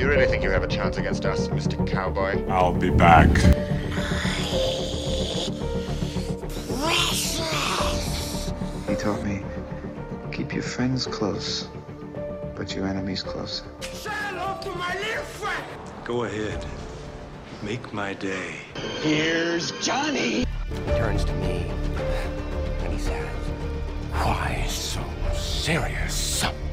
Do you really think you have a chance against us, Mr. Cowboy? I'll be back. He taught me, keep your friends close, but your enemies closer. Say hello to my little friend. Go ahead. Make my day. Here's Johnny. He turns to me and he says, "Why so serious?"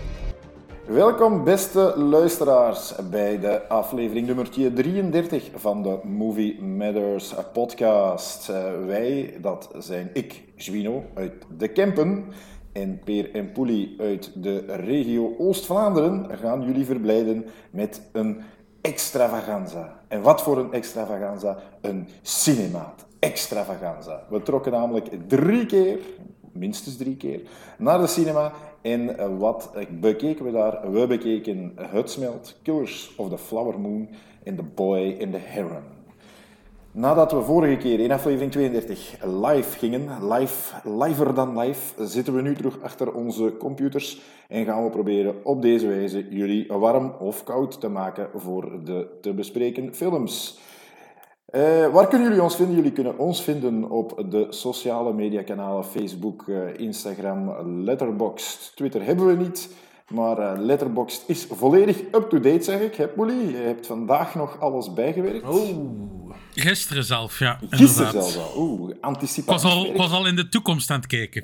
Welkom beste luisteraars bij de aflevering nummer 33 van de Movie Matters podcast. Wij, dat zijn ik, Zwino, uit de Kempen en Peer en Poelie uit de regio Oost-Vlaanderen gaan jullie verblijden met een extravaganza. En wat voor een extravaganza? Een cinemaat extravaganza. We trokken namelijk 3 keer, minstens 3 keer, naar de cinema. En wat bekeken we daar? We bekeken Het Smelt, Killers of the Flower Moon en The Boy and the Heron. Nadat we vorige keer in aflevering 32 live gingen, liver dan live, zitten we nu terug achter onze computers en gaan we proberen op deze wijze jullie warm of koud te maken voor de te bespreken films. Waar kunnen jullie ons vinden? Jullie kunnen ons vinden op de sociale mediakanalen Facebook, Instagram, Letterboxd. Twitter hebben we niet, maar Letterboxd is volledig up-to-date, zeg ik. Hè, Poelie? Je hebt vandaag nog alles bijgewerkt. Gisteren zelf, ja. Gisteren zelf al. Anticipatie. Ik was al in de toekomst aan het kijken.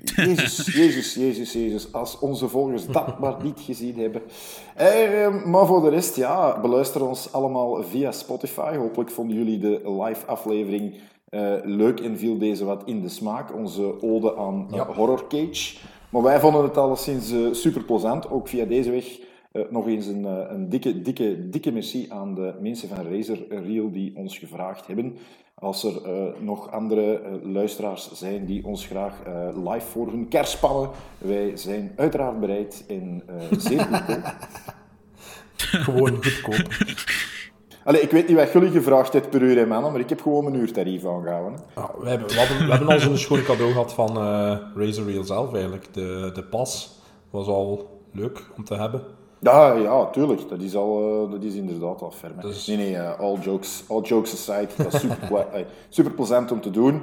Jezus. Als onze volgers dat maar niet gezien hebben. Maar voor de rest, ja, beluister ons allemaal via Spotify. Hopelijk vonden jullie de live aflevering leuk en viel deze wat in de smaak. Onze ode aan Horror Cage. Maar wij vonden het alleszins super plezant, ook via deze weg. Nog eens een dikke merci aan de mensen van Razor Reel die ons gevraagd hebben. Als er nog andere luisteraars zijn die ons graag live voor hun kers spannen, wij zijn uiteraard bereid en zeer goedkoop. Gewoon goedkoop. Allee, ik weet niet wat jullie gevraagd hebt per uur, hè, mannen, maar ik heb gewoon mijn uurtarief aangehouden. Ja, we hebben al zo'n schoon cadeau gehad van Razor Reel zelf eigenlijk. De pas was al leuk om te hebben. Ja, tuurlijk. Dat is inderdaad al ferm. Dus... Nee, all jokes aside. Dat is super plezant om te doen.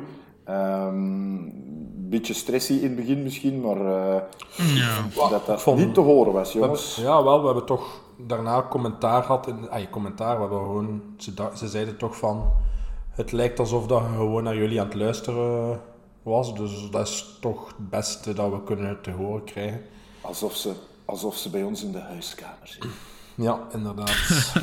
Beetje stressy in het begin misschien, maar dat niet te horen was, jongens. We hebben toch daarna commentaar gehad. Commentaar, we hebben gewoon... Ze zeiden toch van... Het lijkt alsof dat gewoon naar jullie aan het luisteren was. Dus dat is toch het beste dat we kunnen te horen krijgen. Alsof ze bij ons in de huiskamer zitten. Ja, inderdaad.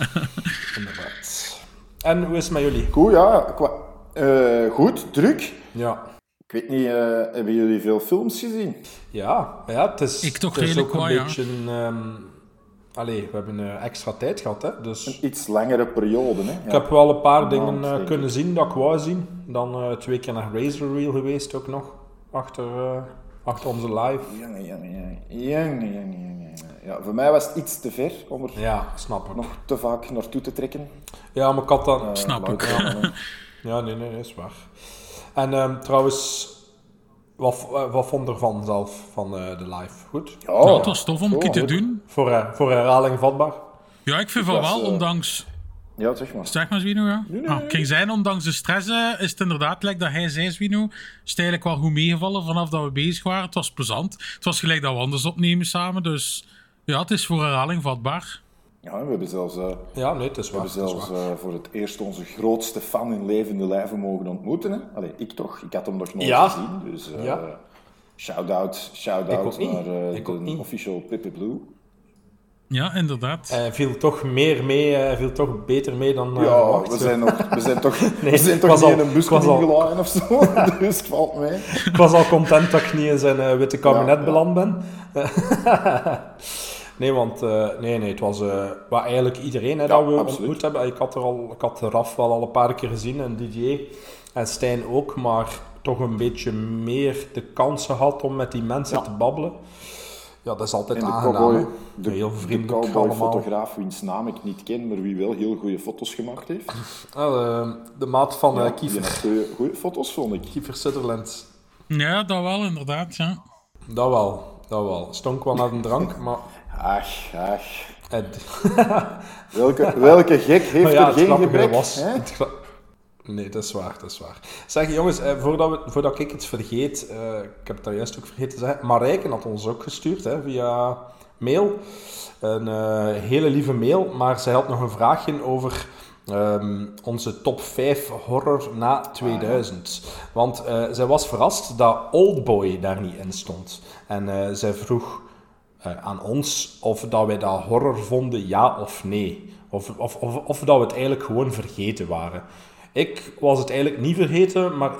En hoe is het met jullie? Goed, ja. Goed, druk. Ja. Ik weet niet, hebben jullie veel films gezien? Ja, het is... Ik toch het is redelijk ook een wel, beetje... we hebben extra tijd gehad, hè. Dus... Een iets langere periode, hè. Ja. Ik heb wel een paar dingen kunnen zien dat ik wou zien. Dan 2 keer naar Razor Reel geweest ook nog. Achter onze live. Jongen. Ja, voor mij was het iets te ver om er snap ik. nog te vaak naartoe te trekken. Ja, maar ik had dat... snap ik. Ja, nee, is waar. En trouwens, wat vond je ervan zelf, van de live? Goed? Ja, het was tof om een keer te doen. Voor herhaling vatbaar? Ja, ik vind van wel, ondanks... Ja, zeg maar. Zeg maar, Zwino, ja. Nee. Ik ging zijn, ondanks de stress is het inderdaad, like dat hij zei, Zwino, is het eigenlijk wel goed meegevallen vanaf dat we bezig waren. Het was plezant. Het was gelijk dat we anders opnemen samen, dus ja, het is voor herhaling vatbaar. Ja, we hebben zelfs, het is waar. Voor het eerst onze grootste fan in levende lijven mogen ontmoeten. Hè? Allee, ik toch. Ik had hem nog nooit gezien. Dus shout-out naar de official Pippi Blue. Ja, inderdaad. Hij viel toch meer mee, viel toch beter mee dan verwacht. We zijn toch niet in een bus ingeladen of zo, dus het valt mee. Ik was al content dat ik niet in zijn witte kabinet beland ben. Nee, want het was wat eigenlijk iedereen dat we ontmoet hebben. Ik had Raf wel al een paar keer gezien en DJ en Stijn ook, maar toch een beetje meer de kans gehad om met die mensen te babbelen. Ja, dat is altijd aangenaam. Heel vriendelijk de cowboy-fotograaf, wiens naam ik niet ken, maar wie wel heel goede foto's gemaakt heeft. De maat van Kiefer. Die had goede foto's, vond ik. Kiefer Sutherland. Ja, dat wel, inderdaad, ja. Dat wel. Stonk wel naar een drank, maar... Ach. Welke gek heeft er geen gebrek? Nee, dat is waar. Zeg, jongens, voordat ik iets vergeet, ik heb het daar juist ook vergeten te zeggen, Marijke had ons ook gestuurd via mail. Een hele lieve mail, maar zij had nog een vraagje over onze top 5 horror na 2000. Want zij was verrast dat Oldboy daar niet in stond. En zij vroeg aan ons of dat wij dat horror vonden, ja of nee. Of dat we het eigenlijk gewoon vergeten waren. Ik was het eigenlijk niet vergeten, maar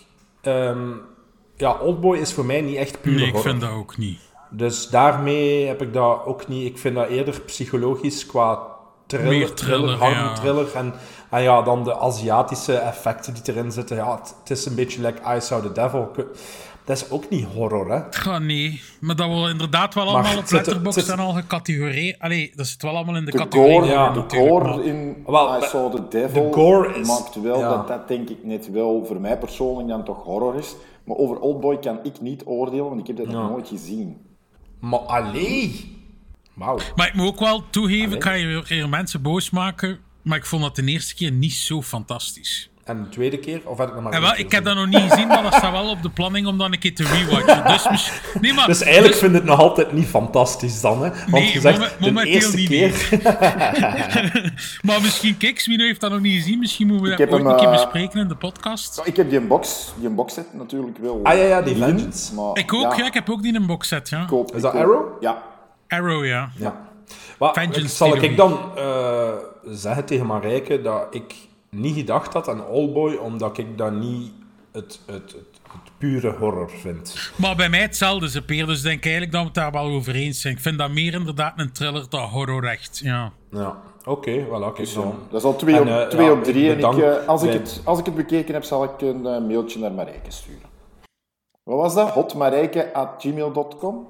Oldboy is voor mij niet echt pure horror. Nee, ik vind dat ook niet. Dus daarmee heb ik dat ook niet. Ik vind dat eerder psychologisch qua thriller, harde thriller. En ja, dan de Aziatische effecten die erin zitten. Ja, het is een beetje like I Saw the Devil. Dat is ook niet horror, hè? Ja, nee. Maar dat wordt inderdaad wel allemaal op Letterboxd en al gecategoreerd. Allee, dat zit wel allemaal in de categorie. De gore in I Saw the Devil maakt wel dat denk ik net wel voor mij persoonlijk dan toch horror is. Maar over Oldboy kan ik niet oordelen, want ik heb dat nog nooit gezien. Maar allee! Wauw. Maar ik moet ook wel toegeven, ik ga hier mensen boos maken, maar ik vond dat de eerste keer niet zo fantastisch. En de tweede keer? Of heb ik nog maar ik heb dat nog niet gezien, maar dat staat wel op de planning om dan een keer te rewatchen. Dus eigenlijk vind ik het nog altijd niet fantastisch dan, hè? Want nee, je zegt de eerste niet keer... Maar misschien, kijk, Swino heeft dat nog niet gezien. Misschien moeten we dat ooit een keer bespreken in de podcast. Ik heb die boxset natuurlijk wel. Ja, die Vengeance. Maar, ik ook, ik heb ook die in een boxset, ja. Is dat Arrow? Ja. Arrow, ja. Maar zal ik dan zeggen tegen Marijke dat ik niet gedacht had aan Oldboy, omdat ik dat niet het pure horror vind. Maar bij mij hetzelfde, ze Peer, dus denk ik eigenlijk dat we het daar wel over eens zijn. Ik vind dat meer inderdaad een thriller dan horror echt, ja. Oké, voilà. Dus, dat is al 2 op 3 en als ik het bekeken heb, zal ik een mailtje naar Marijke sturen. Wat was dat? hotmarijke@gmail.com?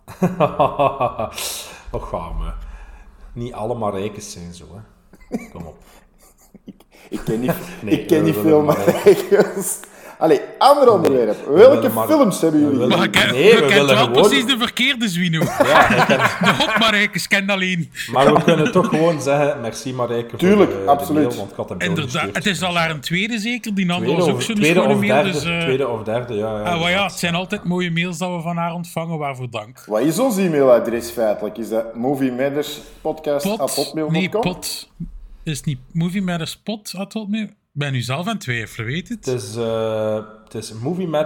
Och, gaan we. Niet alle Marijkes zijn zo, hè. Kom op. Ik ken niet veel Marijkes. Allee, ander onderwerp. Welke films hebben jullie? Maar je kent wel precies de verkeerde Zwino. De hot Marijkes kent alleen. Maar we kunnen toch gewoon zeggen, merci Marijke. Tuurlijk, voor absoluut. De mail, want ik had inderdaad, het is al haar een tweede zeker. Die andere was ook zo'n schone mail. Tweede of derde, ja. Het zijn altijd mooie mails dat we van haar ontvangen, waarvoor dank. Wat is ons e-mailadres feitelijk? Is dat moviematterspodcast@hotmail.com? Nee, pot. Is niet moviematterspot@hotmail? Ik ben nu zelf aan het twijfelen, weet het? Het is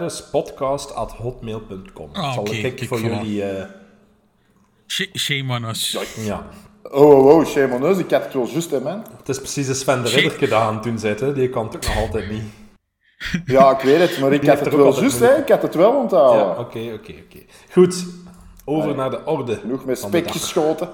moviematterspodcast@hotmail.com. Zal ik voor jullie... Shame on us. Ja. Oh, shame on us. Ik had het wel juist, hè, man. Het is precies de Sven de Ridder gedaan toen zei het. Die kan het ook nog altijd niet. Ja, ik weet het, maar ik had het wel juist, hè. Ik had het wel onthouden. Ja, oké. Goed. Over naar de orde. Genoeg met spek geschoten.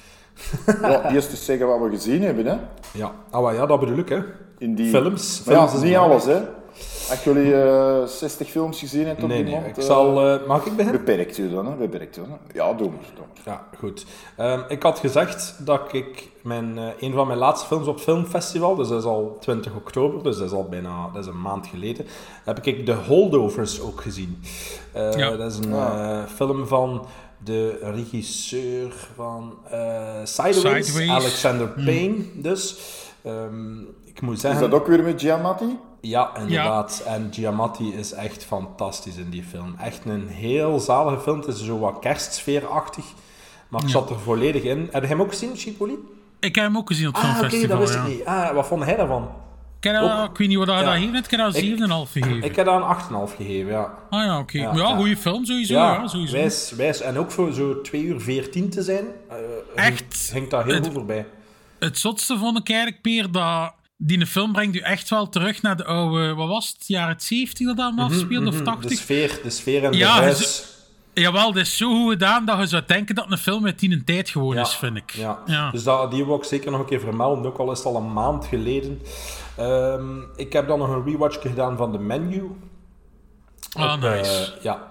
Eerst eens zeggen wat we gezien hebben, hè. Ja, dat bedoel ik, hè. In die films. Maar ja, niet alles, hè. Als jullie 60 films gezien hebt op die moment... Mag ik beginnen? Beperkt u dan, hè. Ja, doe maar. Ja, goed. Ik had gezegd dat ik een van mijn laatste films op filmfestival, dus dat is al 20 oktober, dus dat is al bijna een maand geleden, heb ik The Holdovers ook gezien. Dat is een film van de regisseur van Sideways, Alexander Payne, dus... ik moet zeggen... Is dat ook weer met Giamatti? Ja, inderdaad. Ja. En Giamatti is echt fantastisch in die film. Echt een heel zalige film. Het is zo wat kerstsfeerachtig. Maar ik zat er volledig in. Heb je hem ook gezien, Chipoli? Ik heb hem ook gezien op zo'n festival, dat wist ik niet. Wat vond hij daarvan? Ik weet niet wat hij daar heeft. Ik heb daar 7,5 gegeven. Ik heb daar een 8,5 gegeven, ja. Ah ja, oké. Ja, goede film sowieso. Sowieso. Wijs. En ook voor zo 2:14 te zijn, echt, ging daar heel goed voorbij. Het zotste vond ik eigenlijk, Peer, dat... Die film brengt u echt wel terug naar de oude... Wat was het? Jaren 70 dat dan afspeelde? Of 80? De sfeer en de huis. Jawel, dat is zo goed gedaan dat je zou denken dat een film met die een tijd gewoon is, vind ik. Ja. Dus die wil ik zeker nog een keer vermelden, ook al is het al een maand geleden. Ik heb dan nog een rewatch gedaan van The Menu. Nice.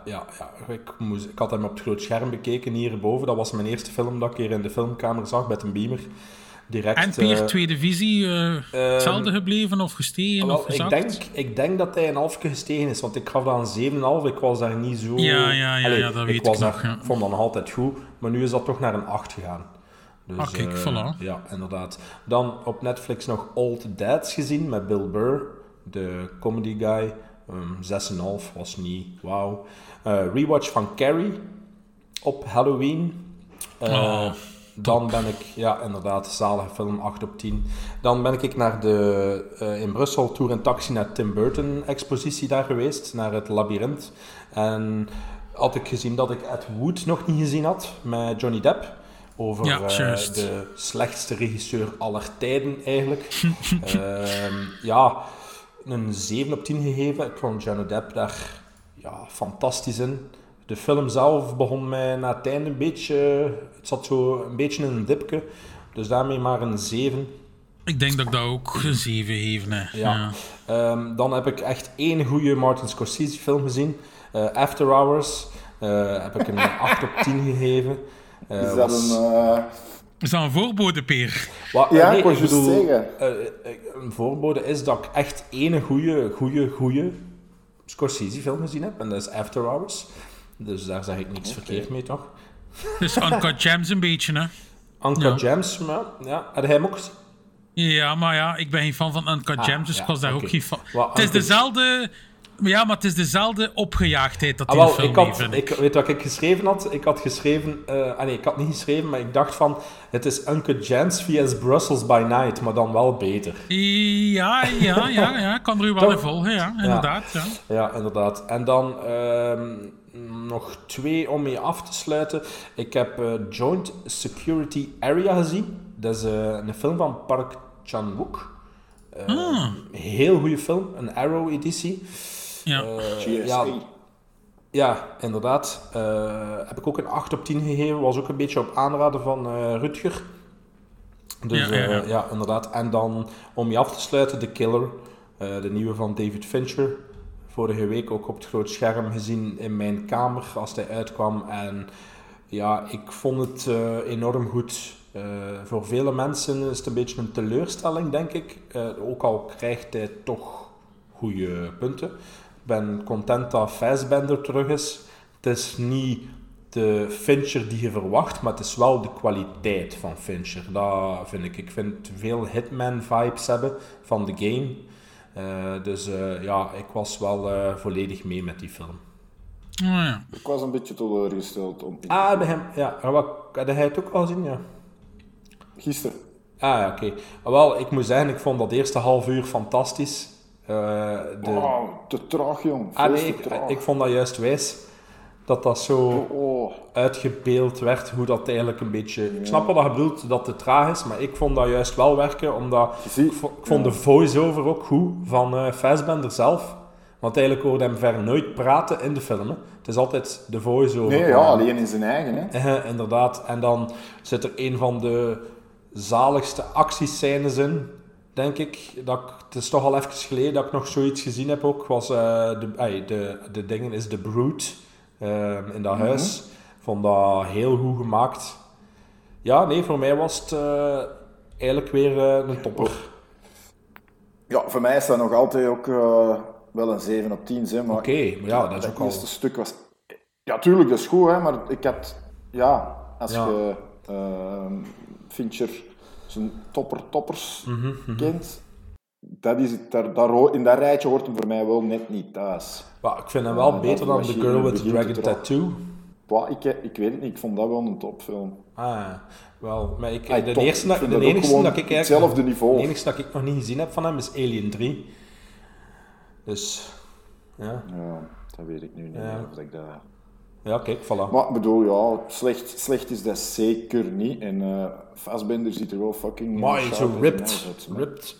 Ik had hem op het groot scherm bekeken hierboven. Dat was mijn eerste film dat ik hier in de filmkamer zag, met een beamer. Direct, en Peer, tweede visie, hetzelfde gebleven of gestegen of gezakt? Ik denk dat hij een halfje gestegen is, want ik gaf dat een 7,5. Ik was daar niet zo... Ja, dat weet ik nog. Ik vond dat nog altijd goed, maar nu is dat toch naar een 8 gegaan. Dus, kijk, voilà. Ja, inderdaad. Dan op Netflix nog Old Dads gezien met Bill Burr, de comedy guy. 6,5 was niet wauw. Rewatch van Carrie op Halloween. Dan ben ik, ja inderdaad, zalige film, 8 op 10. Dan ben ik naar de in Brussel tour en taxi naar Tim Burton expositie daar geweest, naar het Labyrinth. En had ik gezien dat ik Ed Wood nog niet gezien had, met Johnny Depp. Over de slechtste regisseur aller tijden eigenlijk. Een 7 op 10 gegeven. Ik vond Johnny Depp daar fantastisch in. De film zelf begon mij na het einde een beetje... Het zat zo een beetje in een dipje. Dus daarmee maar een 7. Ik denk dat ik dat ook een 7 geef. Ja. Dan heb ik echt 1 goede Martin Scorsese film gezien. After Hours. Heb ik een 8 op 10 gegeven. Is dat Is dat een voorbode, Peer? Ik was juist zeggen. Een voorbode is dat ik echt 1 goede Scorsese film gezien heb. En dat is After Hours. Dus daar zeg ik niks verkeerd mee, toch? Dus Uncut Gems een beetje, hè? Uncut Gems, maar ja. Had hij hem ook gezien? Ja, maar ja, ik ben geen fan van Uncut Gems, dus ik was daar ook geen fan. Het is dezelfde... Ja, maar het is dezelfde opgejaagdheid dat die film heeft. Weet wat ik geschreven had? Ik had geschreven... ik had niet geschreven, maar ik dacht van... Het is Uncut Gems vs. Brussels by Night, maar dan wel beter. Ja, ik kan er u wel in volgen, ja, inderdaad. Ja, inderdaad. En dan nog 2 om mee af te sluiten. Ik heb Joint Security Area gezien. Dat is een film van Park Chan-wook. Heel goede film, een Arrow-editie. Ja, inderdaad. Heb ik ook een 8 op 10 gegeven. Was ook een beetje op aanraden van Rutger. Dus ja, inderdaad. En dan, om je af te sluiten, The Killer. De nieuwe van David Fincher. Vorige week ook op het groot scherm gezien in mijn kamer als hij uitkwam. En ja, ik vond het enorm goed. Voor vele mensen is het een beetje een teleurstelling, denk ik. Ook al krijgt hij toch goede punten. Ik ben content dat Fassbender terug is. Het is niet de Fincher die je verwacht, maar het is wel de kwaliteit van Fincher. Dat vind ik. Ik vind veel Hitman-vibes hebben van The Game. Dus ik was wel volledig mee met die film. Ik was een beetje teleurgesteld. Bij hem. Ja, had hij het ook al gezien? Ja. Gisteren. Oké. Wel, ik moet zeggen, ik vond dat eerste half uur fantastisch. Te traag, jong. Ik vond dat juist wijs. Dat zo uitgebeeld werd, hoe dat eigenlijk een beetje... Ik snap wat je bedoelt, dat het traag is, maar ik vond dat juist wel werken, omdat... Ik vond de voice-over ook goed van Fassbender zelf. Want eigenlijk hoorde hem verder nooit praten in de film. Hè. Het is altijd de voice-over. Nee, alleen in zijn eigen. Hè. Inderdaad. En dan zit er een van de zaligste actiescènes in, denk ik. Het is toch al even geleden dat ik nog zoiets gezien heb ook. Was de dingen is The Brood in dat huis. Ik vond dat heel goed gemaakt. Ja, nee, voor mij was het eigenlijk weer een topper. Ja, voor mij is dat nog altijd ook wel een 7 op 10. Maar Oké, maar ja, dat is ook al... Het eerste stuk was... Ja, tuurlijk, dat is goed, hè, maar ik had... Ja, als je Fincher zijn toppers kent... Dat is het, daar, in dat rijtje hoort hem voor mij wel net niet thuis. Maar ik vind hem wel beter dan The Girl with the Dragon Tattoo. Ik weet het niet, ik vond dat wel een topfilm. Wel, maar de enigste dat ik hetzelfde niveau. De enigste dat ik nog niet gezien heb van hem is Alien 3. Dus, ja. Ja, dat weet ik nu niet of ik dat... Ja, kijk, voilà. Maar ik bedoel, slecht is dat zeker niet. En Fassbender ziet er wel fucking... Maar zo ripped.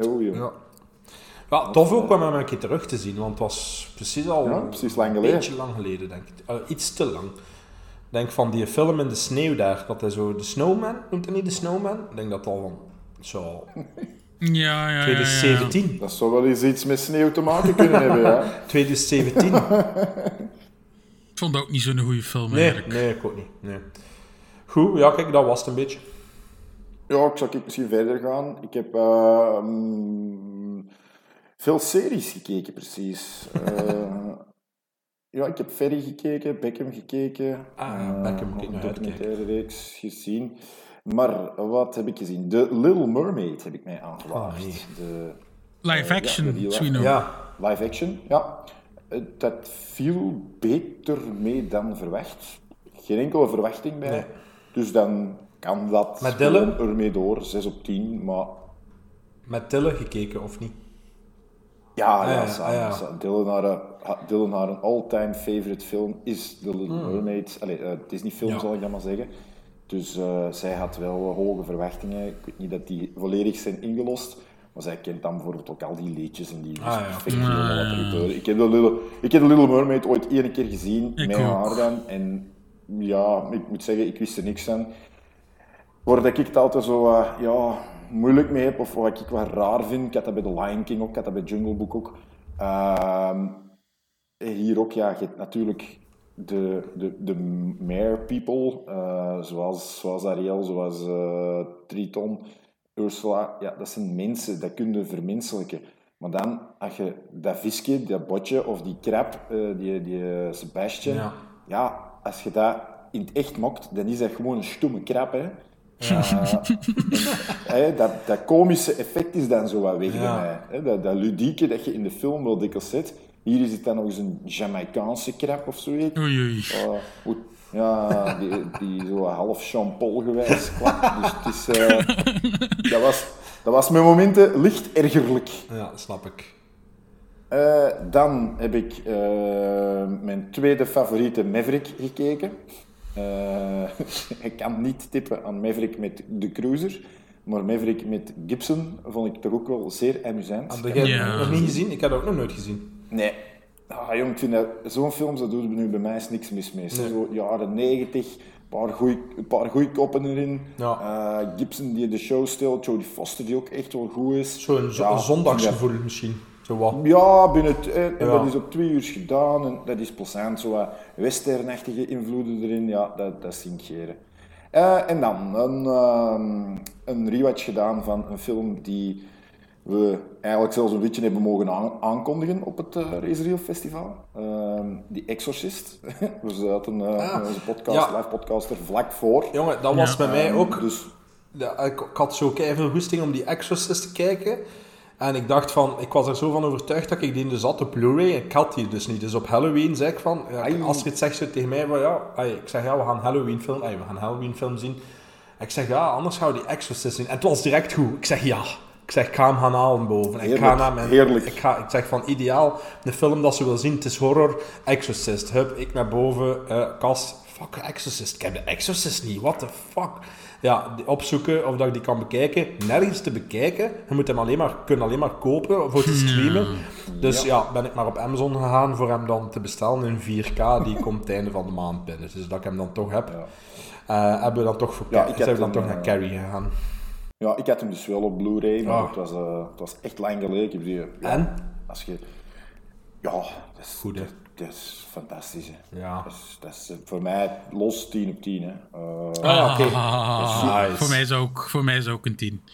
Ja, tof ook om hem een keer terug te zien, want het was precies al lang een beetje lang geleden, denk ik. Iets te lang. Ik denk van die film in de sneeuw daar, dat hij zo... De Snowman, noemt hij niet de Snowman? Ik denk dat al van... Zo... Ja. 2017. Ja. Dat zou wel eens iets met sneeuw te maken kunnen hebben, ja. 2017. Ik vond dat ook niet zo'n goede film, eigenlijk. Nee, ik ook niet. Nee. Goed, ja, kijk, dat was het een beetje. Ja, ik zou misschien verder gaan. Ik heb veel series gekeken, precies. Ik heb Ferry gekeken, Beckham gekeken. Beckham, nog een documentaire reeks gezien. Maar wat heb ik gezien? The Little Mermaid heb ik mij aangewaagd. nee. De Live action, die Swino. Ja. live action, ja. Dat viel beter mee dan verwacht. Geen enkele verwachting bij. Nee. Dus dan kan dat Met Dylan? ermee door. 6 op 10, maar... Met Tille gekeken, of niet? Ja, ja. Dylan haar een all-time favorite film is The Little Mermaid. Disney-film, zal ik dan maar zeggen. Dus zij had wel hoge verwachtingen. Ik weet niet dat die volledig zijn ingelost. Maar zij kent dan bijvoorbeeld ook al die liedjes en die perfect helemaal wat er gebeurde. Ik heb The Little Mermaid ooit 1 keer gezien, met haar dan. En ja, ik moet zeggen, ik wist er niks van. Waar dat ik het altijd zo moeilijk mee heb, of wat ik wat raar vind. Ik had dat bij The Lion King ook, ik had dat bij Jungle Book ook. Hier ook, ja, je hebt natuurlijk de mare people, zoals Ariel, zoals Triton, Ursula. Ja, dat zijn mensen, dat kun je vermenselijken. Maar dan, als je dat visje, dat botje of die krab, die Sebastian, ja, als je dat in het echt mokt, dan is dat gewoon een stomme krab, hè. Dat komische effect is dan zo wat weg bij mij. Hè? Dat ludieke dat je in de film wel dikwijls zet. Hier is het dan nog eens een Jamaicaanse krab of zoiets. Oei. Die zo half Jean-Paul gewijs kwam. Dus het is, dat was met momenten licht ergerlijk. Ja, snap ik. Dan heb ik mijn tweede favoriete Maverick gekeken. Ik kan niet tippen aan Maverick met de Cruiser, maar Maverick met Gibson vond ik toch ook wel zeer amusant. Heb jij nog niet gezien? Ik heb dat ook nog nooit gezien. Nee. Jong, ik vind dat zo'n films, dat doet nu bij mij is niks mis mee. Nee. Zo jaren 90, een paar goeie koppen erin. Ja. Gibson die de show stelt, Jodie Foster die ook echt wel goed is. Zo'n zondagsgevoel misschien. Zo wat. Ja, en dat is op 2 uur gedaan en dat is plezant. Zo wat westernachtige invloeden erin, ja, dat sinkeren. En dan een rewatch gedaan van een film die we eigenlijk zelfs een beetje hebben mogen aankondigen op het Razor Festival. The Exorcist. We zaten onze live podcaster vlak voor. Jongen, dat was bij mij ook. Dus... ik had zo keiveel goesting om die Exorcist te kijken. En ik dacht van, ik was er zo van overtuigd dat ik die dus had op Blu-ray. Ik had die dus niet. Dus op Halloween zei ik van, Astrid zegt zo tegen mij van ik zeg we gaan Halloween film zien. Ik zeg anders gaan we die Exorcist zien. En het was direct goed. Ik zeg ik zeg, ik ga hem gaan halen boven. Heerlijk. Ik zeg van, ideaal, de film dat ze wil zien, het is horror, Exorcist. Hup, ik naar boven, kast, fuck, Exorcist. Ik heb de Exorcist niet, what the fuck. Ja, opzoeken of dat ik die kan bekijken. Nergens te bekijken. Je moet hem kunnen alleen maar kopen voor te streamen. Dus ben ik maar op Amazon gegaan voor hem dan te bestellen in 4K. Die komt het einde van de maand binnen. Dus dat ik hem dan toch heb. Hebben we dan toch voor zijn we dan toch naar Carrie gegaan. Ja, ik had hem dus wel op Blu-ray, maar het was echt lang geleden. En? Als je... Ja, dat is goed, hè? Dat is fantastisch, hè. Ja. Dat is voor mij los 10 op 10, hè. Oké. Nice. Voor mij is ook een 10.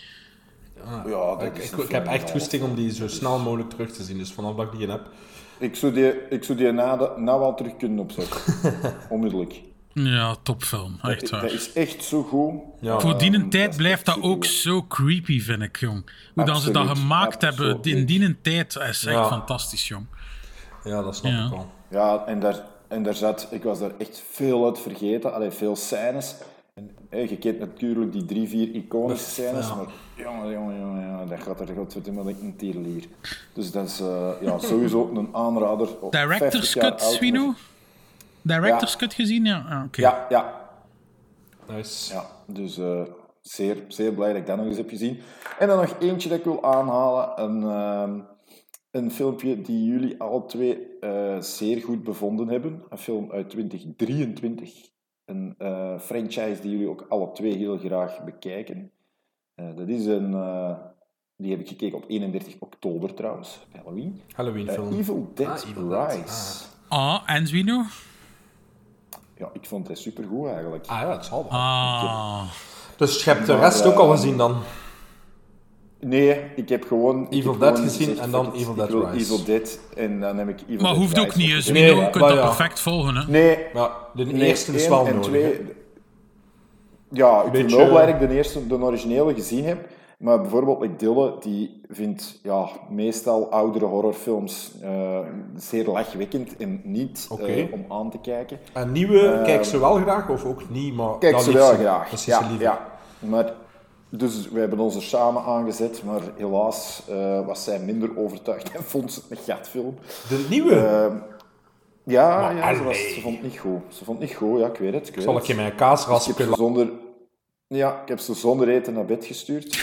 Ik heb echt goesting om die zo snel mogelijk terug te zien, dus vanaf dat ik die heb. Ik zou die nou al terug kunnen opzetten. Onmiddellijk. Ja, topfilm. Echt waar. Dat is echt zo goed. Ja. Voor die tijd blijft dat ook zo creepy, vind ik, jong. Hoe dan ze dat gemaakt hebben in die tijd is echt fantastisch, jong. Ja, dat snap ik wel. Ja, en daar zat... Ik was daar echt veel uit vergeten. Veel scènes. Je kent natuurlijk die 3-4 iconische scènes, maar jongen, dat gaat er godverdomme een tierlier. Dus dat is sowieso een aanrader. Director's Cut, Swino? Director's Cut gezien? Ja, oké. Ja. Nice. Ja, dus zeer, zeer blij dat ik dat nog eens heb gezien. En dan nog eentje dat ik wil aanhalen. Een filmpje die jullie alle twee zeer goed bevonden hebben. Een film uit 2023. Een franchise die jullie ook alle twee heel graag bekijken. Dat is die heb ik gekeken op 31 oktober trouwens, Halloween film. Evil Dead Rise. En Zwino? Ja, ik vond het supergoed eigenlijk. Het zal wel. Dus je hebt de rest ook al gezien dan? Nee, ik heb gewoon... Evil Dead gezien en dan Evil Dead Rise. Evil Dead en dan heb ik Evil Dead Maar hoeft Rise ook niet, Zwino. Je kunt dat perfect volgen, hè? Nee. De eerste is wel nodig. Ja, ik beetje... ben wel blij dat ik de originele gezien heb. Maar bijvoorbeeld like Dille, die vindt meestal oudere horrorfilms zeer lachwekkend en niet om aan te kijken. En nieuwe kijk ze wel graag of ook niet? Maar kijk ze wel graag, precies, ja. Maar, dus we hebben ons er samen aangezet, maar helaas was zij minder overtuigd en vond ze het een gatfilm. De nieuwe? Ze vond het niet goed. Ze vond het niet goed, ja, ik weet het. Zal ik je mijn kaasrasp ik heb ze zonder eten naar bed gestuurd.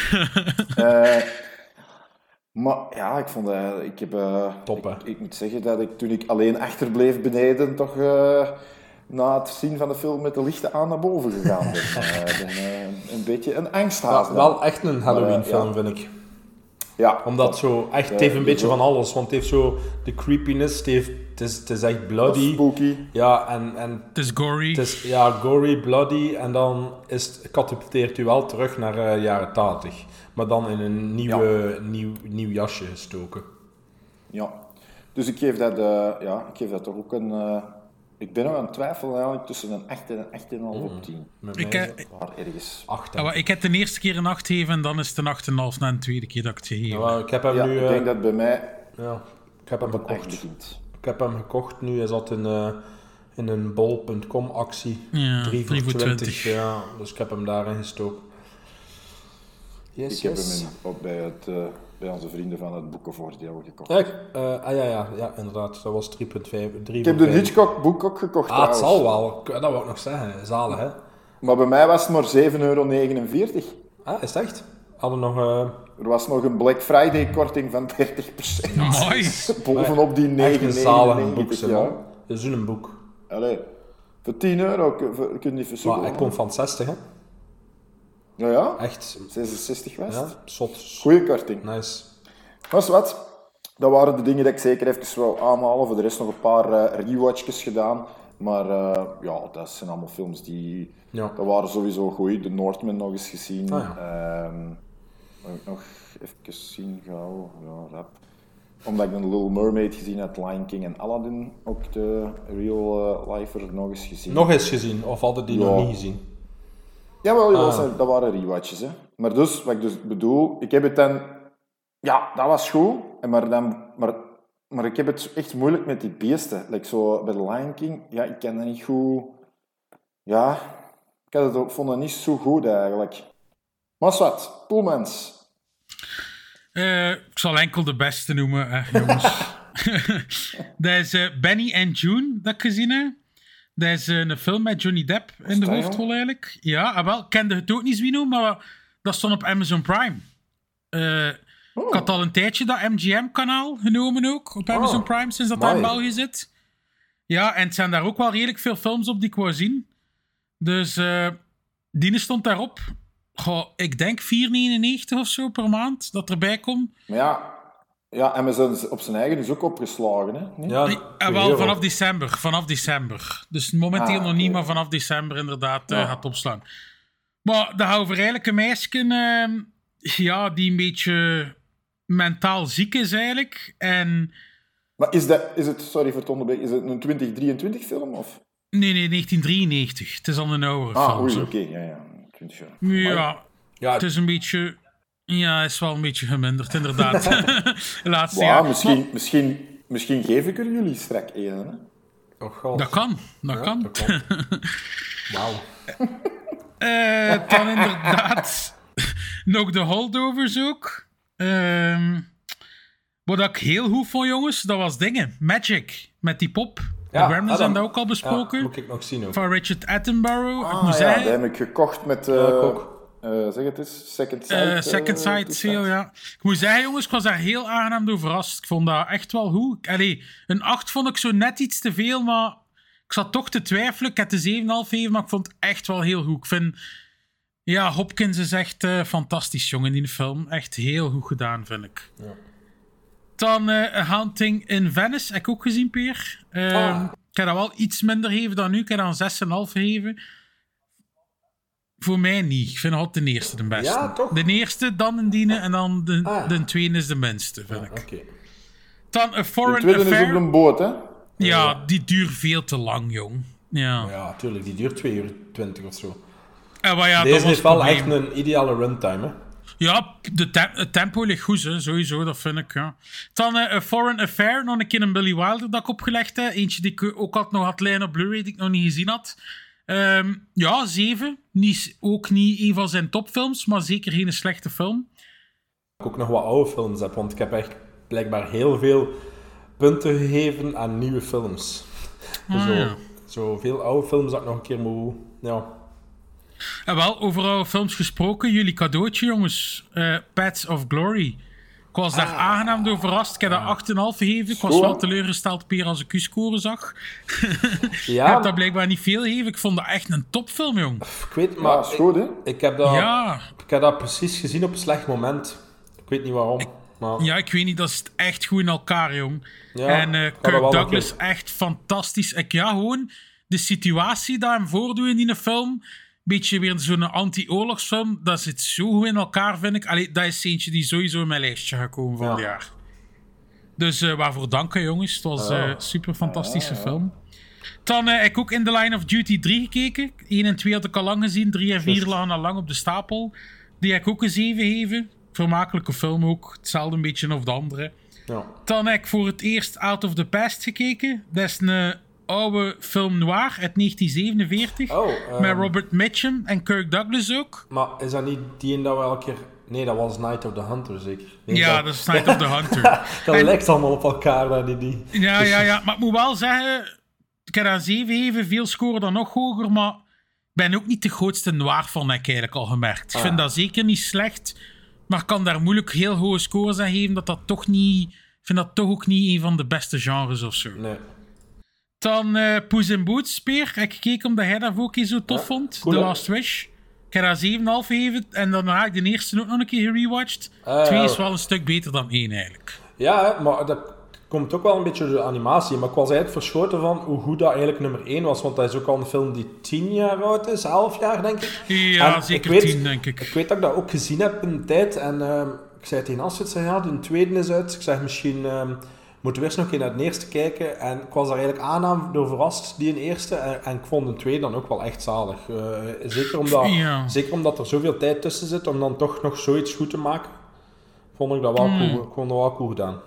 Maar ja, ik vond dat... Ik moet zeggen dat ik, toen ik alleen achterbleef beneden, toch na het zien van de film met de lichten aan naar boven gegaan ben. Een beetje een angsthaas. Wel echt een Halloween-film, vind ik. Ja. Omdat zo echt, het heeft een beetje van alles. Want het heeft zo de creepiness, het is echt bloody. Spooky. Ja, en het is gory. Het is, gory, bloody. En dan catapulteert u wel terug naar jaren 80. Maar dan in een nieuw jasje gestoken. Ja. Dus ik geef dat toch ook een... ik ben nog aan het twijfelen eigenlijk tussen een 8 en een 8,5 op 10. Ergens. 8. Ik heb de eerste keer een 8 gegeven en dan is het een 8,5 na een tweede keer dat ik het gegeven heb. Ik heb hem nu... ik denk dat bij mij... Ja, ik heb hem gekocht. Begint. Ik heb hem gekocht nu. Hij zat in een bol.com actie. Ja, 3 voor 20. Ja, dus ik heb hem daarin gestoken. Ik heb hem bij onze vrienden van het Boekenvoordeel gekocht. Ja, inderdaad. Dat was 3,5. Ik heb de Hitchcock-boek ook gekocht. Het zal wel. Dat wou ik nog zeggen. Zalig, hè? Maar bij mij was het maar €7,49. Is het echt? Hadden nog... Er was nog een Black Friday-korting van 30%. Mooi! Bovenop die 9,99. Echt een zalig boek, ja. Dat is een boek. Allee, voor €10 kun je niet verzoeken. Maar hij komt van 60, hè? Ja? Echt. 66 was het. Ja, zot. Goeie korting. Nice. Was wat? Dat waren de dingen die ik zeker even wou aanhalen. Voor de rest nog een paar rewatchjes gedaan. Maar dat zijn allemaal films die... Ja. Dat waren sowieso goed. The Northman nog eens gezien. Nog even zien gauw. Ja, rap. Omdat ik The Little Mermaid gezien had, Lion King en Aladdin. Ook de real lifer nog eens gezien. Nog eens gezien? Of hadden die nog niet gezien? Jawel, dat waren rewatches. Hè. Maar dus, wat ik dus bedoel, ik heb het dan... Ja, dat was goed. Maar ik heb het echt moeilijk met die beesten. Like zo bij The Lion King, ja, ik ken dat niet goed... Ja, ik vond dat niet zo goed eigenlijk. Maar wat, Poelmans. Ik zal enkel de beste noemen, jongens. Dat is Benny and June, dat ik gezien heb. Dat is een film met Johnny Depp in de hoofdrol eigenlijk. Ja, wel, ik kende het ook niet, Zwino, maar dat stond op Amazon Prime. Ik had al een tijdje dat MGM-kanaal genomen ook, op Amazon Prime, sinds dat in België zit. Ja, en het zijn daar ook wel redelijk veel films op die ik wou zien. Dus die stond daarop. Goh, ik denk €4,99 of zo per maand dat erbij komt. Maar ja, Amazon op zijn eigen is ook opgeslagen, hè? Nee? Ja, wel vanaf december. Dus momenteel nog niet, maar vanaf december inderdaad gaat opslaan. Maar dat houdt eigenlijk een meisje die een beetje mentaal ziek is eigenlijk. En... Maar is het, sorry voor het onderbreken, is het een 2023 film? Of? Nee, 1993. Het is al een oudere film. Oké, ja. 20 jaar. Ja, het is een beetje... Ja, het is wel een beetje geminderd, inderdaad. Laatste jaar. Misschien geef ik er jullie strak één, hè? Oh god. Dat kan. Wauw. Dan inderdaad nog de Holdovers ook. Wat ik heel goed vond, jongens, dat was dingen. Magic, met die pop. De Gremlins hebben dat ook al besproken. Moet ik nog zien ook. Van Richard Attenborough. Ik moet dat zeggen... heb ik gekocht met... zeg het eens, Second Sight. Second Sight Sale, ja. Ik moet zeggen, jongens, ik was daar heel aangenaam door verrast. Ik vond dat echt wel goed. Een 8 vond ik zo net iets te veel, maar ik zat toch te twijfelen. Ik had de 7,5 gegeven, maar ik vond het echt wel heel goed. Ik vind... Ja, Hopkins is echt fantastisch, jongen, in de film. Echt heel goed gedaan, vind ik. Ja. Dan Haunting in Venice, heb ik ook gezien, Peer. Ik heb dat wel iets minder gegeven dan nu. Ik heb dat een 6,5 gegeven. Voor mij niet. Ik vind altijd de eerste de beste. Ja, toch? De eerste, dan een diene en dan de tweede is de minste, vind ik. Okay. Dan A Foreign Affair. De tweede Affair. is op een boot, hè? Ja, die duurt veel te lang, jong. Ja, tuurlijk. Die duurt 2:20 of zo. Deze heeft wel echt een ideale runtime, hè? Ja, het tempo ligt goed, hè. Sowieso, dat vind ik, ja. Dan A Foreign Affair, nog een keer een Billy Wilder dat ik opgelegd heb. Eentje die ik ook nog had liggen op Blu-ray, die ik nog niet gezien had. 7. Ook niet een van zijn topfilms, maar zeker geen slechte film. Ik ook nog wat oude films heb, want ik heb echt blijkbaar heel veel punten gegeven aan nieuwe films. Zo veel oude films dat ik nog een keer moet... Ja. En wel, over oude films gesproken, jullie cadeautje, jongens. Paths of Glory. Ik was daar aangenaam door verrast. Ik heb daar 8,5 gegeven. Ik was wel teleurgesteld per als ik Q-score zag. Ik heb dat blijkbaar niet veel gegeven. Ik vond dat echt een topfilm, jong. Ik weet, maar is goed, hè? Ik heb dat precies gezien op een slecht moment. Ik weet niet waarom. Maar... Ja, ik weet niet. Dat is echt goed in elkaar, jong. Ja, en Kirk Douglas, echt fantastisch. Gewoon de situatie die hem voordoet in die film... Beetje weer zo'n anti-oorlogsfilm. Dat zit zo goed in elkaar, vind ik. Allee, dat is eentje die sowieso in mijn lijstje gaat komen van het jaar. Dus waarvoor danken, jongens. Het was een super fantastische film. Dan heb ik ook In the Line of Duty 3 gekeken. 1 en 2 had ik al lang gezien. 3 en 4 lagen al lang op de stapel. Die heb ik ook een 7 gegeven. Vermakelijke film ook. Hetzelfde een beetje of de andere. Ja. Dan heb ik voor het eerst Out of the Past gekeken. Dat is een oude film noir uit 1947. Met Robert Mitchum en Kirk Douglas ook. Maar is dat niet die in dat we elke keer... Nee, dat was Night of the Hunter, zeker? Nee, ja, dat is Night of the Hunter. Dat lijkt allemaal op elkaar, die. Ja. Maar ik moet wel zeggen... Ik heb aan 7 gegeven, veel scoren dan nog hoger, maar... Ik ben ook niet de grootste noir van, heb ik eigenlijk al gemerkt. Ik vind dat zeker niet slecht, maar ik kan daar moeilijk heel hoge scores aan geven, dat toch niet... Ik vind dat toch ook niet een van de beste genres of zo. Nee. Dan Puss in Boots, Peer. Heb ik gekeken omdat hij dat ook zo tof vond. Cool, The Last Wish. Ik heb daar 7,5 gegeven. En daarna heb ik de eerste ook nog een keer gerewatcht. 2 is wel een stuk beter dan 1 eigenlijk. Ja, maar dat komt ook wel een beetje door de animatie. Maar ik was eigenlijk verschoten van hoe goed dat eigenlijk nummer 1 was. Want dat is ook al een film die 10 jaar oud is. 11 jaar, denk ik. Ja, en zeker 10, denk ik. Ik weet dat ik dat ook gezien heb in de tijd. En ik zei tegen Astrid, de tweede is uit. Ik zeg misschien... moeten we eerst nog een naar de eerste kijken. En ik was daar eigenlijk aan door verrast, die een eerste. En ik vond de tweede dan ook wel echt zalig. Zeker omdat er zoveel tijd tussen zit om dan toch nog zoiets goed te maken. Vond ik dat wel cool. Ik vond dat wel cool gedaan.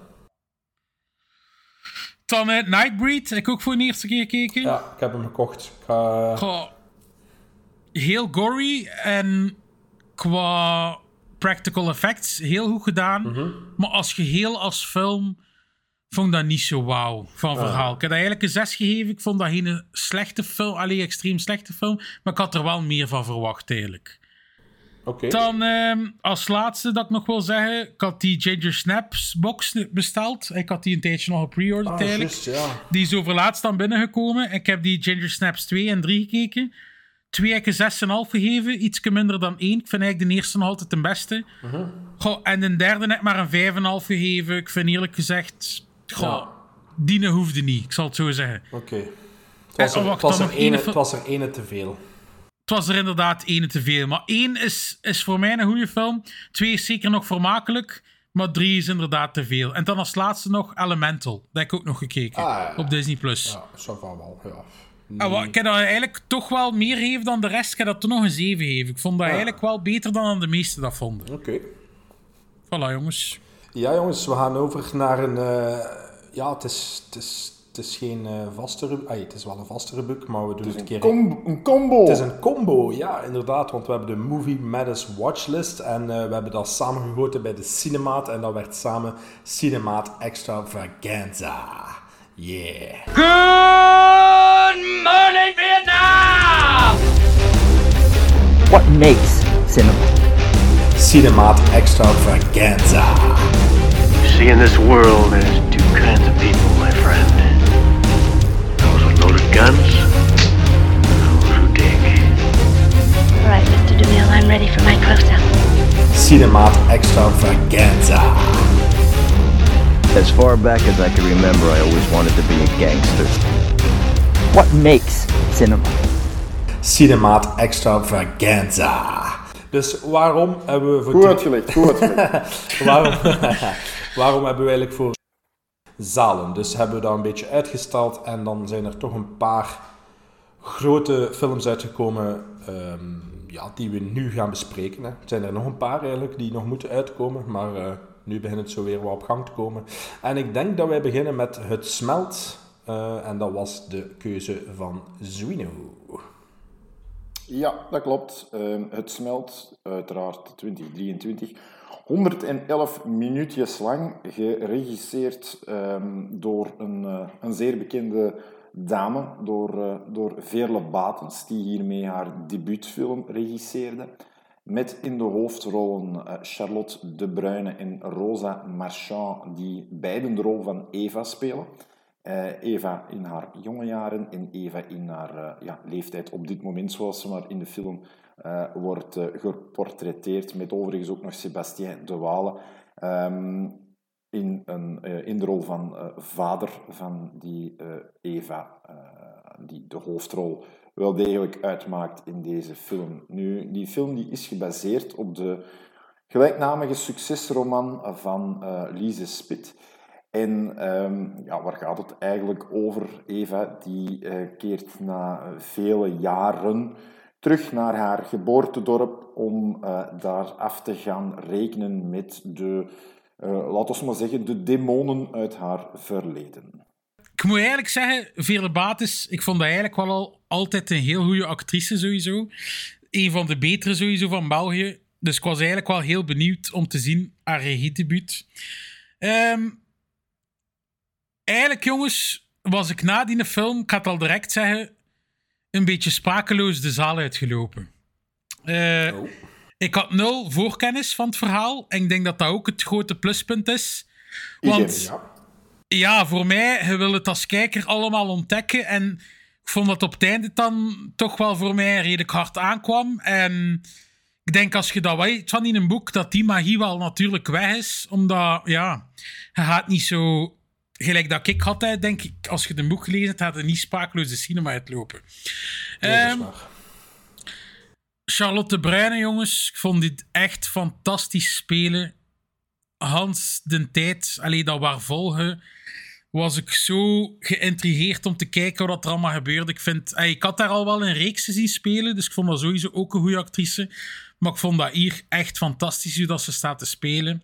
Dan Nightbreed, heb ik ook voor de eerste keer gekeken. Ja, ik heb hem gekocht. Heel gory en qua practical effects heel goed gedaan. Mm-hmm. Maar als geheel, als film... vond ik dat niet zo wauw van verhaal. Ik heb dat eigenlijk een 6 gegeven. Ik vond dat geen slechte film. Alleen extreem slechte film. Maar ik had er wel meer van verwacht eigenlijk. Okay. Dan als laatste dat ik nog wil zeggen. Ik had die Ginger Snaps box besteld. Ik had die een tijdje nog pre-ordered eigenlijk. Just, ja. Die is overlaatst dan binnengekomen. Ik heb die Ginger Snaps 2 en 3 gekeken. 2 heb ik een 6,5 gegeven. Ietsje minder dan 1. Ik vind eigenlijk de eerste nog altijd de beste. Uh-huh. En de derde heb ik maar een 5,5 gegeven. Ik vind eerlijk gezegd... die hoefde niet, ik zal het zo zeggen. Oké. Het was er ene te veel. Het was er inderdaad ene te veel. Maar 1 is voor mij een goede film. 2 is zeker nog vermakelijk. Maar 3 is inderdaad te veel. En dan als laatste nog Elemental. Dat heb ik ook nog gekeken. Op Disney+. Ja, dat kan wel. Ja. Nee. Ik heb dat eigenlijk toch wel meer gegeven dan de rest. Ik heb dat toch nog een 7 gegeven. Ik vond dat eigenlijk wel beter dan de meesten dat vonden. Oké. Voilà, jongens. Ja, jongens, we gaan over naar een... het is geen vaste rubriek. Het is wel een vaste rubriek, maar we doen het een keer... Een combo! Het is een combo, ja, inderdaad. Want we hebben de Movie Matters Watchlist. En we hebben dat samengegoten bij de Cinemaat. En dat werd samen Cinemaat Extravaganza. Yeah. Good morning, Vietnam! What makes cinema? Cinemaat Extravaganza. See, in this world, there's 2 kinds of people, my friend. Those with loaded guns, and those who dig. All right, Mr. DeMille, I'm ready for my close-up. Cinemaat Extravaganza. As far back as I can remember, I always wanted to be a gangster. What makes cinema? Cinemaat Extravaganza. Dus waarom hebben we... Goed uitgelegd. Waarom hebben we eigenlijk voor zalen? Dus hebben we dat een beetje uitgesteld en dan zijn er toch een paar grote films uitgekomen die we nu gaan bespreken. Hè. Het zijn er nog een paar eigenlijk die nog moeten uitkomen, maar nu begint het zo weer wat op gang te komen. En ik denk dat wij beginnen met Het Smelt. En dat was de keuze van Zwino. Ja, dat klopt. Het Smelt, uiteraard 2023. 111 minuutjes lang, geregisseerd door een zeer bekende dame, door Veerle Batens, die hiermee haar debuutfilm regisseerde. Met in de hoofdrollen Charlotte de Bruyne en Rosa Marchand, die beiden de rol van Eva spelen. Eva in haar jonge jaren en Eva in haar leeftijd op dit moment, zoals ze maar in de film wordt geportretteerd, met overigens ook nog Sébastien de Waele in de rol van vader van die Eva, die de hoofdrol wel degelijk uitmaakt in deze film. Nu, die film die is gebaseerd op de gelijknamige succesroman van Lise Spit. En waar gaat het eigenlijk over? Eva die keert na vele jaren terug naar haar geboortedorp om daar af te gaan rekenen met laten we maar zeggen, de demonen uit haar verleden. Ik moet eigenlijk zeggen, Veerle Batens, ik vond dat eigenlijk wel altijd een heel goede actrice sowieso. Een van de betere sowieso van België. Dus ik was eigenlijk wel heel benieuwd om te zien haar regiedebuut. Eigenlijk, jongens, was ik na die film, ik ga het al direct zeggen, een beetje sprakeloos de zaal uitgelopen. Ik had 0 voorkennis van het verhaal. En ik denk dat dat ook het grote pluspunt is. Want ja, voor mij, je wil het als kijker allemaal ontdekken. En ik vond dat op het einde dan toch wel voor mij redelijk hard aankwam. En ik denk als je dat weet van in een boek, dat die magie wel natuurlijk weg is. Omdat, je gaat niet zo... Gelijk dat ik had, denk ik, als je de boek gelezen hebt, had je niet sprakeloos de cinema uitlopen. Charlotte de Bruyne, jongens, ik vond dit echt fantastisch spelen. Hans de tijd, dat waar volgen, was ik zo geïntrigeerd om te kijken wat er allemaal gebeurde. Ik had daar al wel een reeks zien spelen, dus ik vond dat sowieso ook een goede actrice. Maar ik vond dat hier echt fantastisch hoe dat ze staat te spelen.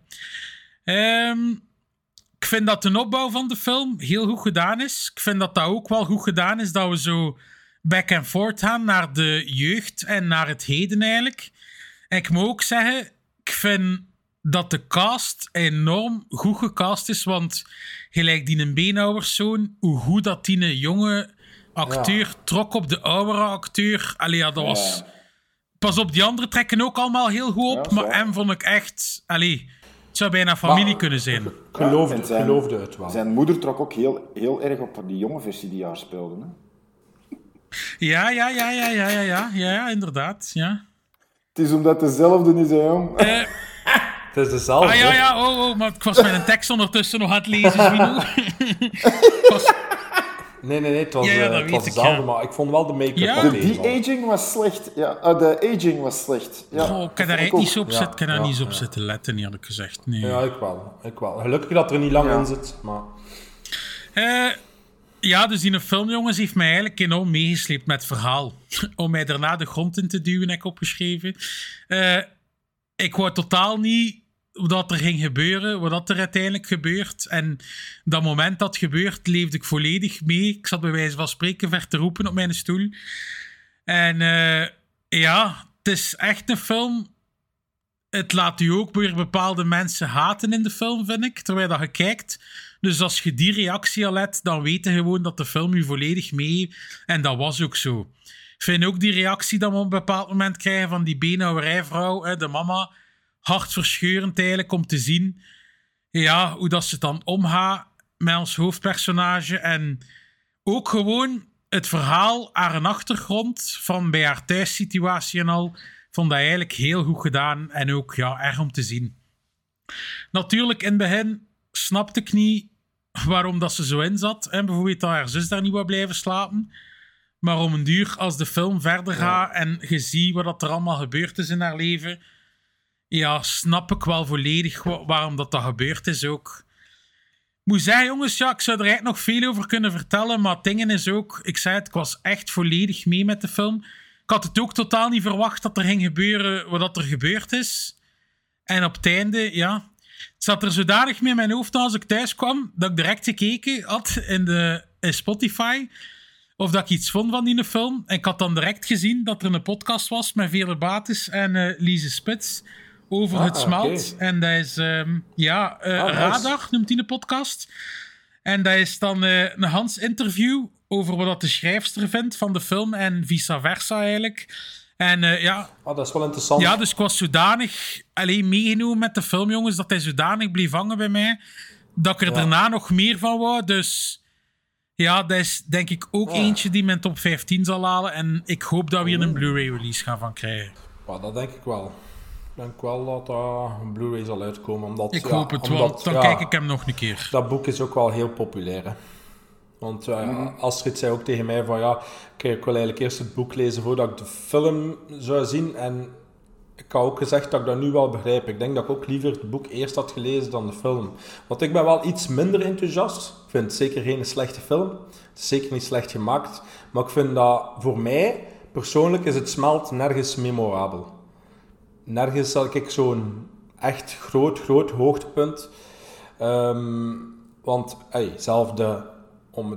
Ik vind dat de opbouw van de film heel goed gedaan is. Ik vind dat ook wel goed gedaan is dat we zo back and forth gaan naar de jeugd en naar het heden eigenlijk. En ik moet ook zeggen, ik vind dat de cast enorm goed gecast is, want gelijk die een Beenhouwerszoon, hoe goed dat die een jonge acteur trok op de oudere acteur. Dat was... Pas op, die anderen trekken ook allemaal heel goed op, maar hem vond ik echt... Het zou bijna familie kunnen zijn. Geloofde het wel. Zijn moeder trok ook heel erg op die jonge versie die haar speelde. Hè? Ja, inderdaad. Ja. Het is omdat het dezelfde is, hè, jong. Het is dezelfde. Maar ik was met een tekst ondertussen nog aan het lezen, Zwino. Nee, het was hetzelfde, maar ik vond wel de make-up... De aging was slecht. Ja, de aging was slecht. Ja. Ik kan daar eigenlijk niet zo op zitten. Ik kan daar niet zo op zitten letten, eerlijk gezegd. Nee. Ja, ik wel. Gelukkig dat er niet lang in zit, maar... Dus die film, jongens, heeft mij eigenlijk enorm meegesleept met het verhaal. Om mij daarna de grond in te duwen, heb ik opgeschreven. Ik wou totaal niet wat er ging gebeuren, wat er uiteindelijk gebeurt. En dat moment dat gebeurt, leefde ik volledig mee. Ik zat bij wijze van spreken ver te roepen op mijn stoel. En het is echt een film... Het laat u ook weer bepaalde mensen haten in de film, vind ik, terwijl dat je kijkt. Dus als je die reactie al hebt, dan weet je gewoon dat de film u volledig mee... En dat was ook zo. Ik vind ook die reactie dat we op een bepaald moment krijgen van die beenhouwerijvrouw, de mama, hartverscheurend eigenlijk om te zien hoe dat ze dan omgaat met ons hoofdpersonage. En ook gewoon het verhaal, haar een achtergrond van bij haar thuissituatie en al... vond dat eigenlijk heel goed gedaan en ook erg om te zien. Natuurlijk, in het begin snapte ik niet waarom dat ze zo in zat. Bijvoorbeeld dat haar zus daar niet wou blijven slapen. Maar om een duur, als de film verder gaat en je ziet wat er allemaal gebeurd is in haar leven, snap ik wel volledig waarom dat gebeurd is ook. Ik moet zeggen, jongens, ik zou er eigenlijk nog veel over kunnen vertellen, maar het ding is ook, ik zei het, ik was echt volledig mee met de film. had het ook totaal niet verwacht dat er ging gebeuren wat er gebeurd is. En op het einde, ja... Het zat er zodanig mee in mijn hoofd als ik thuis kwam, dat ik direct gekeken had in Spotify of dat ik iets vond van die film. En ik had dan direct gezien dat er een podcast was met Veerle Bates en Lise Spits over Het Smelt. Okay. En dat is... Radar noemt die een podcast. En dat is dan een Hans interview over wat de schrijfster vindt van de film en vice versa eigenlijk. En dat is wel interessant. Ja, dus ik was zodanig alleen meegenomen met de film, jongens, dat hij zodanig bleef hangen bij mij, dat ik er daarna nog meer van wou. Dus ja, dat is denk ik ook eentje die mijn top 15 zal halen. En ik hoop dat we hier een Blu-ray release gaan van krijgen. Ja, dat denk ik wel. Ik denk wel dat een Blu-ray zal uitkomen. Omdat, ik hoop het wel. Dan kijk ik hem nog een keer. Dat boek is ook wel heel populair, hè. Want Astrid zei ook tegen mij van ik wil eigenlijk eerst het boek lezen voordat ik de film zou zien. En ik had ook gezegd dat ik dat nu wel begrijp. Ik denk dat ik ook liever het boek eerst had gelezen dan de film. Want ik ben wel iets minder enthousiast. Ik vind het zeker geen slechte film. Het is zeker niet slecht gemaakt. Maar ik vind dat voor mij, persoonlijk, is Het Smelt nergens memorabel. Nergens had ik zo'n echt groot hoogtepunt. Want zelf om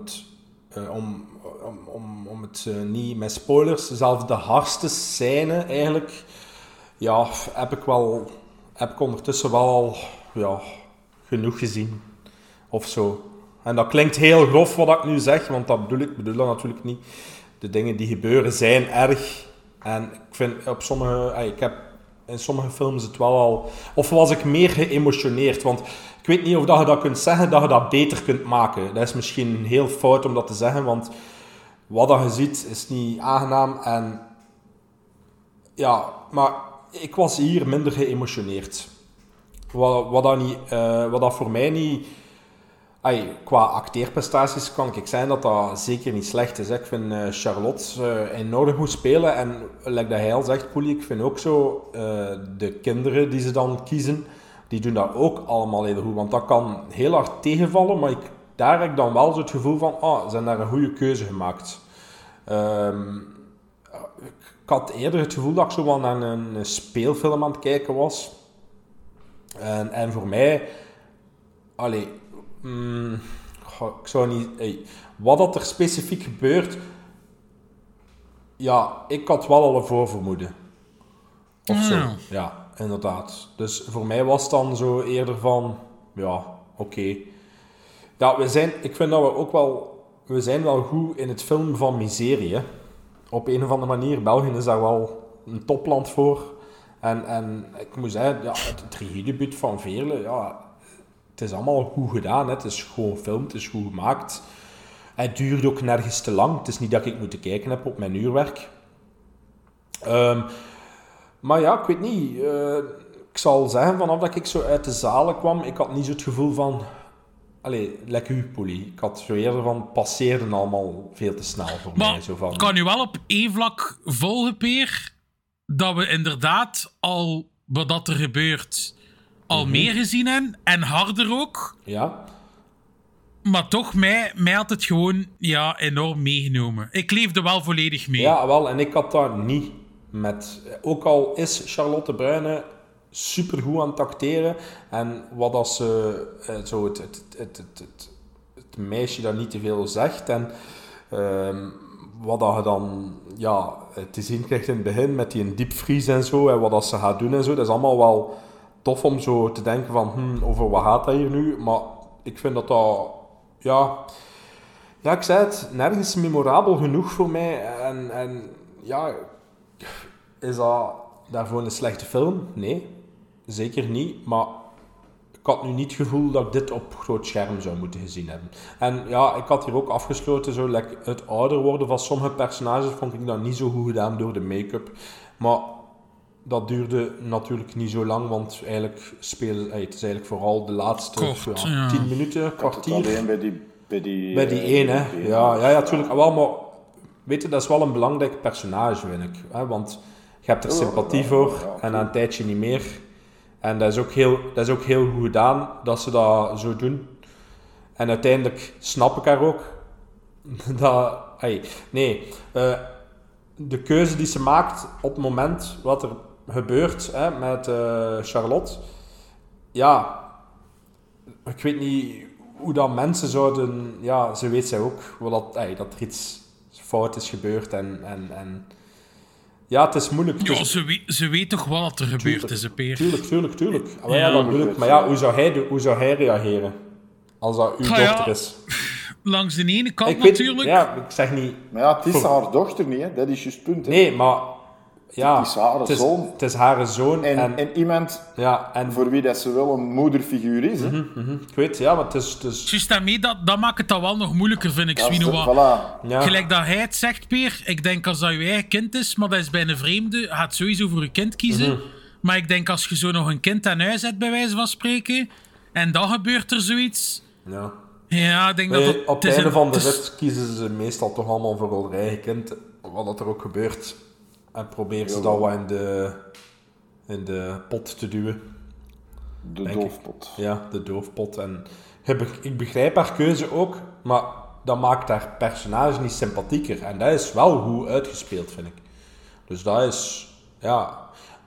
het niet met spoilers, zelfs de hardste scène eigenlijk, heb ik ondertussen wel al genoeg gezien. Of zo. En dat klinkt heel grof wat ik nu zeg, want dat bedoel dat natuurlijk niet. De dingen die gebeuren zijn erg. En ik vind in sommige films het wel al... Of was ik meer geëmotioneerd? Want ik weet niet of dat je dat kunt zeggen, dat je dat beter kunt maken. Dat is misschien heel fout om dat te zeggen, want wat dat je ziet is niet aangenaam. En maar ik was hier minder geëmotioneerd. Wat dat voor mij niet... qua acteerprestaties kan ik zeggen dat dat zeker niet slecht is. Ik vind Charlotte enorm goed spelen. En like dat hij al zegt, Poelie, ik vind ook zo de kinderen die ze dan kiezen, die doen dat ook allemaal heel goed. Want dat kan heel hard tegenvallen, maar daar heb ik dan wel zo het gevoel van, ze hebben daar een goede keuze gemaakt. Ik had eerder het gevoel dat ik zo wel naar een speelfilm aan het kijken was. En voor mij... ik zou niet... wat dat er specifiek gebeurt... ik had wel al een voorvermoeden. Of zo. Ja, inderdaad. Dus voor mij was het dan zo eerder van... oké. Ja, ik vind dat we ook wel... We zijn wel goed in het filmen van miserie, hè. Op een of andere manier. België is daar wel een topland voor. En ik moet zeggen, het regiedebuut van Veerle... Het is allemaal goed gedaan. Hè. Het is gewoon gefilmd, het is goed gemaakt. Het duurt ook nergens te lang. Het is niet dat ik moeten kijken heb op mijn uurwerk. Maar ik weet niet. Ik zal zeggen, vanaf dat ik zo uit de zalen kwam, ik had niet zo het gevoel van... lekker u, Poelie. Ik had zo eerder van, passeerden allemaal veel te snel voor mij. Zo van... Ik kan nu wel op één vlak volgen, Peer, dat we inderdaad al wat dat er gebeurt... al meer gezien hebben, en harder ook. Ja. Maar toch, mij had het gewoon enorm meegenomen. Ik leefde wel volledig mee. Ja, wel, en ik had daar niet met... Ook al is Charlotte Bruyne supergoed aan het acteren, en wat als ze zo het meisje dat niet te veel zegt, en wat dat je dan te zien krijgt in het begin, met die diepvries en zo, en wat dat ze gaat doen en zo, dat is allemaal wel... tof om zo te denken van, over wat gaat dat hier nu? Maar ik vind dat ik zei het, nergens memorabel genoeg voor mij. En is dat daarvoor een slechte film? Nee, zeker niet. Maar ik had nu niet het gevoel dat ik dit op groot scherm zou moeten gezien hebben. En ik had hier ook afgesloten, zo, het ouder worden van sommige personages vond ik dat niet zo goed gedaan door de make-up. Maar... Dat duurde natuurlijk niet zo lang, want eigenlijk het is eigenlijk vooral de laatste 10 minuten, kwartier. Alleen bij die één, hè. Ja, natuurlijk. Wel, maar weet je, dat is wel een belangrijk personage, vind ik. Hè? Want je hebt er sympathie voor en na een tijdje niet meer. En dat is ook heel goed gedaan dat ze dat zo doen. En uiteindelijk snap ik haar ook. de keuze die ze maakt op het moment wat er gebeurt met Charlotte. Ja, ik weet niet hoe dat mensen zouden... Ja, ze weet zij ook wel dat er iets fout is gebeurd en ja, het is moeilijk. Ja, ze weet toch wel wat er gebeurd is, Peer. Tuurlijk. Ja, dat bedoel ik. Maar ja, hoe zou hij reageren? Als dat uw dochter is? Langs de ene kant natuurlijk. Ja, ik zeg niet... Maar ja, het is haar dochter niet, hè. Dat is juist het punt. Hè. Nee, maar... Ja, het is haar zoon. Het is haar zoon. En iemand voor wie dat ze wel een moederfiguur is. Hè. Ik weet, ja, maar het is... Juist daarmee, dat maakt het dan wel nog moeilijker, vind ik, Swino. Voilà. Ja. Gelijk dat hij het zegt, Peer. Ik denk als dat je eigen kind is, maar dat is bij een vreemde, gaat sowieso voor je kind kiezen. Maar ik denk als je zo nog een kind aan huis hebt, bij wijze van spreken, en dan gebeurt er zoiets... Ja, ik denk dat het... Op het einde van de rit kiezen ze meestal toch allemaal voor hun eigen kind, wat er ook gebeurt. En proberen ze dat wat in de pot te duwen. De doofpot. Ja, de doofpot. En ik begrijp haar keuze ook, maar dat maakt haar personage niet sympathieker. En dat is wel goed uitgespeeld, vind ik. Dus dat is... Ja...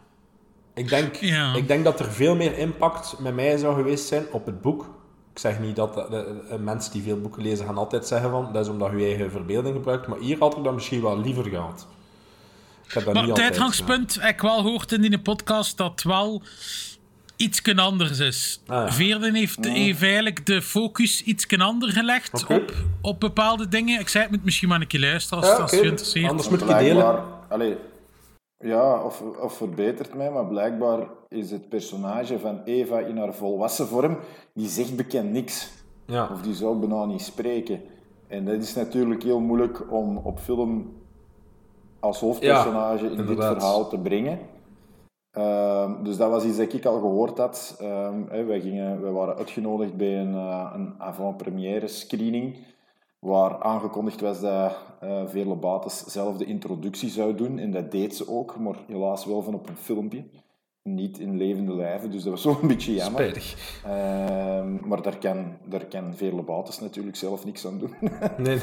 Ik denk dat er veel meer impact met mij zou geweest zijn op het boek. Ik zeg niet dat mensen die veel boeken lezen gaan altijd zeggen van dat is omdat je eigen verbeelding gebruikt, maar hier had ik dat misschien wel liever gehad. Maar het uitgangspunt, ik wel gehoord in die podcast, dat het wel iets anders is. Veerden heeft eigenlijk de focus iets anders gelegd op bepaalde dingen. Ik zei het, moet misschien maar een keer luisteren als je interesseert. Anders moet je delen. Ja, of verbetert mij, maar blijkbaar is het personage van Eva in haar volwassen vorm, die zegt bekend niks. Ja. Of die zou bijna niet spreken. En dat is natuurlijk heel moeilijk om op film als hoofdpersonage in dit verhaal te brengen. Dus dat was iets dat ik al gehoord had. Wij waren uitgenodigd bij een avant-première screening, waar aangekondigd was dat Veerle Bates zelf de introductie zou doen. En dat deed ze ook, maar helaas wel van op een filmpje. Niet in levende lijven, dus dat was wel een beetje jammer. Spijtig. Maar daar kan Veerle Bates natuurlijk zelf niks aan doen. Nee.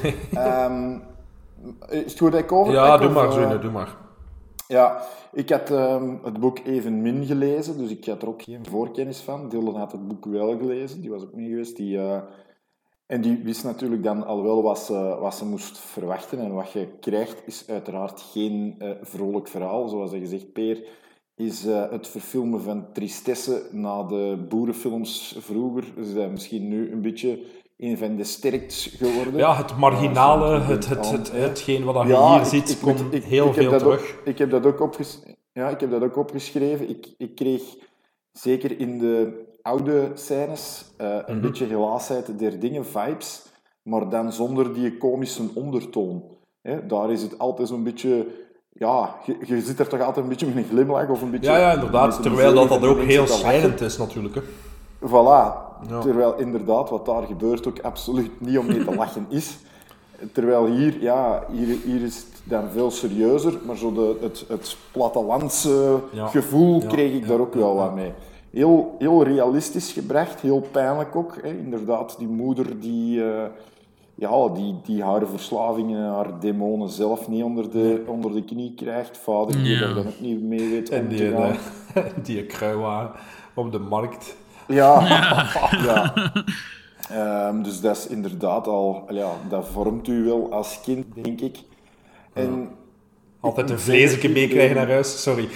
Is het goed dat ik over? Ja, doe maar. Ja, ik had het boek evenmin gelezen, dus ik had er ook geen voorkennis van. Dylan had het boek wel gelezen, die was ook mee geweest. En die wist natuurlijk dan al wel wat ze moest verwachten. En wat je krijgt is uiteraard geen vrolijk verhaal. Zoals je zegt, Peer, is het verfilmen van tristesse na de boerenfilms vroeger. Dus dat misschien nu een beetje een van de sterkst geworden. Ja, het marginale, hetgeen wat je hier ziet, komt heel veel terug. Ik heb dat ook opgeschreven. Ik kreeg zeker in de oude scènes een beetje helaasheid der dingen, vibes, maar dan zonder die komische ondertoon. Daar is het altijd zo'n beetje... Ja, je zit er toch altijd een beetje met een glimlach of een beetje... Ja, inderdaad, terwijl dat ook heel schrijnend is natuurlijk. Hè. Voilà, ja. Terwijl inderdaad wat daar gebeurt ook absoluut niet om mee te lachen is. Terwijl hier is het dan veel serieuzer, maar zo het plattelandse gevoel kreeg ik daar ook wel wat mee. Heel realistisch gebracht, heel pijnlijk ook. Hè. Inderdaad, die moeder die haar verslavingen en haar demonen zelf niet onder de knie krijgt. Vader die daar dan ook niet mee weet om te gaan. Die kruiwagen op de markt. Ja. Dus dat is inderdaad al... Ja, dat vormt u wel als kind, denk ik. En altijd een vleesje meekrijgen naar huis, sorry.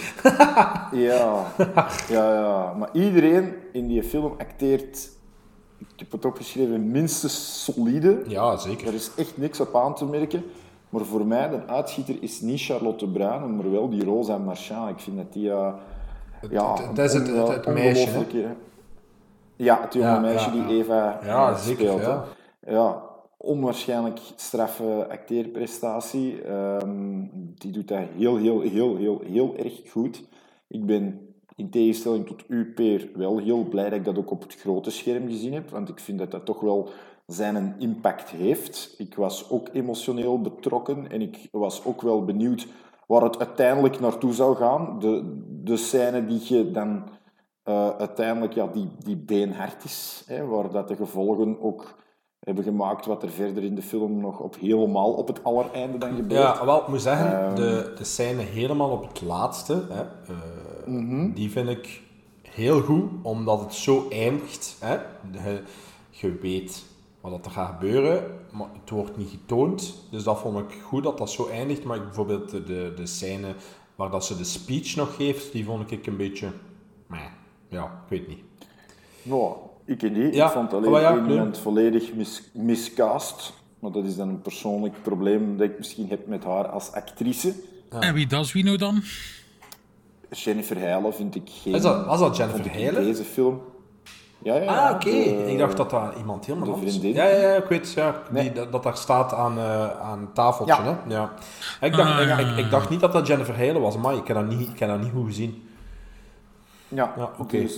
Ja. Maar iedereen in die film acteert... Ik heb het opgeschreven, minstens solide. Ja, zeker. Er is echt niks op aan te merken. Maar voor mij, de uitschieter is niet Charlotte Bruin, maar wel die Rosa Marchand. Ik vind dat die... dat is het meisje, hè? Ja, het jonge meisje die Eva speelt. Ja. Ja, onwaarschijnlijk straffe acteerprestatie. Die doet dat heel erg goed. Ik ben... In tegenstelling tot u, Peer, wel heel blij dat ik dat ook op het grote scherm gezien heb, want ik vind dat dat toch wel zijn impact heeft. Ik was ook emotioneel betrokken en ik was ook wel benieuwd waar het uiteindelijk naartoe zou gaan. De scène die je dan uiteindelijk, die beenhard is, waar dat de gevolgen ook hebben gemaakt wat er verder in de film nog helemaal op het allereinde dan gebeurt. Ja, wel, ik moet zeggen, de scène helemaal op het laatste, hè, die vind ik heel goed, omdat het zo eindigt. Hè. Je weet wat er gaat gebeuren, maar het wordt niet getoond. Dus dat vond ik goed dat dat zo eindigt. Maar bijvoorbeeld de scène waar dat ze de speech nog geeft, die vond ik een beetje... Ja, ik weet niet. Nou, ik niet. Ja, ik vond alleen één moment volledig miscast. Maar dat is dan een persoonlijk probleem dat ik misschien heb met haar als actrice. Ja. En wie dat is wie nou dan? Jennifer Hale vind ik geen... Was dat Jennifer Hale? In deze film. Ja. Oké. Ik dacht dat dat iemand helemaal anders was. Ja, ik weet. Ja, dat daar staat aan het tafeltje. Ja. Hè? Ja. Ik dacht niet dat dat Jennifer Hale was, maar ik heb dat niet goed gezien. Ja, oké. Dus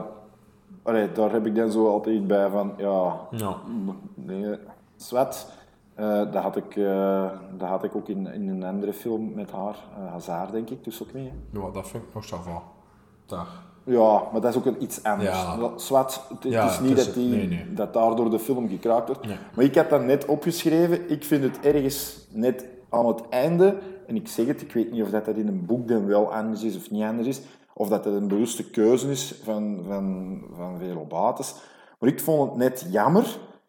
daar heb ik dan zo altijd bij van... Nee, zwart. Dat had ik ook in een andere film met haar. Hazard, denk ik, dus ook mee. Ja, dat vind ik nog zo van. Daar. Ja, maar dat is ook iets anders. Zwart, het is niet dat daardoor de film gekraakt wordt. Nee. Maar ik heb dat net opgeschreven. Ik vind het ergens net aan het einde... En ik zeg het, ik weet niet of dat in een boek dan wel anders is of niet anders is. Of dat het een bewuste keuze is van Velo Bates. Maar ik vond het net jammer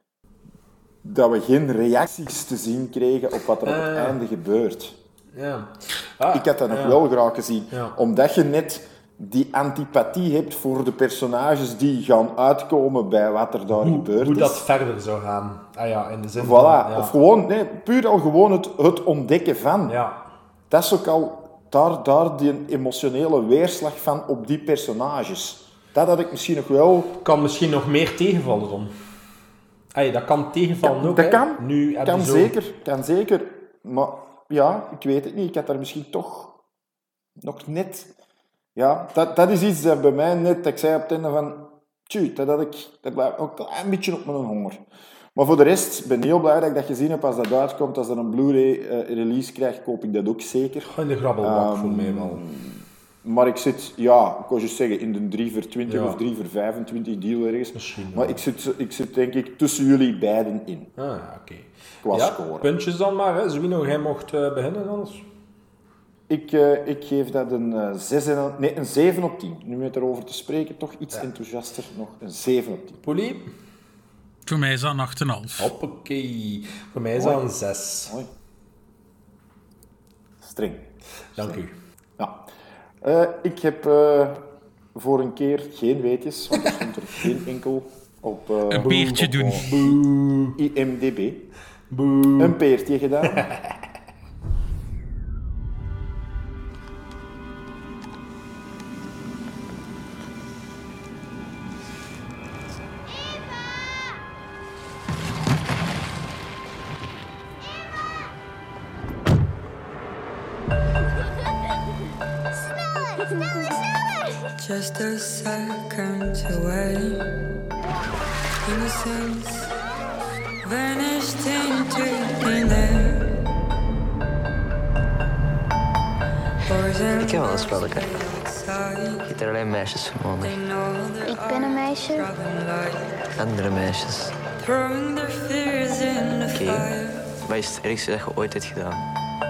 dat we geen reacties te zien kregen op wat er op het einde gebeurt. Ja. Ik had dat nog wel graag gezien. Ja. Omdat je net die antipathie hebt voor de personages die gaan uitkomen bij wat er daar gebeurt. Hoe dat verder zou gaan. In de zin voilà. Van... Ja. Of gewoon, puur al gewoon het ontdekken van. Ja. Dat is ook al... Daar die emotionele weerslag van op die personages. Dat had ik misschien nog wel... Kan misschien nog meer tegenvallen dan. Dat kan tegenvallen ook. Dat kan. Nu kan zeker. Maar ja, ik weet het niet. Ik had daar misschien toch nog net... Ja, dat is iets dat bij mij net... Dat ik zei op het einde van... Dat blijft ook een klein beetje op mijn honger. Maar voor de rest ben ik heel blij dat ik dat gezien heb. Als dat uitkomt, als er een Blu-ray release krijgt, koop ik dat ook zeker. In de grabbelbak voor mij wel. Maar ik zit, ik kan je zeggen, in de 3 voor 20 of 3 voor 25 deal ergens. Misschien maar ik zit denk ik tussen jullie beiden in. Oké. Qua score. Puntjes dan maar, hè. Zwino, jij mocht beginnen anders. Ik geef dat een 7 op 10. Nu met erover te spreken, toch iets enthousiaster. Nog een 7 op 10. Poelie? Voor mij is dat een 8,5. Hoppakee. Voor mij is dat een 6. Mooi. Streng. Dank u. Ja. Ik heb voor een keer geen weetjes, want er stond er geen enkel op... een peertje doen. IMDb. Boe. Een peertje gedaan. Just a second away. Innocence vanished into thin air. Ik ken wel een spelletje. Je hebt er alleen meisjes vermonden. Ik ben een meisje. Andere meisjes. Oké. Wat is het ergste dat je ooit hebt gedaan?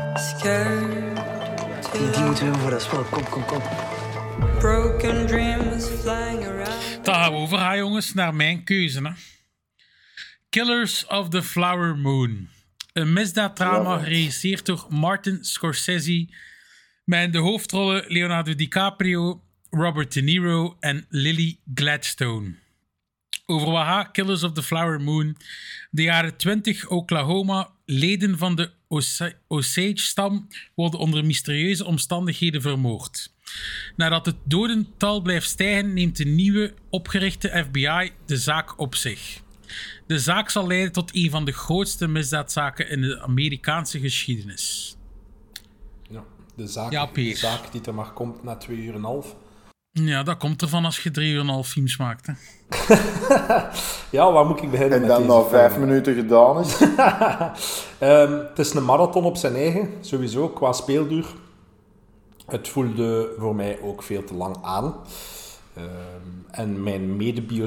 Die moeten we hebben voor dat spel. Kom. Broken dreams flying around. Dan gaan we overgaan, jongens, naar mijn keuze. Hè. Killers of the Flower Moon. Een misdaaddrama geregisseerd door Martin Scorsese. Met in de hoofdrollen Leonardo DiCaprio, Robert De Niro en Lily Gladstone. Over wat gaat Killers of the Flower Moon? De jaren 20 Oklahoma. Leden van de Osage-stam worden onder mysterieuze omstandigheden vermoord. Nadat het dodental blijft stijgen, neemt de nieuwe opgerichte FBI de zaak op zich. De zaak zal leiden tot een van de grootste misdaadzaken in de Amerikaanse geschiedenis. Ja, de zaak die er maar komt na 2,5 uur. Ja, dat komt ervan als je 3,5 films maakt. Hè. Ja, waar moet ik beginnen? En dan na 5 minuten gedaan is. Het is een marathon op zijn eigen, sowieso, qua speelduur. Het voelde voor mij ook veel te lang aan. En mijn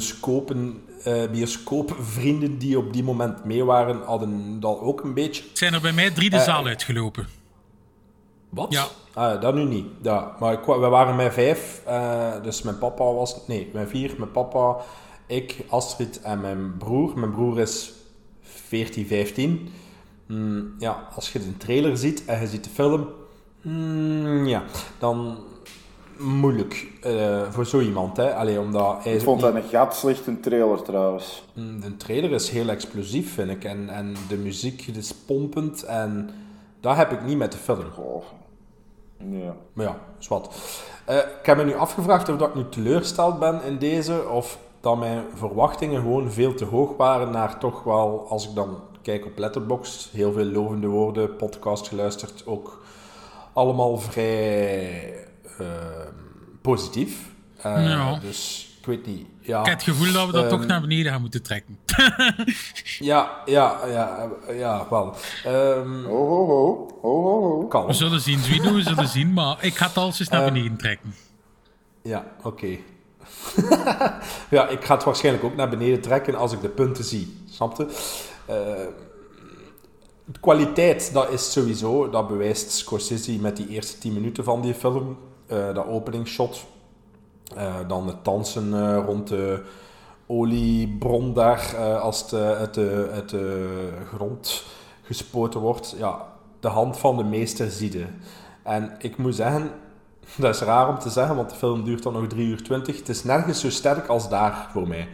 bioscoopvrienden die op die moment mee waren, hadden dat ook een beetje. Zijn er bij mij 3 de zaal uitgelopen. Wat? Ja. Dat nu niet. Ja, maar we waren met 5. Dus mijn papa was... Nee, met 4. Mijn papa, ik, Astrid en mijn broer. Mijn broer is 14, 15. Ja, als je de trailer ziet en je ziet de film... ja, dan... Moeilijk voor zo iemand, hè. Allee, omdat hij ik vond dat een gat slecht, een trailer trouwens. De trailer is heel explosief, vind ik. En de muziek is pompend. En dat heb ik niet met de film. Oh. Ja. Maar ja, is wat. Ik heb me nu afgevraagd of dat ik nu teleurgesteld ben in deze, of dat mijn verwachtingen gewoon veel te hoog waren naar toch wel, als ik dan kijk op Letterboxd, heel veel lovende woorden, podcast geluisterd, ook allemaal vrij positief. Ja. Dus ik weet niet. Ja. Ik heb het gevoel dat we dat toch naar beneden gaan moeten trekken. Ja, wel. Kalm. We zullen zien, Zwino, we zullen zien, maar ik ga het al eens naar beneden trekken. Ja, oké. Ja, ik ga het waarschijnlijk ook naar beneden trekken als ik de punten zie. Snap je? De kwaliteit, dat is sowieso, dat bewijst Scorsese met die eerste 10 minuten van die film. Dat openingsshot. Dan het dansen rond de oliebron daar, als het uit de grond gespoten wordt. Ja, de hand van de meester zie je. En ik moet zeggen, dat is raar om te zeggen, want de film duurt dan nog 3:20. Het is nergens zo sterk als daar voor mij.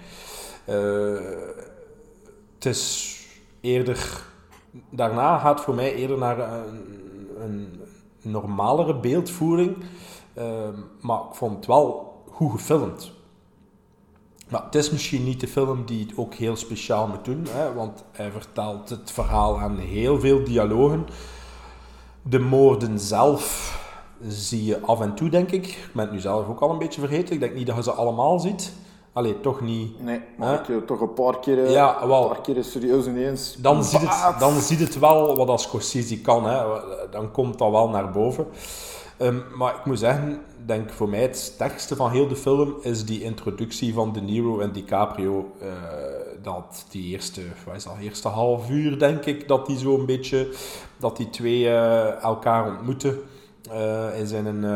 Het is eerder... Daarna gaat voor mij eerder naar een normalere beeldvoering. Maar ik vond het wel goed gefilmd. Maar het is misschien niet de film die het ook heel speciaal moet doen, hè, want hij vertelt het verhaal aan heel veel dialogen. De moorden zelf zie je af en toe, denk ik. Ik ben het nu zelf ook al een beetje vergeten. Ik denk niet dat je ze allemaal ziet. Allee, toch niet. Nee, maar ik toch een paar keer, ja, wel, een paar keer serieus ineens. Dan ziet het wel wat als Scorsese kan. Hè. Dan komt dat wel naar boven. Maar ik moet zeggen, denk voor mij het sterkste van heel de film is die introductie van De Niro en DiCaprio. Dat die eerste half uur, denk ik, dat die zo een beetje, dat die twee elkaar ontmoeten. In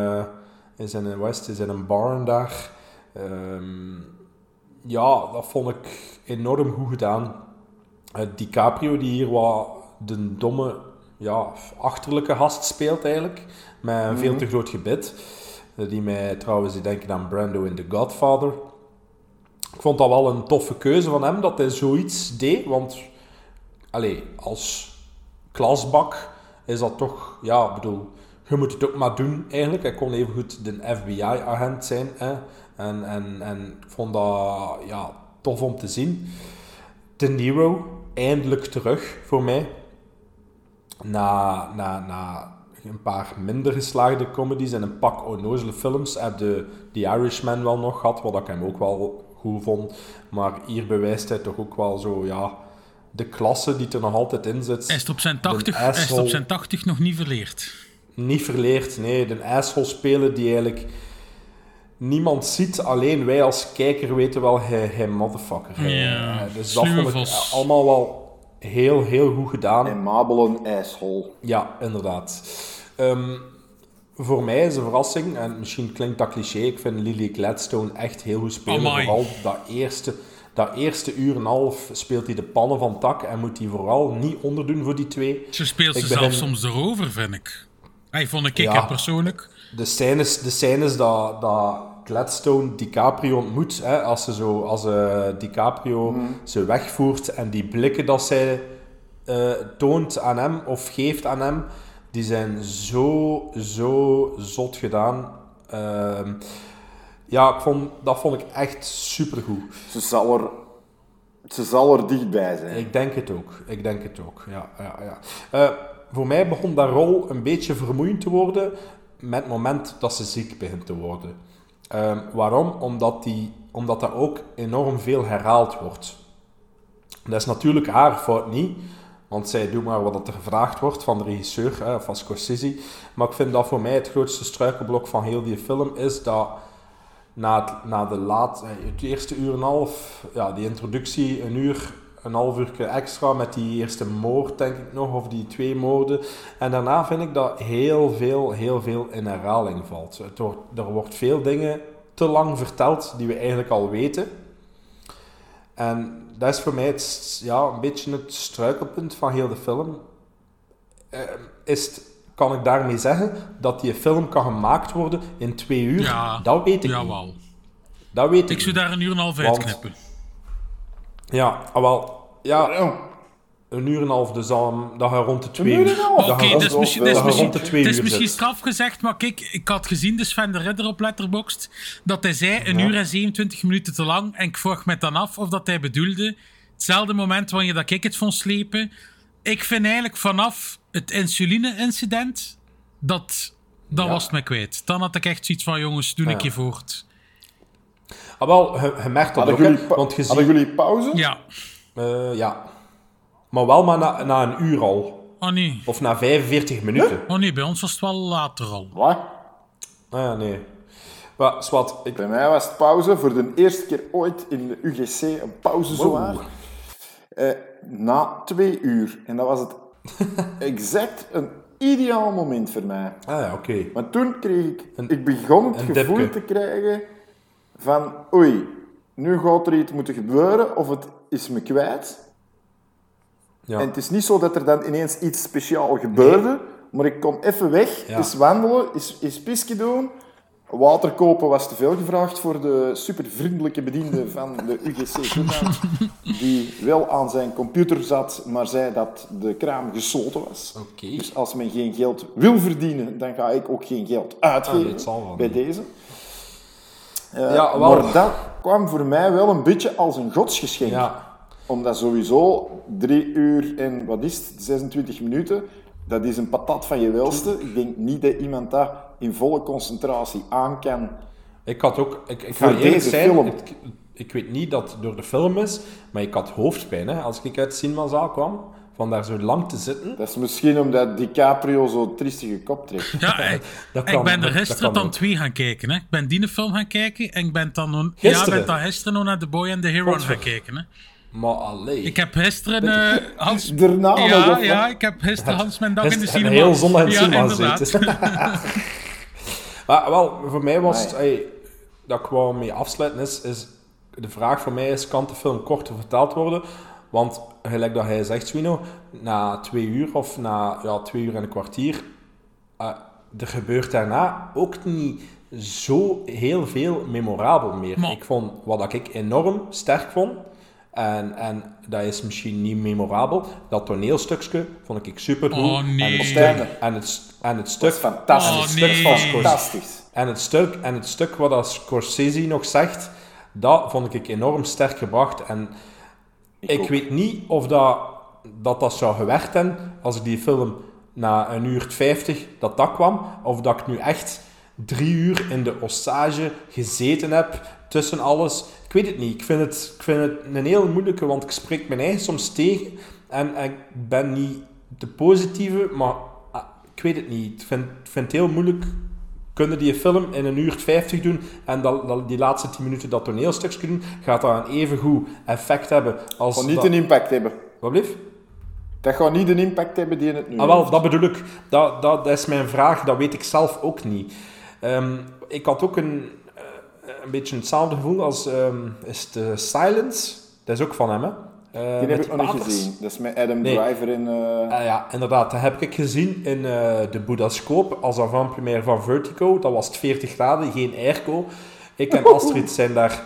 zijn barn daar. Ja, dat vond ik enorm goed gedaan. DiCaprio, die hier wat de domme, achterlijke gast speelt eigenlijk. Met een veel te groot gebit. Die mij trouwens, die denken aan Brando in The Godfather. Ik vond dat wel een toffe keuze van hem, dat hij zoiets deed. Want, als klasbak is dat toch, je moet het ook maar doen eigenlijk. Hij kon evengoed de FBI-agent zijn. Hè. En ik vond dat tof om te zien. De Niro, eindelijk terug voor mij. Na een paar minder geslaagde comedies en een pak onnozele films heb The Irishman wel nog gehad, wat ik hem ook wel goed vond. Maar hier bewijst hij toch ook wel zo, de klasse die er nog altijd in zit. Hij is op zijn 80 nog niet verleerd. Niet verleerd, nee. De asshole spelen die eigenlijk niemand ziet, alleen wij als kijker weten wel, hij motherfucker. Ja, dus dat vond ik allemaal wel heel, heel goed gedaan. En Mabel een asshole. Ja, inderdaad. Voor mij is een verrassing, en misschien klinkt dat cliché, ik vind Lily Gladstone echt heel goed spelen. Amai. Vooral dat eerste uur en half speelt hij de pannen van tak en moet hij vooral niet onderdoen voor die twee. Ze speelt zelfs soms erover, vind ik. Hij vond ik persoonlijk. De scènes dat Gladstone DiCaprio ontmoet, hè, als DiCaprio ze wegvoert en die blikken dat zij toont aan hem of geeft aan hem, die zijn zo zot gedaan. Dat vond ik echt supergoed. Ze zal er dichtbij zijn. Ik denk het ook. Ja. Voor mij begon dat rol een beetje vermoeiend te worden met het moment dat ze ziek begint te worden. Waarom? Omdat dat ook enorm veel herhaald wordt. Dat is natuurlijk haar fout niet, want zij doet maar wat er gevraagd wordt van de regisseur, van Scorsese. Maar ik vind dat voor mij het grootste struikelblok van heel die film is dat het eerste uur en een half, ja, die introductie, een half uur extra met die eerste moord, denk ik nog, of die 2 moorden. En daarna vind ik dat heel veel in herhaling valt. Er wordt veel dingen te lang verteld die we eigenlijk al weten. En dat is voor mij een beetje het struikelpunt van heel de film. Kan ik daarmee zeggen dat die film kan gemaakt worden in 2 uur? Ja, dat weet ik jawel. niet. Dat weet ik zou daar een uur en een half uitknippen. Ja, wel... Ja, een uur en een half, dus dat gaat rond de 2 uur. Oké, dat is misschien straf gezegd, maar kijk, ik had gezien de Sven de Ridder op Letterboxd, dat hij zei 1 uur en 27 minuten te lang, en ik vroeg me dan af of dat hij bedoelde hetzelfde moment wanneer dat ik het vond slepen. Ik vind eigenlijk vanaf het insuline-incident, dat was het me kwijt. Dan had ik echt zoiets van, jongens, doe een keer voort. Wel, je merkt dat ook, hadden jullie pauze? Ja. Ja. Maar wel maar na een uur al. Oh nee. Of na 45 minuten. Huh? Oh nee, bij ons was het wel later al. Wat? Ah ja, nee. Maar, zwart, Bij mij was het pauze voor de eerste keer ooit in de UGC een pauze zowaar. Na 2 uur. En dat was het exact een ideaal moment voor mij. Ah ja, oké. Maar toen kreeg ik begon het gevoel te krijgen van oei, nu gaat er iets moeten gebeuren of het is me kwijt. Ja. En het is niet zo dat er dan ineens iets speciaal gebeurde, maar ik kon even weg, eens wandelen, eens pisje doen. Water kopen was te veel gevraagd voor de supervriendelijke bediende van de UGC Goedland, die wel aan zijn computer zat, maar zei dat de kraan gesloten was. Okay. Dus als men geen geld wil verdienen, dan ga ik ook geen geld uitgeven bij deze. Maar dat kwam voor mij wel een beetje als een godsgeschenk. Ja. Omdat sowieso 3 uur en 26 minuten, dat is een patat van je welste. Ik denk niet dat iemand dat in volle concentratie aan kan. Ik had ook... Ik ga eerlijk zijn, ik weet niet dat het door de film is, maar ik had hoofdpijn als ik uit de cinemazaal kwam. Van daar zo lang te zitten. Dat is misschien omdat DiCaprio zo'n triestige kop trekt. Ja, ik ben er gisteren dan 2 gaan kijken. Hè. Ik ben die film gaan kijken en ik ben dan gisteren nog naar The Boy and the Hero gaan kijken. Hè. Maar alleen. Ik heb gisteren Hans... Daarna ik heb gisteren Hans mijn dag in de cinema. Heel zondag in de cinema zitten. Maar wel, voor mij was het... dat ik wou mee afsluiten is... De vraag voor mij is, kan de film korter verteld worden? Want, gelijk dat hij zegt, Swino, na 2 uur of na 2 uur en een kwartier... er gebeurt daarna ook niet zo heel veel memorabel meer. Ik vond, wat ik enorm sterk vond... En dat is misschien niet memorabel. Dat toneelstukje vond ik super goed. Oh, nee. En het stuk... Fantastisch. En het stuk wat Scorsese nog zegt, dat vond ik enorm sterk gebracht. En ik weet niet of dat zou gewerkt hebben als ik die film na 1 uur 50 dat kwam. Of dat ik nu echt 3 uur in de Osage gezeten heb tussen alles. Ik weet het niet. Ik vind het een heel moeilijke, want ik spreek mijn eigen soms tegen. En ik ben niet de positieve, maar ik weet het niet. Ik vind het heel moeilijk. Kunnen die film in 1 uur 50 doen en die laatste 10 minuten dat toneelstukje doen, gaat dat een even goed effect hebben als... Het gaat niet een impact hebben. Wat blieft? Dat gaat niet een impact hebben die in het nu wel, dat bedoel ik. Dat is mijn vraag. Dat weet ik zelf ook niet. Ik had ook een beetje hetzelfde gevoel als is The Silence. Dat is ook van hem, hè? Die heb ik nog niet gezien. Dat is met Adam Driver in... ja, inderdaad. Dat heb ik gezien in de Boudascope als avant-première van Vertigo. Dat was het 40 graden, geen airco. Ik en Astrid zijn daar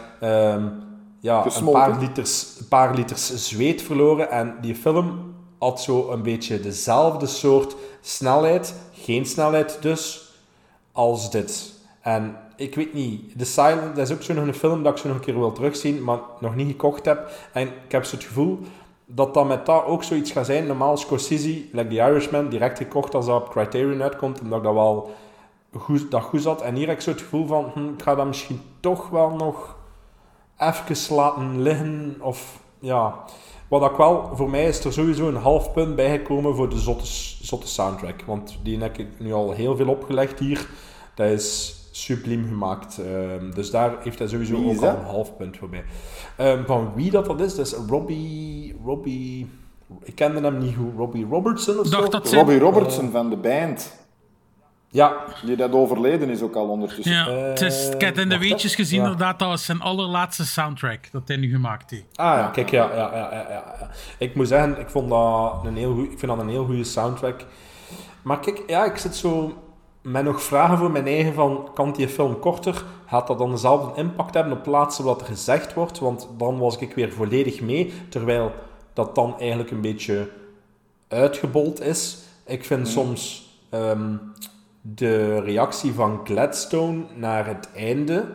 een paar liters zweet verloren. En die film had zo een beetje dezelfde soort snelheid, geen snelheid dus, als dit. En ik weet niet, The Silent, dat is ook zo nog een film dat ik zo nog een keer wil terugzien, maar nog niet gekocht heb. En ik heb zo het gevoel dat met dat ook zoiets gaat zijn. Normaal Scorsese, like The Irishman, direct gekocht als dat op Criterion uitkomt, omdat ik dat wel goed zat. En hier heb ik zo het gevoel van, ik ga dat misschien toch wel nog even laten liggen. Of ja, wat ik wel, voor mij is er sowieso een half punt bijgekomen voor de zotte soundtrack. Want die heb ik nu al heel veel opgelegd hier. Dat is subliem gemaakt. Dus daar heeft hij sowieso ook al een half punt voorbij. Van wie dat is, dat is Robbie... Ik kende hem niet goed. Robbie Robertson of zo? Robbie Robertson van de band. Ja. Die dat overleden is ook al ondertussen. Ja, ik heb in de weetjes gezien inderdaad, dat was zijn allerlaatste soundtrack dat hij nu gemaakt heeft. Ah ja, kijk, ja. Ik moet zeggen, ik vind dat een heel goede soundtrack. Maar kijk, ja, ik zit zo met nog vragen voor mijn eigen van, kan die film korter? Gaat dat dan dezelfde impact hebben op plaatsen wat er gezegd wordt? Want dan was ik weer volledig mee, terwijl dat dan eigenlijk een beetje uitgebold is. Ik vind soms de reactie van Gladstone naar het einde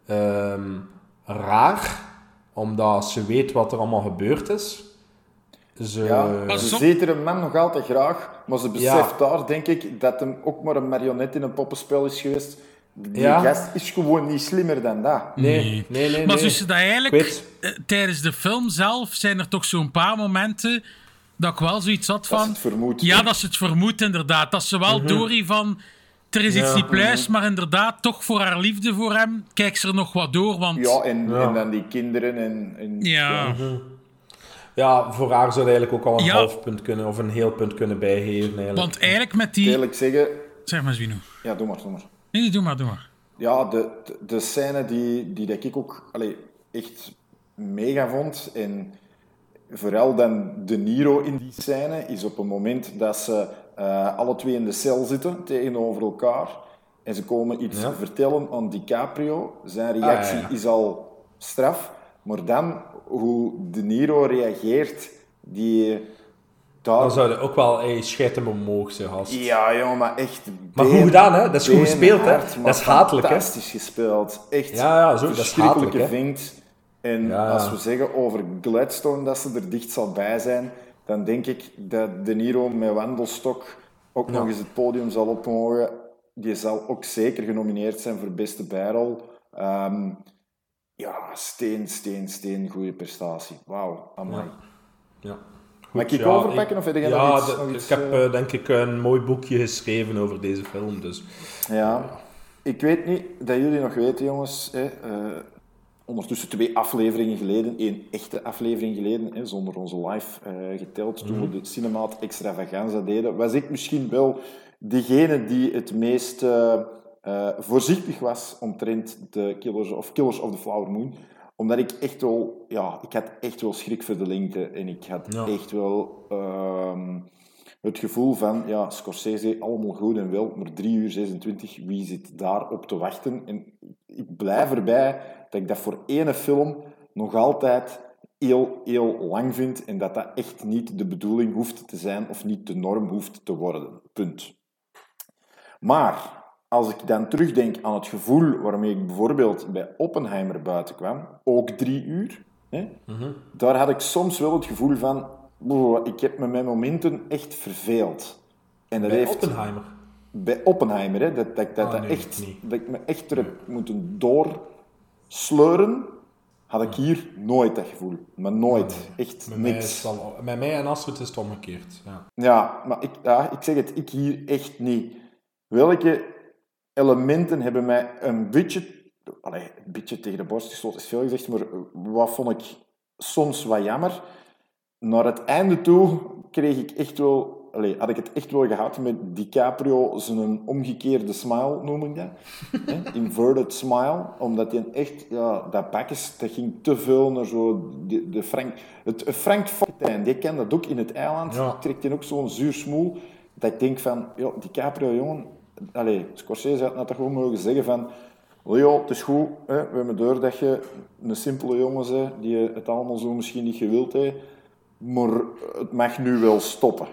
raar, omdat ze weet wat er allemaal gebeurd is. Ze ziet er een man nog altijd graag, maar ze beseft daar, denk ik, dat hem ook maar een marionet in een poppenspel is geweest. Die gast is gewoon niet slimmer dan dat. Nee. Maar dus dat eigenlijk, tijdens de film zelf zijn er toch zo'n paar momenten dat ik wel zoiets had van... Dat ze het vermoedt, inderdaad. Dat ze wel doorheen van... Er is iets niet pluis, maar inderdaad, toch voor haar liefde voor hem, kijk ze er nog wat door, want... Ja, en dan die kinderen en Ja, voor haar zou eigenlijk ook al een half punt kunnen, of een heel punt kunnen bijgeven. Eigenlijk. Want eigenlijk met die... Eerlijk zeggen... Zeg maar, Zwino. Ja, doe maar. Nee, doe maar. Ja, de scène die dat ik ook echt mega vond, en vooral dan De Niro in die scène, is op een moment dat ze alle twee in de cel zitten, tegenover elkaar, en ze komen iets vertellen aan DiCaprio. Zijn reactie is al straf, maar dan, hoe De Niro reageert, dan zou je ook wel scheid hem omhoog zijn, gast. Ja, joh, maar echt... Maar goed gedaan, hè? Dat is goed gespeeld, hè? Dat is hatelijk, hè? Fantastisch gespeeld. Echt zo, verschrikkelijke vindt. En als we zeggen over Gladstone dat ze er dicht zal bij zijn, dan denk ik dat De Niro met wandelstok ook nog eens het podium zal opmogen. Die zal ook zeker genomineerd zijn voor beste bijrol. Steen, goede prestatie. Wauw, amai. Ja. Mag ik overpakken of heb jij nog iets? Ik heb denk ik een mooi boekje geschreven over deze film. Dus. Ja, ik weet niet dat jullie nog weten, jongens. Ondertussen 2 afleveringen geleden, 1 echte aflevering geleden, zonder onze live geteld, toen we de Cinemaat Extravaganza deden, was ik misschien wel degene die het meest voorzichtig was omtrent de Killers of the Flower Moon. Omdat ik echt wel... Ja, ik had echt wel schrik voor de lengte. En ik had echt wel het gevoel van... Ja, Scorsese, allemaal goed en wel. Maar 3:26, wie zit daarop te wachten? En ik blijf erbij dat ik dat voor ene film nog altijd heel, heel lang vind. En dat dat echt niet de bedoeling hoeft te zijn. Of niet de norm hoeft te worden. Punt. Maar... Als ik dan terugdenk aan het gevoel waarmee ik bijvoorbeeld bij Oppenheimer buiten kwam, ook 3 uur, daar had ik soms wel het gevoel van, ik heb me met momenten echt verveeld. En dat bij heeft, Oppenheimer? Bij Oppenheimer, dat ik me echt er heb moeten doorsleuren, had ik hier nooit dat gevoel. Maar nooit. Echt niks. Met mij en Astrid is het omgekeerd. Ja, maar ik zeg het, ik hier echt niet. Welke elementen hebben mij een beetje tegen de borst gestoten, is veel gezegd, maar wat vond ik soms wat jammer. Naar het einde toe kreeg ik echt wel, had ik het echt wel gehad met DiCaprio zijn omgekeerde smile, noem ik dat. Inverted smile, omdat hij echt, dat bakjes, dat ging te veel naar zo de Frank Fontaine, die kent dat ook in Het Eiland, trekt hij ook zo'n zuur smoel, dat ik denk van, DiCaprio, jongen, Scorsese had net toch gewoon mogen zeggen van Leo, het is goed, we hebben door dat je een simpele jongen bent die het allemaal zo misschien niet gewild heeft, maar het mag nu wel stoppen.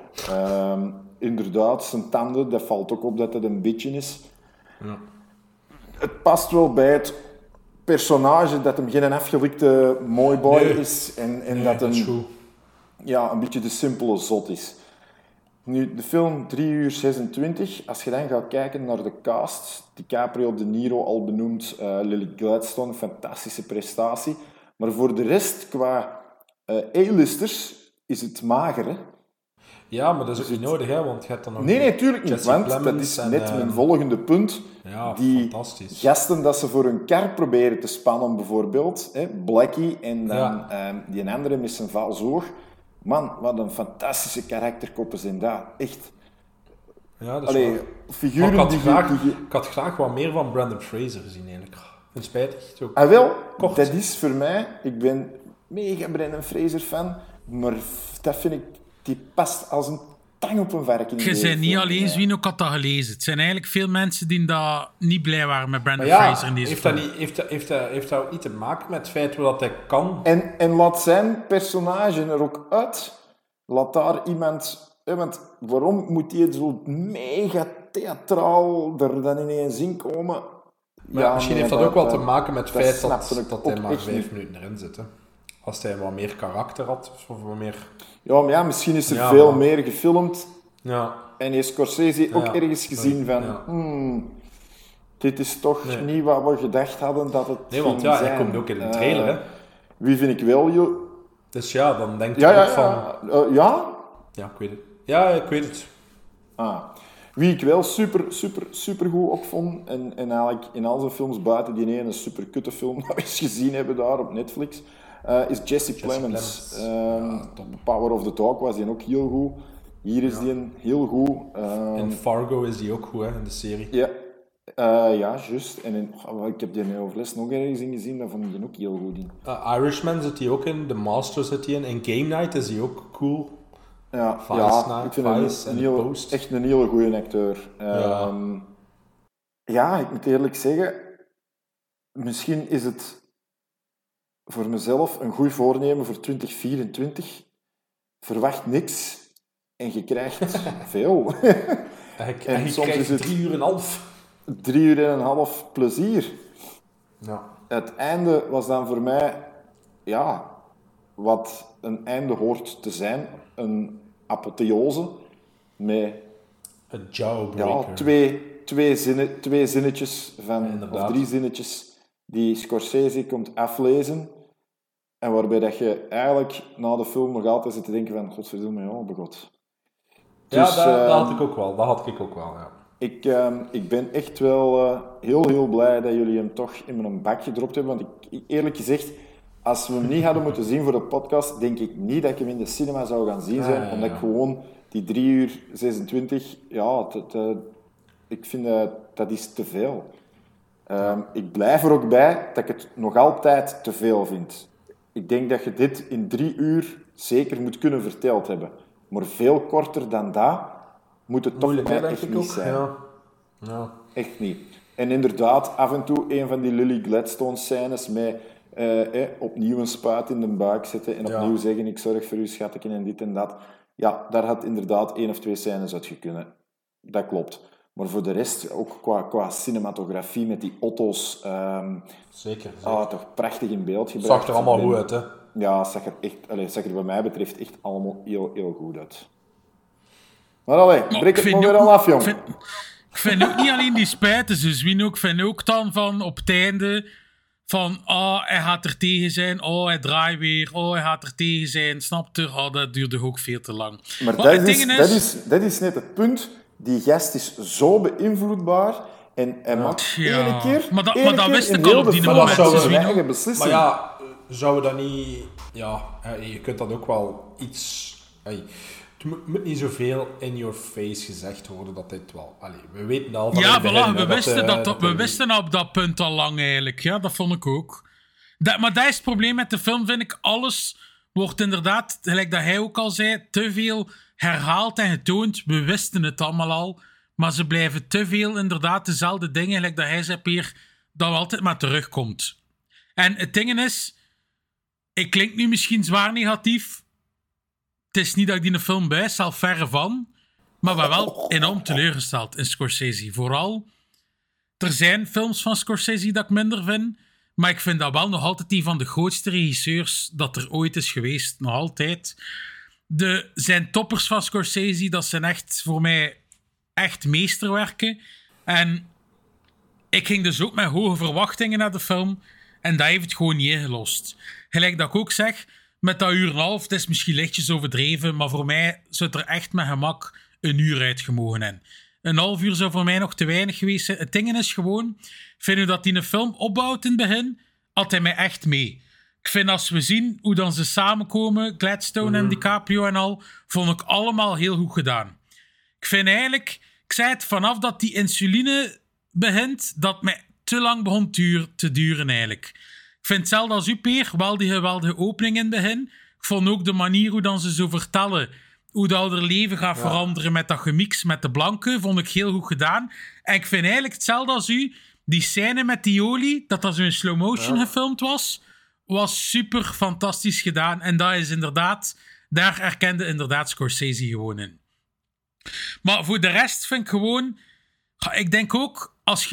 Inderdaad, zijn tanden, dat valt ook op dat het een beetje is. Ja. Het past wel bij het personage dat hem geen afgelikte mooi boy is en dat hem een beetje de simpele zot is. Nu, de film 3:26, als je dan gaat kijken naar de cast, DiCaprio, De Niro al benoemd, Lily Gladstone, fantastische prestatie. Maar voor de rest, qua A-listers, is het mager, hè? Ja, maar dat is ook niet nodig, hè, want je hebt dan nog... Nee, tuurlijk niet, Jesse want Plemons dat is en, net mijn volgende punt. Ja, die fantastisch. gasten dat ze voor hun kar proberen te spannen, bijvoorbeeld. Hè, Blackie en dan die andere met zijn valzoog. Man, wat een fantastische karakterkoppen zijn daar. Echt. Ja, dat is figuren ik had graag wat meer van Brendan Fraser gezien, eigenlijk. Ik vind het spijtig. Dat is voor mij... Ik ben mega Brendan Fraser fan, maar dat vind ik... Die past als een tang op een varken. Je bent niet alleen Zwien, ook had dat gelezen. Het zijn eigenlijk veel mensen die daar niet blij waren met Brendan Fraser in deze film. Heeft dat ook niet te maken met het feit dat hij kan? En laat zijn personage er ook uit. Laat daar iemand... Want waarom moet hij zo mega theatraal er dan ineens in komen? Maar misschien heeft dat ook wel te maken met het feit dat hij maar 5 minuten erin zit. Hè. Als hij wat meer karakter had, of wat meer... Ja, maar misschien is er veel meer gefilmd. Ja. En heeft Scorsese ook ergens gezien van... dit is toch niet wat we gedacht hadden dat het want ging hij zijn. komt ook in de trailer, hè. Wie vind ik wel... Dus ja, dan denk je ook van... ja? Ja, ik weet het. Ja, ik weet het. Wie ik wel super goed ook vond, en eigenlijk in al zijn films buiten die ene super kutte film dat we eens gezien hebben daar op Netflix, is Jesse Plemons. Power of the Dog was die ook heel goed. Hier is die heel goed. In Fargo is die ook goed, hè, in de serie. Ja, juist. En ik heb die overles nog ergens in gezien, daar vond ik die ook heel goed in. Irishman zit die ook in, The Master zit die in. En Game Night is die ook cool. Ja, ik vind hem echt een hele goede acteur. Ik moet eerlijk zeggen, misschien is het voor mezelf een goed voornemen voor 2024. Verwacht niks en je krijgt veel. en soms is het 3 uur en een half. 3 uur en een half plezier. Ja. Het einde was dan voor mij, wat een einde hoort te zijn, een apotheose met een jawbreaker. Twee zinnetjes of 3 zinnetjes die Scorsese komt aflezen en waarbij dat je eigenlijk na de film nog altijd zit te denken van godverdomme, begot. Dus, dat had ik ook wel. Ja. Ik ben echt wel heel blij dat jullie hem toch in mijn bak gedropt hebben, want eerlijk gezegd, als we hem niet hadden moeten zien voor de podcast, denk ik niet dat ik hem in de cinema zou gaan zien zijn, omdat ik gewoon die 3 uur 26, ik vind dat is te veel. Ik blijf er ook bij dat ik het nog altijd te veel vind. Ik denk dat je dit in 3 uur zeker moet kunnen verteld hebben. Maar veel korter dan dat moet het toch bij echt niet zijn. Ja. Echt niet. En inderdaad, af en toe een van die Lily Gladstone scènes met opnieuw een spuit in de buik zetten en opnieuw zeggen ik zorg voor u schatje en dit en dat. Ja, daar had inderdaad 1 of 2 scènes uit kunnen. Dat klopt. Maar voor de rest, ook qua cinematografie met die auto's... Zeker. Toch prachtig in beeld gebracht. Zag er allemaal goed uit, hè? Ja, zag er wat mij betreft echt allemaal heel goed uit. Maar breek het maar weer al af, jong. Ik vind ook niet alleen die spijten, dus ik vind ook dan van op het einde van, hij gaat er tegen zijn, hij draait weer, hij gaat er tegen zijn, snap je? Dat duurde ook veel te lang. Maar dat is net het punt. Die gast is zo beïnvloedbaar en hij maakt één keer... Maar dat wist ik al op die moment. Maar ja, zou dat niet... Ja, je kunt dat ook wel iets... Het moet niet zoveel in your face gezegd worden dat dit wel... we weten al van we wisten op dat punt al lang eigenlijk. Ja, dat vond ik ook. Maar dat is het probleem met de film, vind ik. Alles wordt inderdaad, gelijk dat hij ook al zei, te veel herhaald en getoond. We wisten het allemaal al. Maar ze blijven te veel inderdaad dezelfde dingen, gelijk dat hij zei, Peer, dat altijd maar terugkomt. En het ding is, ik klink nu misschien zwaar negatief. Het is niet dat ik die in de film bijstel, verre van. Maar we wel enorm teleurgesteld in Scorsese. Vooral, er zijn films van Scorsese dat ik minder vind. Maar ik vind dat wel nog altijd die van de grootste regisseurs dat er ooit is geweest. Nog altijd. Zijn toppers van Scorsese, dat zijn echt voor mij echt meesterwerken. En ik ging dus ook met hoge verwachtingen naar de film. En dat heeft het gewoon niet ingelost. Gelijk dat ik ook zeg, met dat 1,5 uur. Het is misschien lichtjes overdreven, maar voor mij zou er echt met gemak 1 uur uitgemogen in. 1,5 uur zou voor mij nog te weinig geweest zijn. Het ding is gewoon, vind je dat die een film opbouwt in het begin, had hij mij echt mee. Ik vind als we zien hoe dan ze samenkomen, Gladstone en DiCaprio en al, vond ik allemaal heel goed gedaan. Ik vind eigenlijk, ik zei het, vanaf dat die insuline begint, dat mij te lang begon te duren eigenlijk. Ik vind hetzelfde als u, Peer, wel die geweldige opening in het begin. Ik vond ook de manier hoe dan ze zo vertellen, hoe dat haar leven gaat veranderen met dat gemix met de blanke, vond ik heel goed gedaan. En ik vind eigenlijk hetzelfde als u, die scène met die olie, dat zo in slow motion gefilmd was super fantastisch gedaan. En dat is inderdaad, daar erkende inderdaad Scorsese gewoon in. Maar voor de rest vind ik gewoon, ik denk ook, als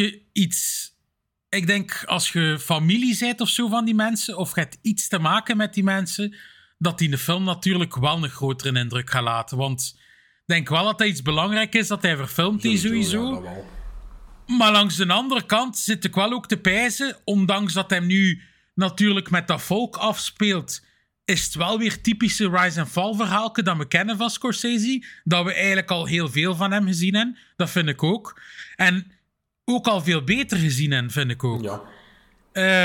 je familie bent of zo van die mensen, of je hebt iets te maken met die mensen, dat die in de film natuurlijk wel een grotere indruk gaat laten. Want ik denk wel dat dat iets belangrijk is, dat hij verfilmt die sowieso. Ja, maar langs de andere kant zit ik wel ook te pijzen, ondanks dat hij nu natuurlijk met dat volk afspeelt, is het wel weer typische rise and fall verhaalke dat we kennen van Scorsese, dat we eigenlijk al heel veel van hem gezien hebben. Dat vind ik ook. En ook al veel beter gezien hebben, vind ik ook. Ja.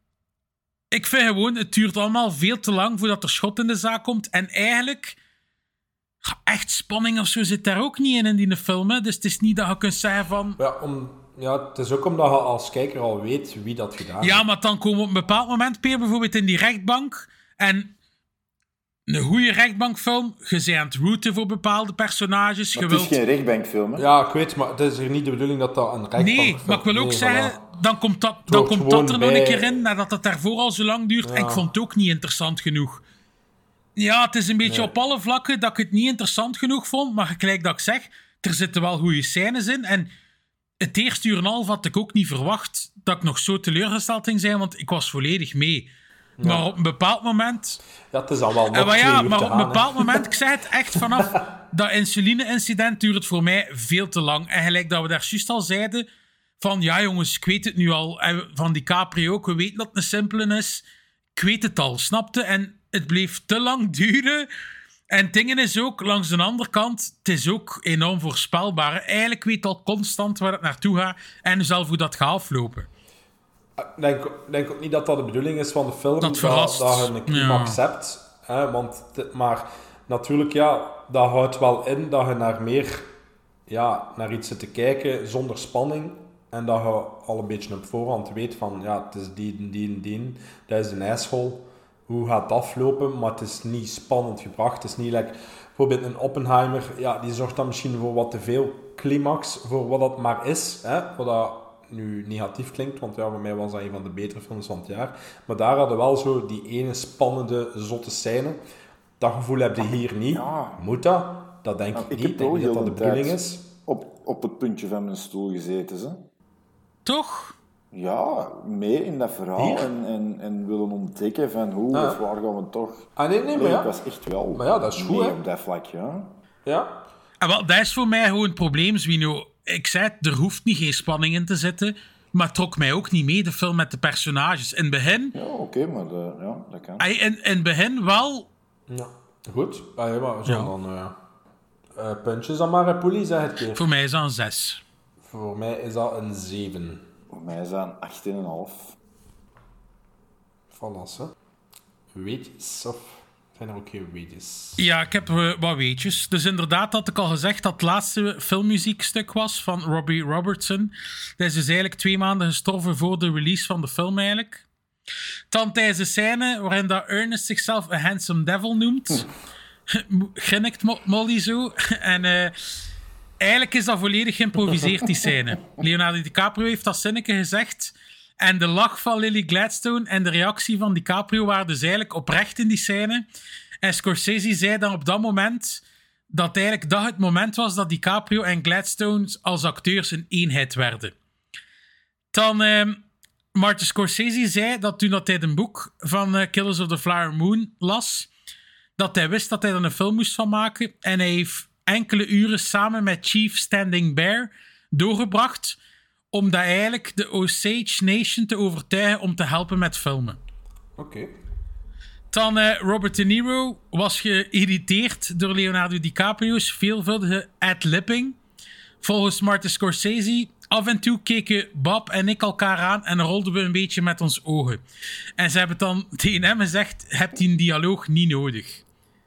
Ik vind gewoon, het duurt allemaal veel te lang voordat er schot in de zaak komt. En eigenlijk, echt spanning of zo zit daar ook niet in die film. Hè? Dus het is niet dat je kunt zeggen van... Ja, het is ook omdat je als kijker al weet wie dat gedaan heeft. Ja, maar dan komen we op een bepaald moment, Peer, bijvoorbeeld in die rechtbank. En een goede rechtbankfilm, je bent aan het rooten voor bepaalde personages. Het is geen rechtbankfilm, hè? Ja, ik weet, maar het is hier niet de bedoeling dat dat een rechtbankfilm is. Nee, maar ik wil ook zeggen, dan komt dat er nog een keer in, nadat het daarvoor al zo lang duurt. Ja. En ik vond het ook niet interessant genoeg. Ja, het is een beetje op alle vlakken dat ik het niet interessant genoeg vond, maar gelijk dat ik zeg, er zitten wel goede scènes in. En het eerste 1,5 uur had ik ook niet verwacht dat ik nog zo teleurgesteld ging zijn, want ik was volledig mee. Ja. Maar op een bepaald moment... Ja, het is al wel nog 2 uur maar te op een bepaald moment, ik zei het echt vanaf dat insuline-incident duurt het voor mij veel te lang. En gelijk dat we daar juist al zeiden, van ja jongens, ik weet het nu al, en van DiCaprio ook, we weten dat het een simpele is. Ik weet het al, snapte? En het bleef te lang duren. En het ding is ook, langs de andere kant, het is ook enorm voorspelbaar. Eigenlijk weet al constant waar het naartoe gaat en zelf hoe dat gaat aflopen. Ik denk ook niet dat dat de bedoeling is van de film, dat je een climax hebt. Hè, maar natuurlijk, ja, dat houdt wel in dat je naar iets zit te kijken zonder spanning. En dat je al een beetje op voorhand weet van, ja, het is die. Dat is een asshole. Hoe gaat het aflopen? Maar het is niet spannend gebracht. Het is niet bijvoorbeeld een Oppenheimer, ja, die zorgt dan misschien voor wat te veel climax, voor wat dat maar is. Hè, wat dat nu negatief klinkt, want ja, voor mij was dat een van de betere films van het jaar. Maar daar hadden we wel zo die ene spannende, zotte scène. Dat gevoel heb je hier niet. Ja. Moet dat? Dat denk ik niet. Ik denk niet dat dat de bedoeling is. Op het puntje van mijn stoel gezeten, hè? Toch? Ja, mee in dat verhaal en willen ontdekken van hoe of waar gaan we toch... Nee, maar ja. Ik was echt wel maar ja, dat is goed, mee op dat vlak, ja. Ja. En wel, dat is voor mij gewoon het probleem, Zwino. Ik zei het, er hoeft niet geen spanning in te zitten, maar het trok mij ook niet mee, de film met de personages. In het begin... Ja, oké, maar dat kan. In het begin wel... Ja, goed. Maar zo dan... puntjes dan maar, Poelie, zeg het keer. Voor mij is dat een 6. Voor mij is dat een 7. Voor mij is dat een 8,5. Voilà, hè. Weetjes, of... Zijn er ook geen weetjes? Ja, ik heb wat weetjes. Dus inderdaad had ik al gezegd dat het laatste filmmuziekstuk was van Robbie Robertson. Hij is dus eigenlijk 2 maanden gestorven voor de release van de film eigenlijk. Dan tijdens de scène waarin dat Ernest zichzelf een handsome devil noemt, grinnikt Molly zo. En eigenlijk is dat volledig geïmproviseerd, die scène. Leonardo DiCaprio heeft dat zinnetje gezegd. En de lach van Lily Gladstone en de reactie van DiCaprio waren dus eigenlijk oprecht in die scène. En Scorsese zei dan op dat moment dat eigenlijk dat het moment was dat DiCaprio en Gladstone als acteurs een eenheid werden. Dan Martin Scorsese zei dat toen hij een boek van Killers of the Flower Moon las, dat hij wist dat hij er een film moest van maken. En hij heeft enkele uren samen met Chief Standing Bear doorgebracht om dat eigenlijk de Osage Nation te overtuigen om te helpen met filmen. Oké. Dan Robert De Niro was geïrriteerd door Leonardo DiCaprio's veelvuldige ad-libbing. Volgens Martin Scorsese, af en toe keken Bob en ik elkaar aan en rolden we een beetje met ons ogen. En ze hebben dan tegen hem gezegd, hebt die dialoog niet nodig.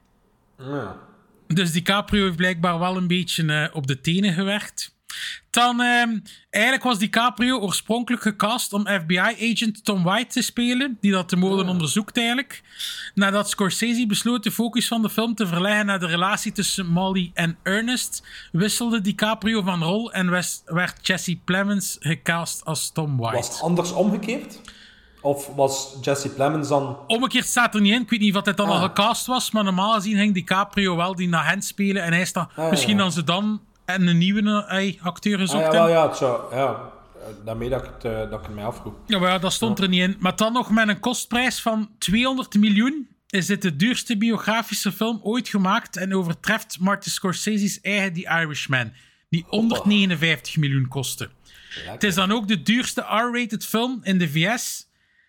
Ja. Dus DiCaprio heeft blijkbaar wel een beetje op de tenen gewerkt. Dan, eigenlijk was DiCaprio oorspronkelijk gecast om FBI-agent Tom White te spelen, die dat de moorden onderzoekt eigenlijk. Nadat Scorsese besloot de focus van de film te verleggen naar de relatie tussen Molly en Ernest, wisselde DiCaprio van rol en werd Jesse Plemons gecast als Tom White. Was het anders omgekeerd? Of was Jesse Plemons dan... Omgekeerd staat er niet in. Ik weet niet wat het dan al gecast was, maar normaal gezien ging DiCaprio wel die agent spelen en hij staat... misschien dan ze dan een nieuwe acteur gezocht hebben. Daarmee dat ik het mij afvroeg. Ja, maar dat stond er niet in. Maar dan nog met een kostprijs van 200 miljoen is dit de duurste biografische film ooit gemaakt en overtreft Martin Scorsese's eigen The Irishman, die 159 miljoen kostte. Lekker. Het is dan ook de duurste R-rated film in de VS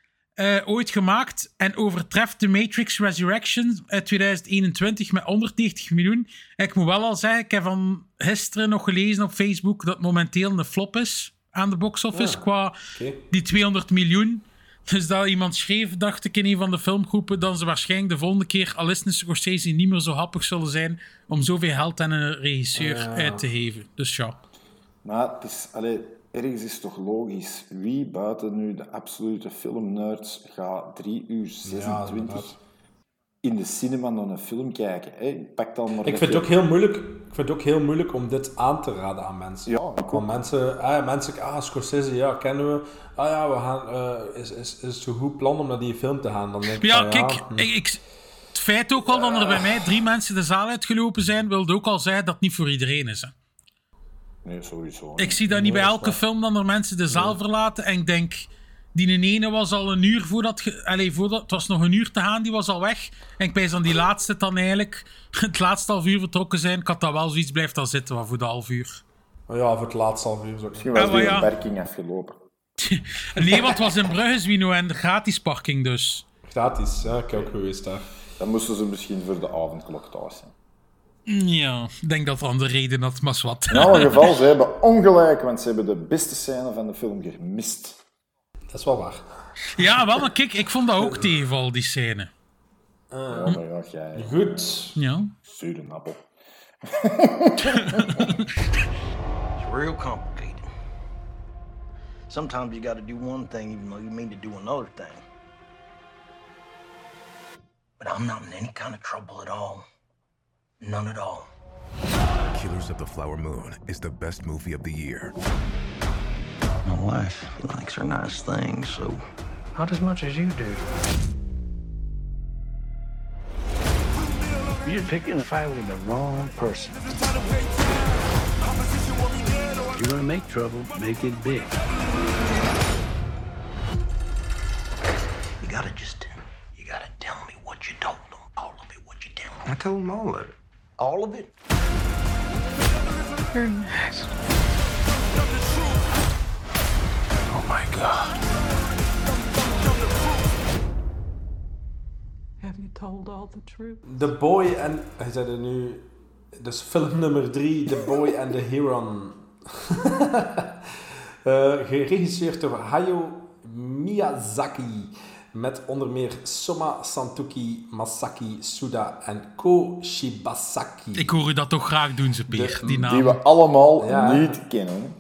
ooit gemaakt en overtreft The Matrix Resurrection uit 2021 met 190 miljoen. Ik moet wel al zeggen, ik heb van gisteren nog gelezen op Facebook dat momenteel een flop is aan de box-office qua die 200 miljoen. Dus dat iemand schreef, dacht ik in een van de filmgroepen, dat ze waarschijnlijk de volgende keer, al is Scorsese niet meer zo happig zullen zijn om zoveel geld aan een regisseur uit te geven. Dus ja. Maar het is... ergens is het toch logisch. Wie buiten nu de absolute filmnerds gaat 3:26 in de cinema naar een film kijken? Pak dan maar ik vind het ook heel moeilijk om dit aan te raden aan mensen. Ja, want mensen, Scorsese, kennen we. We gaan, is het zo'n goed plan om naar die film te gaan? Dan denk ik het feit ook al dat er bij mij 3 mensen de zaal uitgelopen zijn, wilde ook al zeggen dat het niet voor iedereen is. Hè. Nee, sowieso. Ik zie dat niet bij elke film dan er mensen de zaal verlaten. En ik denk, die ene was al een uur voordat... het was nog een uur te gaan, die was al weg. En ik wijs aan die laatste dan eigenlijk het laatste half uur vertrokken zijn. Ik had dat wel zoiets blijft al zitten, wat voor de half uur. Ja, voor het laatste half uur. Misschien was die beperking afgelopen. Nee, wat was in Brugge, Zwino, en de gratis parking dus. Gratis, ja, ik heb ook geweest daar. Dan moesten ze misschien voor de avondklok thuis zijn. Ja, ik denk dat dat aan de reden had, maar wat. In alle geval, ze hebben ongelijk, want ze hebben de beste scène van de film gemist. Dat is wel waar. Ja, wel, maar kijk, ik vond dat ook tegenval, die scène. Ja, maar ja, jij... Goed. Ja. Zure appel. It's real complicated. Sometimes you gotta do one thing even though you mean to do another thing. But I'm not in any kind of trouble at all. None at all. Killers of the Flower Moon is the best movie of the year. My wife likes her nice things, so not as much as you do. You're picking a fight with the wrong person. You're gonna make trouble, make it big. You gotta tell me what you told them. All of it, what you tell them. I told them all of it. All of it? You're nice. Oh my God. Have you told all the truth? The Boy and... Hij zei er nu... Dus film nummer 3, The Boy and the Heron. Geregisseerd door Hayao Miyazaki. Met onder meer Soma Santoki, Masaki Suda en Ko Shibasaki. Ik hoor u dat toch graag doen, ze Peer, die naam. Die we allemaal niet kennen.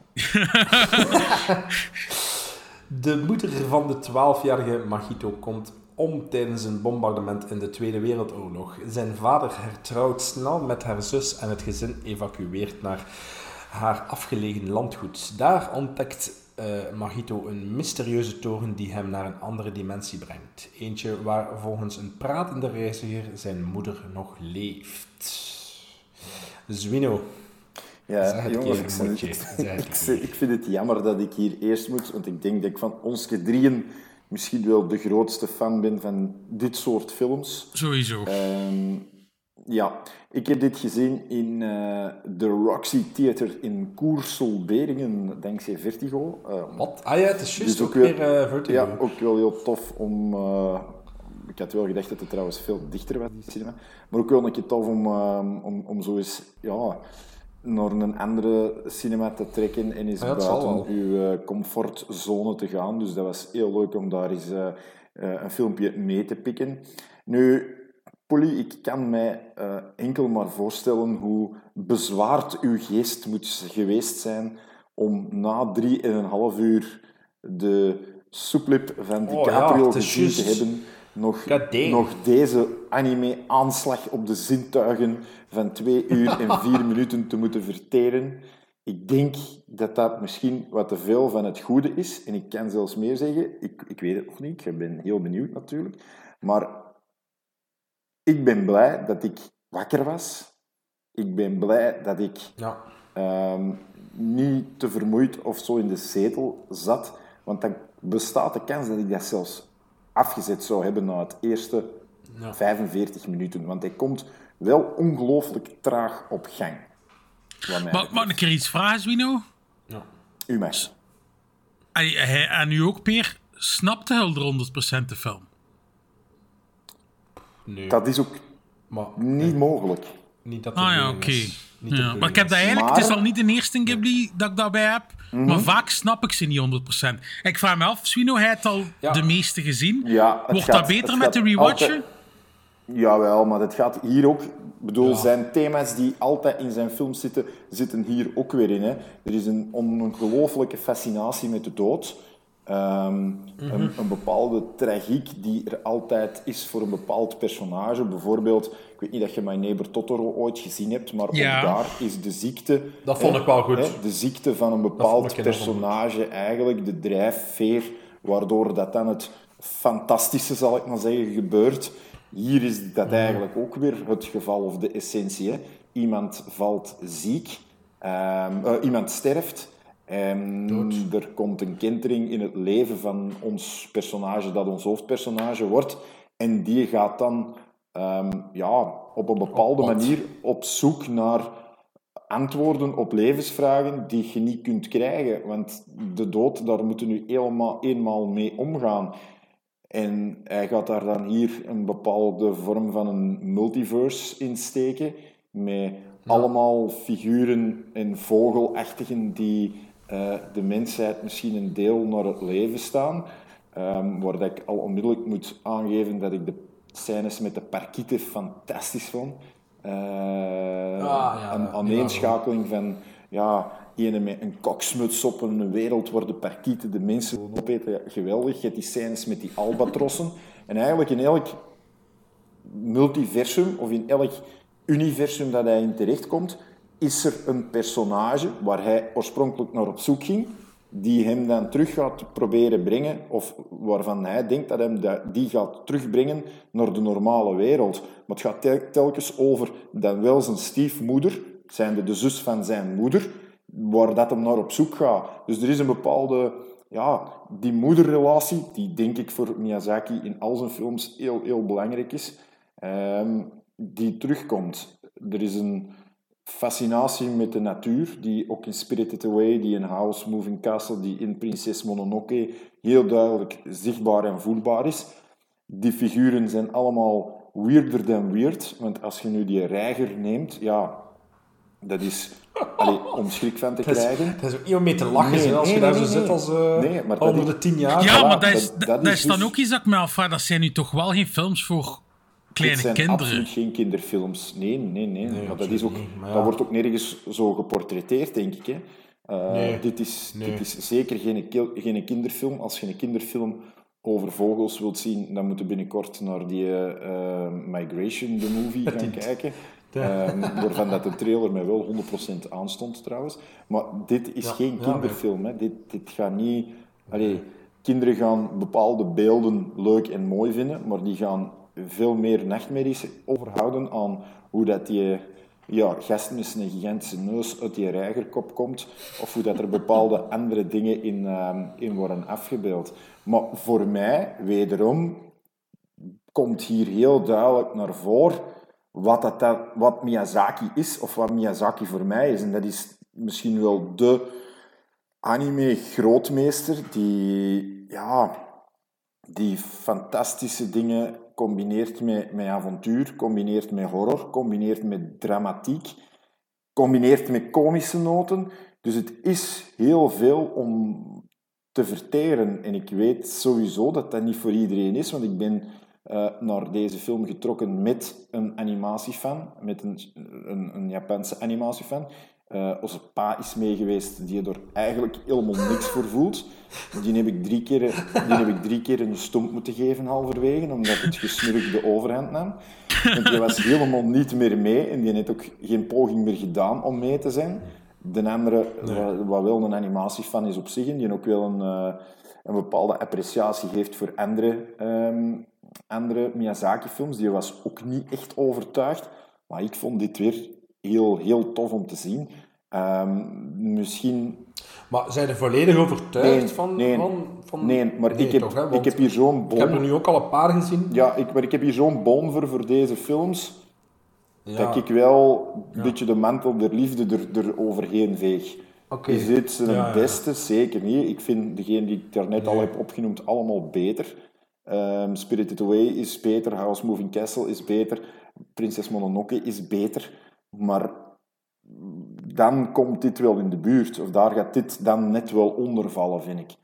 De moeder van de 12-jarige Mahito komt om tijdens een bombardement in de Tweede Wereldoorlog. Zijn vader hertrouwt snel met haar zus en het gezin evacueert naar haar afgelegen landgoed. Daar ontdekt Mahito een mysterieuze toren die hem naar een andere dimensie brengt. Eentje waar volgens een pratende reiziger zijn moeder nog leeft. Zwino. Ja, jongens, ik vind het jammer dat ik hier eerst moet, want ik denk dat ik van ons drieën misschien wel de grootste fan ben van dit soort films. Sowieso. Ja, ik heb dit gezien in de Roxy Theater in Koersel-Beringen, dankzij Vertigo. Wat? Ah ja, het is juist dus ook weer Vertigo. Ja, ook wel heel tof om Ik had wel gedacht dat het trouwens veel dichter was, die cinema. Maar ook wel een keer tof om zo eens naar een andere cinema te trekken en eens buiten uw comfortzone te gaan. Dus dat was heel leuk om daar eens een filmpje mee te pikken. Nu, Polly, ik kan mij enkel maar voorstellen hoe bezwaard uw geest moet geweest zijn om na 3,5 uur de soeplip van DiCaprio gezien te hebben, nog deze anime-aanslag op de zintuigen van 2 uur en 4 minuten te moeten verteren. Ik denk dat dat misschien wat te veel van het goede is. En ik kan zelfs meer zeggen, ik weet het nog niet, ik ben heel benieuwd natuurlijk. Maar ik ben blij dat ik wakker was. Ik ben blij dat ik niet te vermoeid of zo in de zetel zat. Want dan bestaat de kans dat ik dat zelfs afgezet zou hebben na het eerste 45 minuten. Want hij komt wel ongelooflijk traag op gang. Mag ik er iets vragen, Zwino? Ja. U mag. En u ook, Peer, snapte hij 100% de film? Nee. Dat is ook niet mogelijk. Niet dat oké. Ja, maar ik heb dat eigenlijk, het is al niet de eerste Ghibli dat ik daarbij heb, maar vaak snap ik ze niet 100%. Ik vraag me af, Swino, hij heeft al de meeste gezien. Ja, wordt dat beter met de rewatchen? Jawel, maar het gaat hier ook... Ik bedoel, zijn thema's die altijd in zijn films zitten hier ook weer in. Hè. Er is een ongelooflijke fascinatie met de dood. Een bepaalde tragiek die er altijd is voor een bepaald personage. Bijvoorbeeld, ik weet niet dat je My Neighbor Totoro ooit gezien hebt, maar ook daar is de ziekte... Dat vond ik wel goed. De ziekte van een bepaald personage eigenlijk de drijfveer, waardoor dat dan het fantastische, zal ik maar zeggen, gebeurt. Hier is dat eigenlijk ook weer het geval of de essentie. Hè. Iemand valt ziek, iemand sterft... er komt een kentering in het leven van ons personage, dat ons hoofdpersonage wordt. En die gaat dan op een bepaalde manier op zoek naar antwoorden op levensvragen die je niet kunt krijgen. Want de dood, daar moeten we nu eenmaal mee omgaan. En hij gaat daar dan hier een bepaalde vorm van een multiverse in steken. Met allemaal figuren en vogelachtigen die... de mensheid misschien een deel naar het leven staan. Waar dat ik al onmiddellijk moet aangeven dat ik de scènes met de parkieten fantastisch vond. Een aaneenschakeling van ene met een koksmuts op een wereld waar de parkieten de mensen opeten. Geweldig. Je hebt die scènes met die albatrossen. En eigenlijk in elk multiversum of in elk universum dat hij in terechtkomt, is er een personage waar hij oorspronkelijk naar op zoek ging, die hem dan terug gaat proberen brengen, of waarvan hij denkt dat hem die gaat terugbrengen naar de normale wereld. Maar het gaat telkens over dan wel zijn stiefmoeder, zijnde de zus van zijn moeder, waar dat hem naar op zoek gaat. Dus er is een bepaalde... die moederrelatie, die denk ik voor Miyazaki in al zijn films heel, heel belangrijk is, die terugkomt. Er is een fascinatie met de natuur, die ook in Spirited Away, die in Howl's Moving Castle, die in Prinses Mononoke heel duidelijk zichtbaar en voelbaar is. Die figuren zijn allemaal weirder than weird, want als je nu die reiger neemt, dat is om schrik van te krijgen. Dat is ook niet om mee te lachen, als je daar zo zit als onder de 10 jaar. Ja, maar dat is dan ook iets dat ik me afvraag, dat zijn nu toch wel geen films voor kleine kinderen? Het zijn absoluut geen kinderfilms. Nee. Maar dat is ook, dat wordt ook nergens zo geportretteerd, denk ik. Hè. Dit is zeker geen kinderfilm. Als je een kinderfilm over vogels wilt zien, dan moet je binnenkort naar die Migration, the movie, gaan kijken. Waarvan dat de trailer mij wel 100% aanstond, trouwens. Maar dit is geen kinderfilm. Hè. Dit gaat niet... kinderen gaan bepaalde beelden leuk en mooi vinden, maar die gaan veel meer nachtmerries overhouden aan hoe dat die gast met een gigantische neus uit die reigerkop komt, of hoe dat er bepaalde andere dingen in worden afgebeeld. Maar voor mij, wederom, komt hier heel duidelijk naar voren wat Miyazaki is, of wat Miyazaki voor mij is. En dat is misschien wel de anime-grootmeester die fantastische dingen combineert met avontuur, combineert met horror, combineert met dramatiek, combineert met komische noten. Dus het is heel veel om te verteren. En ik weet sowieso dat dat niet voor iedereen is, want ik ben naar deze film getrokken met een animatiefan, met een Japanse animatiefan. Onze pa is mee geweest, die er eigenlijk helemaal niks voor voelt. Die heb ik 3 keer een stomp moeten geven halverwege, omdat het gesnurk de overhand nam. Want die was helemaal niet meer mee en die heeft ook geen poging meer gedaan om mee te zijn. De andere, wat wel een animatiefan is op zich, en die ook wel een bepaalde appreciatie heeft voor andere Miyazaki-films, die was ook niet echt overtuigd. Maar ik vond dit weer heel, heel tof om te zien. Misschien... Maar zijn er volledig overtuigd van... Nee, maar ik heb hier zo'n bon... Ik heb er nu ook al een paar gezien. Ja, maar ik heb hier zo'n bon voor deze films, dat ik wel een beetje de mantel der liefde er overheen veeg. Okay. Is dit zijn beste? Zeker niet. Ik vind degene die ik daarnet al heb opgenoemd allemaal beter. Spirited Away is beter, Howl's Moving Castle is beter, Prinses Mononoke is beter, maar dan komt dit wel in de buurt, of daar gaat dit dan net wel onder vallen, vind ik.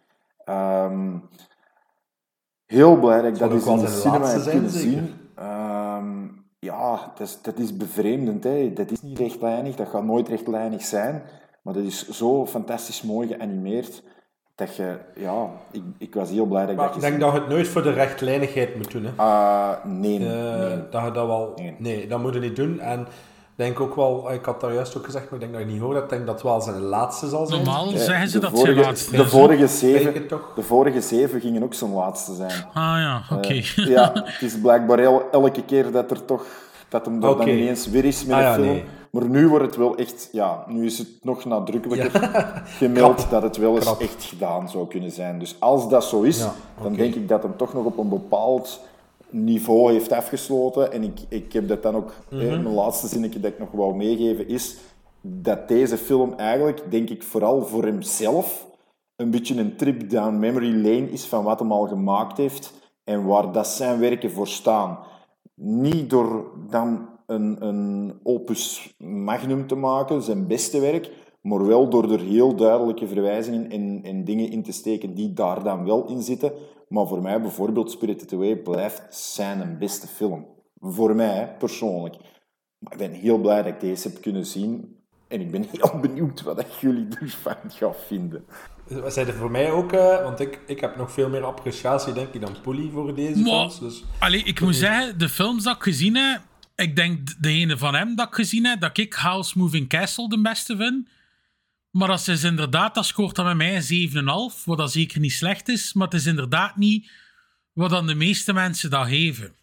Heel blij dat ik dat eens in de cinema heb kunnen zien. Ja, dat is bevreemdend. Hè. Dat is niet rechtlijnig, dat gaat nooit rechtlijnig zijn, maar dat is zo fantastisch mooi geanimeerd. Dat je, ik was heel blij dat ik dat gezien heb. Ik denk dat je het nooit voor de rechtlijnigheid moet doen. Hè? Nee. Dat je dat wel... Nee, dat moet je niet doen. En ik denk ook wel... Ik had daar juist ook gezegd, maar ik denk dat je niet hoort. Ik denk dat het wel zijn laatste zal zijn. Normaal zeggen ze dat zijn laatste. De vorige 7 gingen ook zijn laatste zijn. Oké. Ja, het is blijkbaar elke keer dat hem er dan ineens weer is met een film. Nee. Maar nu wordt het wel echt... Ja, nu is het nog nadrukkelijker gemeld dat het wel eens echt gedaan zou kunnen zijn. Dus als dat zo is, dan denk ik dat hem toch nog op een bepaald niveau heeft afgesloten. En ik heb dat dan ook... mijn laatste zinnetje dat ik nog wou meegeven is dat deze film eigenlijk, denk ik, vooral voor hemzelf een beetje een trip down memory lane is van wat hem al gemaakt heeft en waar dat zijn werken voor staan. Niet door dan een opus magnum te maken, zijn beste werk, maar wel door er heel duidelijke verwijzingen en dingen in te steken die daar dan wel in zitten. Maar voor mij bijvoorbeeld Spirited Away blijft zijn beste film. Voor mij, persoonlijk. Maar ik ben heel blij dat ik deze heb kunnen zien. En ik ben heel benieuwd wat jullie ervan gaan vinden. Zijn er voor mij ook... want ik heb nog veel meer appreciatie, denk ik, dan Poelie voor deze films. Dus... Ik moet zeggen, de films dat ik gezien heb... Ik denk de ene van hem dat ik gezien heb, dat ik Howl's Moving Castle de beste vind. Maar dat is inderdaad, dat scoort dan bij mij een 7,5, wat dat zeker niet slecht is. Maar het is inderdaad niet wat dan de meeste mensen dat geven.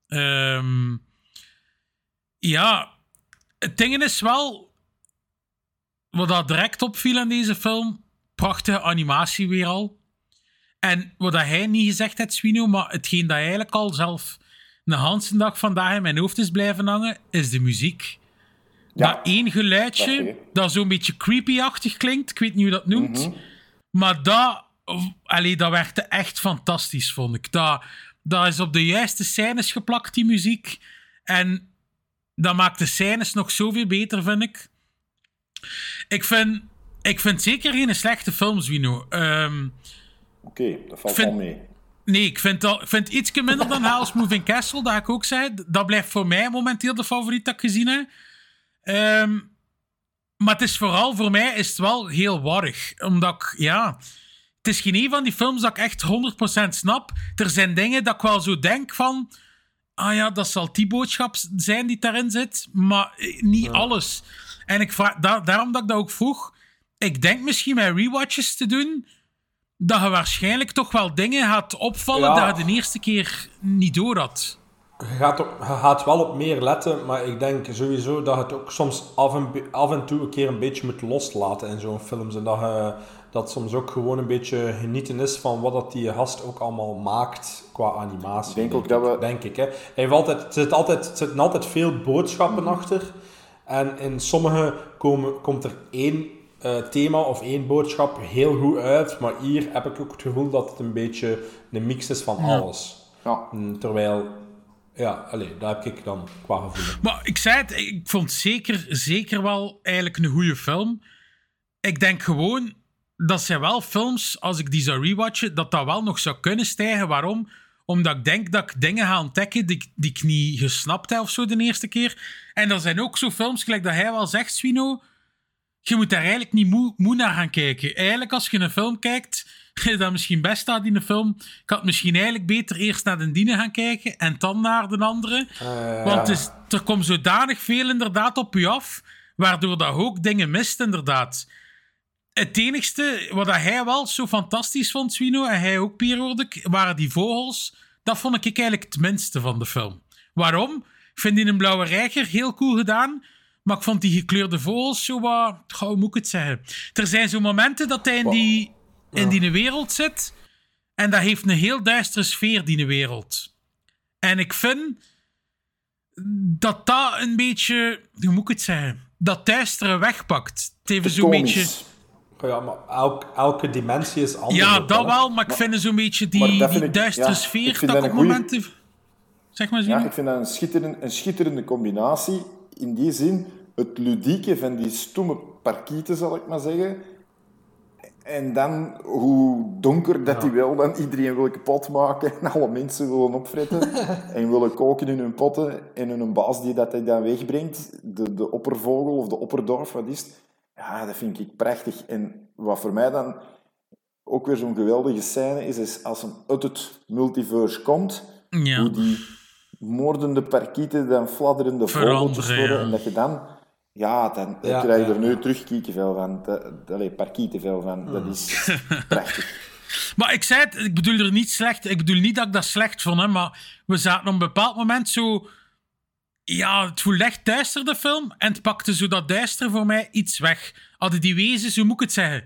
Het ding is wel... Wat dat direct opviel aan deze film... Prachtige animatie weer al. En wat dat hij niet gezegd heeft, Swino, maar hetgeen dat eigenlijk al zelf... de hele dag vandaag in mijn hoofd is blijven hangen, is de muziek. Ja, dat één geluidje, dat zo'n beetje creepy-achtig klinkt, ik weet niet hoe dat noemt, maar dat werkte echt fantastisch, vond ik. Dat is op de juiste scènes geplakt, die muziek, en dat maakt de scènes nog zoveel beter, vind ik. Ik vind zeker geen slechte film, Zwino. Oké, dat valt wel mee. Nee, ik vind iets minder dan Howl's Moving Castle, dat ik ook zei. Dat blijft voor mij momenteel de favoriet dat ik gezien heb. Maar het is vooral, voor mij is het wel heel warrig. Omdat ik, het is geen een van die films dat ik echt 100% snap. Er zijn dingen dat ik wel zo denk van... dat zal die boodschap zijn die daarin zit. Maar niet alles. En ik vraag, daarom dat ik dat ook vroeg. Ik denk misschien met rewatches te doen... dat je waarschijnlijk toch wel dingen gaat opvallen dat je de eerste keer niet door had. Je gaat wel op meer letten, maar ik denk sowieso dat je het ook soms af en toe een keer een beetje moet loslaten in zo'n films. En dat soms ook gewoon een beetje genieten is van wat dat die gast ook allemaal maakt qua animatie. Denk ik. Hè. Er zitten altijd veel boodschappen achter. En in sommige komt er één thema of één boodschap heel goed uit, maar hier heb ik ook het gevoel dat het een beetje een mix is van alles. Ja. Terwijl Ja, dat heb ik dan qua gevoel. Maar ik zei het, ik vond zeker wel eigenlijk een goede film. Ik denk gewoon, dat zijn wel films, als ik die zou rewatchen, dat wel nog zou kunnen stijgen. Waarom? Omdat ik denk dat ik dingen ga ontdekken die ik niet gesnapt heb of zo de eerste keer. En dat zijn ook zo films, gelijk dat hij wel zegt, Swino, je moet daar eigenlijk niet moe naar gaan kijken. Eigenlijk, als je een film kijkt, dat misschien best staat in de film, ik had misschien eigenlijk beter eerst naar de ene gaan kijken en dan naar de andere. Want er komt zodanig veel inderdaad op je af, waardoor dat ook dingen mist, inderdaad. Het enigste wat hij wel zo fantastisch vond, Swino, en hij ook, Pier, hoorde ik, waren die vogels. Dat vond ik eigenlijk het minste van de film. Waarom? Ik vind die een blauwe reiger heel cool gedaan, maar ik vond die gekleurde vogels zo wat... Hoe moet ik het zeggen? Er zijn zo momenten dat hij in die wereld zit en dat heeft een heel duistere sfeer, die wereld. En ik vind dat een beetje... Hoe moet ik het zeggen? Dat duistere wegpakt. Het heeft zo'n beetje... Ja, maar elke dimensie is anders. Ja, dat wel, maar ik vind zo'n beetje die duistere sfeer dat op momenten... Zeg maar zo. Ja, ik vind dat een schitterende combinatie. In die zin, het ludieke van die stomme parkieten, zal ik maar zeggen. En dan hoe donker dat die wel dan iedereen wil kapot maken en alle mensen willen opfretten en willen koken in hun potten en hun baas die dat hij dan wegbrengt, de oppervogel of de opperdorf, wat is het? Ja, dat vind ik prachtig. En wat voor mij dan ook weer zo'n geweldige scène is als hem uit het multiverse komt, hoe die moordende parkieten dan fladderende vogeltjes worden en dat je dan... Ja, dan krijg je er nu terug kiekenvel van. Parkietenvel van. Dat is prachtig. Maar ik zei het, ik bedoel er niet slecht. Ik bedoel niet dat ik dat slecht vond, hè, maar we zaten op een bepaald moment zo... Ja, het voelde echt duister, de film. En het pakte zo dat duister voor mij iets weg. Hadden die wezens, hoe moet ik het zeggen?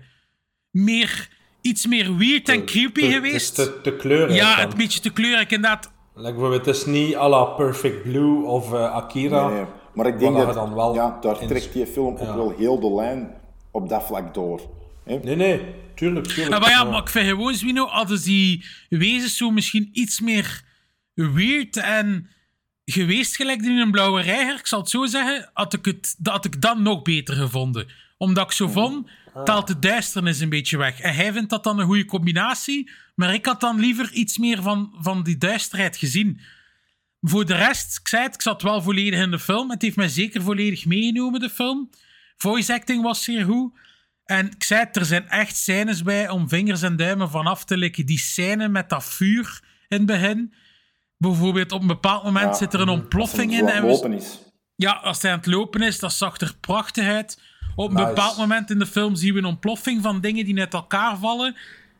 Iets meer weird en creepy geweest. Het is te kleurrijk. Ja, een beetje te kleurrijk, inderdaad. Het is niet à la Perfect Blue of Akira. Nee. Maar ik denk dat dan wel daar trekt die film ook wel heel de lijn op dat vlak door. Hè? Nee, tuurlijk. Maar ik vind gewoon, Zwino, hadden die wezens zo misschien iets meer weird en geweest gelijk in een blauwe reiger, ik zal het zo zeggen, had ik dan nog beter gevonden. Omdat ik zo vond, taalt de duisternis een beetje weg. En hij vindt dat dan een goede combinatie, maar ik had dan liever iets meer van die duisterheid gezien. Voor de rest, ik zei het, ik zat wel volledig in de film. Het heeft mij zeker volledig meegenomen, de film. Voice acting was zeer goed. En ik zei het, er zijn echt scènes bij om vingers en duimen vanaf te likken. Die scène met dat vuur in het begin. Bijvoorbeeld, op een bepaald moment zit er een ontploffing in. Als hij aan het lopen is, dat zag er prachtig uit. Op een bepaald moment in de film zien we een ontploffing van dingen die uit elkaar vallen.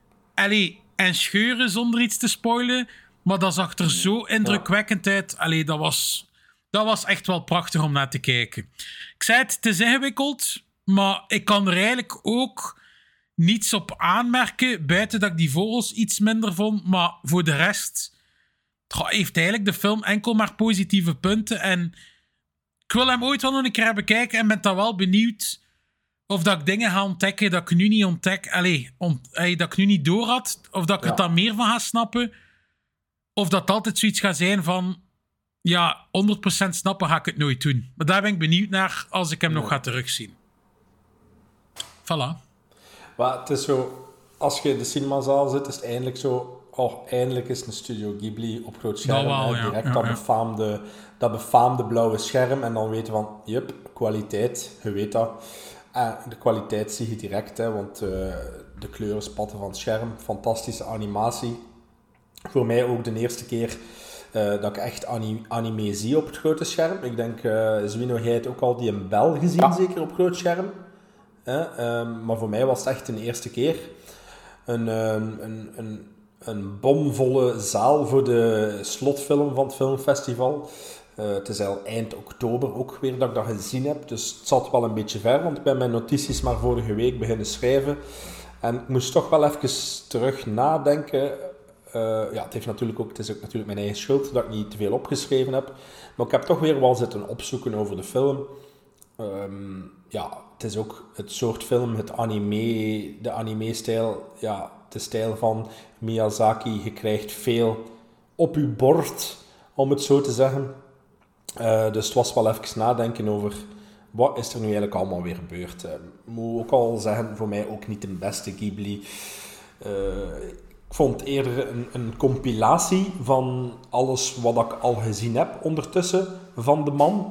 En scheuren zonder iets te spoilen. Maar dat zag er zo indrukwekkend uit. Dat was echt wel prachtig om naar te kijken. Ik zei het is ingewikkeld, maar ik kan er eigenlijk ook niets op aanmerken, buiten dat ik die vogels iets minder vond. Maar voor de rest heeft eigenlijk de film enkel maar positieve punten. En ik wil hem ooit wel nog een keer bekijken en ben dan wel benieuwd of dat ik dingen ga ontdekken dat ik nu niet ontdek. Dat ik nu niet door had. Of dat ik het dan meer van ga snappen. Of dat altijd zoiets gaat zijn van... Ja, 100% snappen ga ik het nooit doen. Maar daar ben ik benieuwd naar als ik hem nog ga terugzien. Voilà. Maar het is zo... Als je in de cinemazaal zit, is het eindelijk zo... eindelijk is een Studio Ghibli op groot scherm. Wel, direct dat befaamde blauwe scherm. En dan weten van... kwaliteit. Je weet dat. De kwaliteit zie je direct. Want de kleuren spatten van het scherm. Fantastische animatie. Voor mij ook de eerste keer dat ik echt anime zie op het grote scherm. Ik denk, Zwino, jij hebt ook al die een bel gezien, zeker op groot scherm. Maar voor mij was het echt de eerste keer. Een bomvolle zaal voor de slotfilm van het filmfestival. Het is al eind oktober ook weer dat ik dat gezien heb. Dus het zat wel een beetje ver, want ik ben mijn notities maar vorige week beginnen schrijven. En ik moest toch wel even terug nadenken... het is ook natuurlijk mijn eigen schuld dat ik niet te veel opgeschreven heb. Maar ik heb toch weer wel zitten opzoeken over de film. Het is ook het soort film, de anime-stijl, de stijl van Miyazaki. Je krijgt veel op je bord om het zo te zeggen. Dus het was wel even nadenken over wat is er nu eigenlijk allemaal weer gebeurd. Ik moet ook al zeggen, voor mij ook niet de beste Ghibli. Ik vond eerder een compilatie van alles wat ik al gezien heb ondertussen van de man.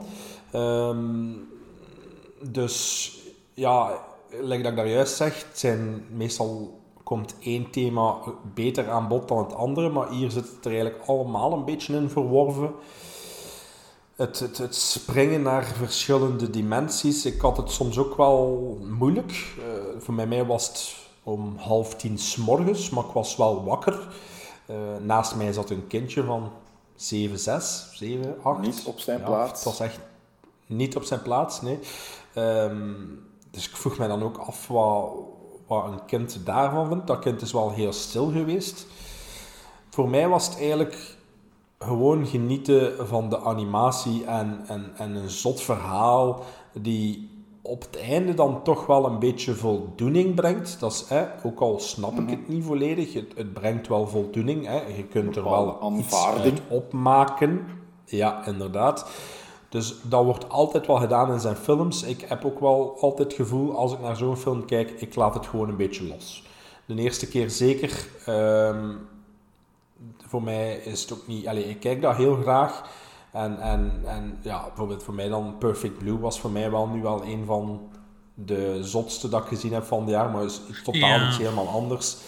Dus ja, like dat ik daar juist zeg, het zijn meestal komt één thema beter aan bod dan het andere, maar hier zit het er eigenlijk allemaal een beetje in verworven. Het springen naar verschillende dimensies. Ik had het soms ook wel moeilijk. Voor mij was het om 9:30 's morgens, maar ik was wel wakker. Naast mij zat een kindje van 7, 8. Niet op zijn plaats. Het was echt niet op zijn plaats, nee. Dus ik vroeg mij dan ook af wat een kind daarvan vindt. Dat kind is wel heel stil geweest. Voor mij was het eigenlijk gewoon genieten van de animatie en een zot verhaal die op het einde dan toch wel een beetje voldoening brengt. Dat is, ook al snap ik het niet volledig, het brengt wel voldoening. Je kunt er wel iets uit opmaken. Ja, inderdaad. Dus dat wordt altijd wel gedaan in zijn films. Ik heb ook wel altijd het gevoel, als ik naar zo'n film kijk, ik laat het gewoon een beetje los. De eerste keer zeker. Voor mij is het ook niet... ik kijk dat heel graag. En ja, bijvoorbeeld voor mij dan Perfect Blue was voor mij wel nu wel een van de zotste dat ik gezien heb van het jaar. Maar is totaal iets helemaal anders.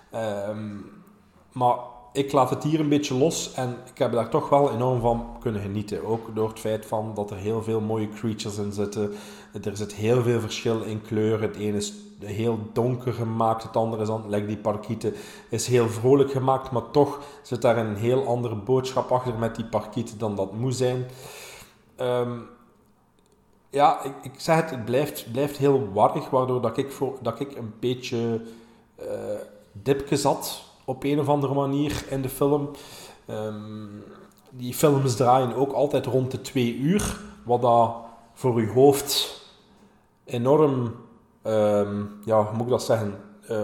Maar ik laat het hier een beetje los. En ik heb daar toch wel enorm van kunnen genieten. Ook door het feit van dat er heel veel mooie creatures in zitten. Er zit heel veel verschil in kleur. Het ene is heel donker gemaakt, het andere is dan, die parkieten, is heel vrolijk gemaakt, maar toch zit daar een heel andere boodschap achter met die parkieten dan dat moet zijn. Ik zeg het blijft heel warrig, waardoor dat ik een beetje dipje zat op een of andere manier in de film. Die films draaien ook altijd rond de 2 uur, wat dat voor uw hoofd enorm, hoe moet ik dat zeggen,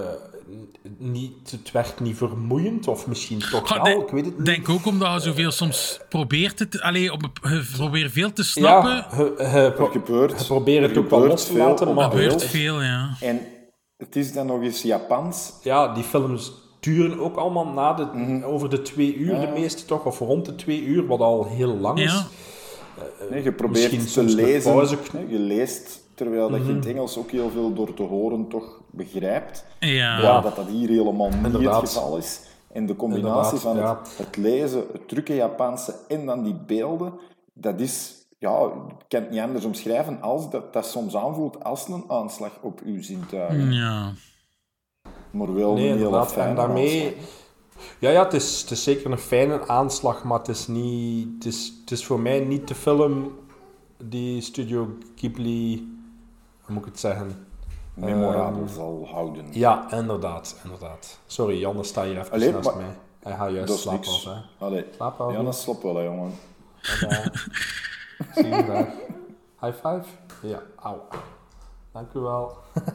het werd niet vermoeiend, of misschien toch wel, ik weet het niet. Denk ook omdat je zoveel soms probeert je probeert veel te snappen. Ja, je probeert het ook wel los te laten, maar er gebeurt veel, ja. En het is dan nog eens Japans. Ja, die films duren ook allemaal over de 2 uur, de meeste toch, of rond de 2 uur, wat al heel lang is. Je probeert te lezen, je leest, terwijl dat je in het Engels ook heel veel door te horen toch begrijpt. Ja. Dat hier helemaal niet het geval is. En de combinatie van het lezen, het drukke Japanse en dan die beelden, dat is... Ja, ik kan het niet anders omschrijven als dat soms aanvoelt als een aanslag op uw zintuigen. Ja. Maar wel een hele fijne aanslag. Ja, het is zeker een fijne aanslag, maar het is voor mij niet de film die Studio Ghibli, hoe moet ik het zeggen, memorabel zal houden. Ja, inderdaad. Sorry, Janne, sta hier even naast mij. Hij gaat juist slapen af, hè. Allee, Janne, slap wel, hè, jongen. Zie je daar. High five? Ja, auw. Dank u wel.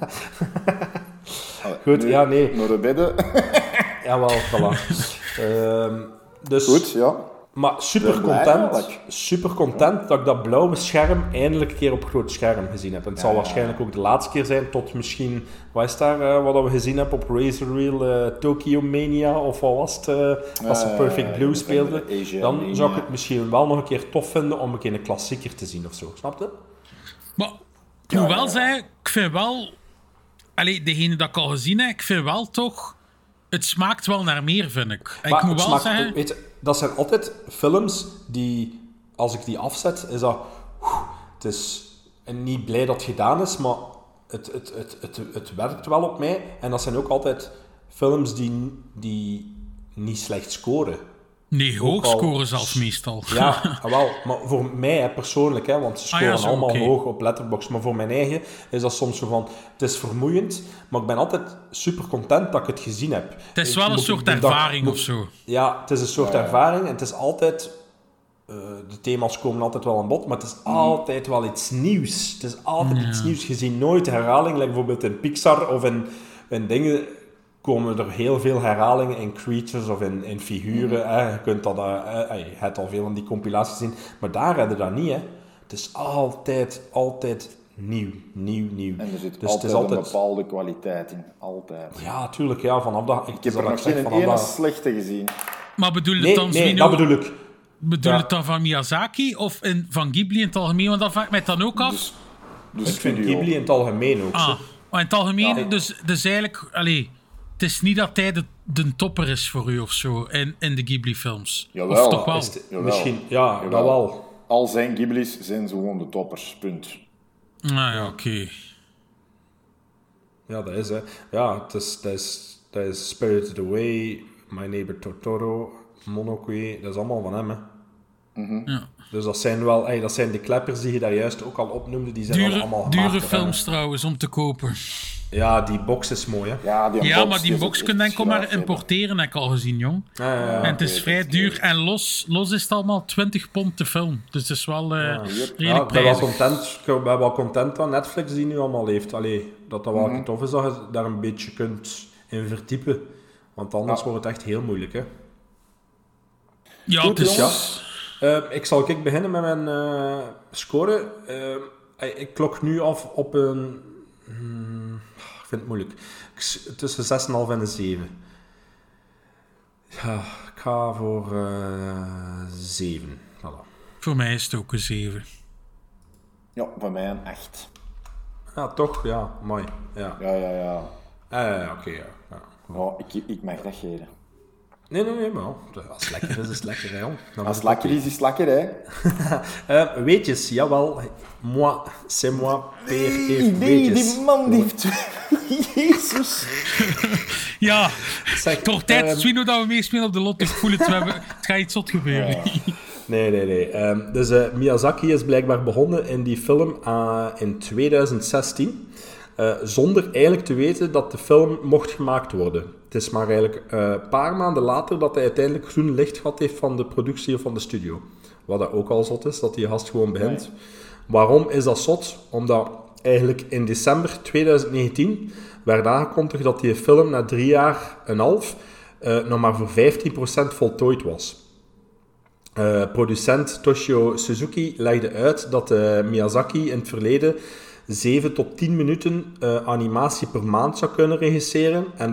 Goed, nu, ja, nee. Naar de bedden. Jawel, voilà. Dus, goed, ja. Maar super content dat ik dat blauwe scherm eindelijk een keer op groot scherm gezien heb. En het zal waarschijnlijk ook de laatste keer zijn, tot misschien, wat is daar, wat we gezien hebben op Razor Reel, Tokyo Mania, of wat was het, als ze Perfect Blue speelden. Dan zou ik het misschien wel nog een keer tof vinden om een keer een klassieker te zien of zo, snap je? Maar ik moet wel zeggen, ik vind wel, degene dat ik al gezien heb, ik vind wel toch, het smaakt wel naar meer, vind ik. Ik moet wel zeggen... Weet je, dat zijn altijd films die, als ik die afzet, is dat... Het is niet blij dat het gedaan is, maar het werkt wel op mij. En dat zijn ook altijd films die niet slecht scoren. Nee, hoog scoren zelfs meestal. Ja, wel. Maar voor mij persoonlijk, want ze scoren allemaal hoog op Letterboxd. Maar voor mijn eigen is dat soms zo van... Het is vermoeiend, maar ik ben altijd super content dat ik het gezien heb. Het is wel een soort ervaring of zo. Ja, het is een soort ervaring. En het is altijd... de thema's komen altijd wel aan bod, maar het is altijd wel iets nieuws. Het is altijd iets nieuws. Je ziet nooit herhaling, bijvoorbeeld in Pixar of in dingen... komen er heel veel herhalingen in creatures of in figuren. Je kunt dat, je hebt al veel van die compilaties zien. Maar daar hebben we dat niet. Hè. Het is altijd nieuw. En er zit dus altijd een bepaalde kwaliteit in. Altijd. Ja, tuurlijk. Ja, vanaf dat... Ik heb er nog geen ene slechte gezien. Maar bedoel je dan... Nee, dat bedoel ik. Bedoel je het dan van Miyazaki of van Ghibli in het algemeen? Want dat vraag ik mij dan ook af. Dus ik vind Ghibli in het algemeen ook. Maar in het algemeen, dus eigenlijk... het is niet dat hij de topper is voor u of zo in de Ghibli-films. Jawel. Of toch wel? Misschien, ja, dat wel. Al zijn Ghibli's zijn gewoon de toppers, punt. Ja, oké. Ja, dat is, hè. Ja, dat is Spirited Away, My Neighbor Totoro, Mononoke, dat is allemaal van hem, hè. Ja. Dus dat zijn de kleppers die je daar juist ook al opnoemde, die zijn allemaal gemaakt. Dure films trouwens, om te kopen. Ja, die box is mooi, hè. Ja, maar die box kun je enkel maar importeren, heb ik al gezien, jong. Ja, en het is vrij duur. En los is het allemaal 20 pond te film. Dus het is wel redelijk prijzig. Ik ben wel content dat Netflix die nu allemaal heeft. Dat wel tof is dat je daar een beetje kunt in verdiepen. Want anders wordt het echt heel moeilijk, hè. Ja, goed, het is... ik zal beginnen met mijn score. Ik klok nu af op een... ik vind het moeilijk. Tussen 6,5 en een 7. Ja, ik ga voor 7. Voilà. Voor mij is het ook een 7. Ja, voor mij een 8. Ja, toch? Ja, mooi. Ja. Oké, ja. Oh, ik mag dat geven. Nee, maar als het lekker is het lekker, hè, jong. Als het lekker is het lekker, hè. Weetjes, jawel. Moi, c'est moi, Peer heeft weetjes. Die man die heeft... Jezus. Ja, toch tijd, Swino, dat we meespelen op de lot. Ik voel het, het gaat iets zot gebeuren. Ja. Nee. Dus Miyazaki is blijkbaar begonnen in die film in 2016. Zonder eigenlijk te weten dat de film mocht gemaakt worden. Het is maar eigenlijk een paar maanden later dat hij uiteindelijk groen licht gehad heeft van de productie of van de studio. Wat dat ook al zot is, dat die gast gewoon begint. Nee. Waarom is dat zot? Omdat eigenlijk in december 2019 werd aangekondigd dat die film na 3 jaar en half nog maar voor 15% voltooid was. Producent Toshio Suzuki legde uit dat Miyazaki in het verleden 7 tot 10 minuten animatie per maand zou kunnen regisseren. En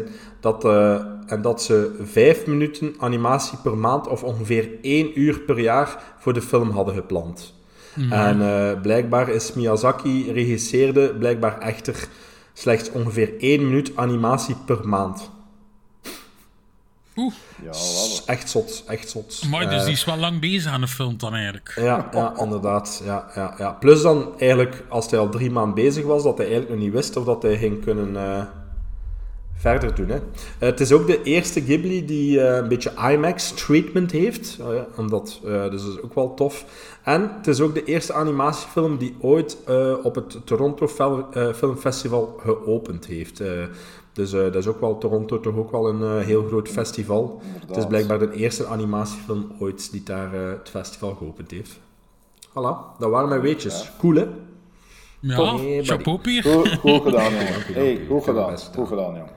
dat ze 5 minuten animatie per maand of ongeveer 1 uur per jaar voor de film hadden gepland. Mm-hmm. En blijkbaar is Miyazaki regisseerde blijkbaar echter slechts ongeveer 1 minuut animatie per maand. Oeh. Ja, echt zot. Maar dus die is wel lang bezig aan de film dan eigenlijk. Ja, inderdaad. Ja. Plus dan eigenlijk, als hij al 3 maanden bezig was, dat hij eigenlijk nog niet wist of dat hij ging kunnen verder doen. Hè. Het is ook de eerste Ghibli die een beetje IMAX-treatment heeft. Dus dat is ook wel tof. En het is ook de eerste animatiefilm die ooit op het Toronto Film Festival geopend heeft. Dus dat is ook wel Toronto toch ook wel een heel groot festival. Inderdaad. Het is blijkbaar de eerste animatiefilm ooit die daar het festival geopend heeft. Voilà, dat waren mijn weetjes. Ja. Cool, hè? Ja, chapeau, Pier. Goed gedaan, jongen. Hey, goed gedaan, jongen.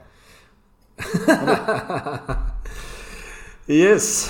Yes.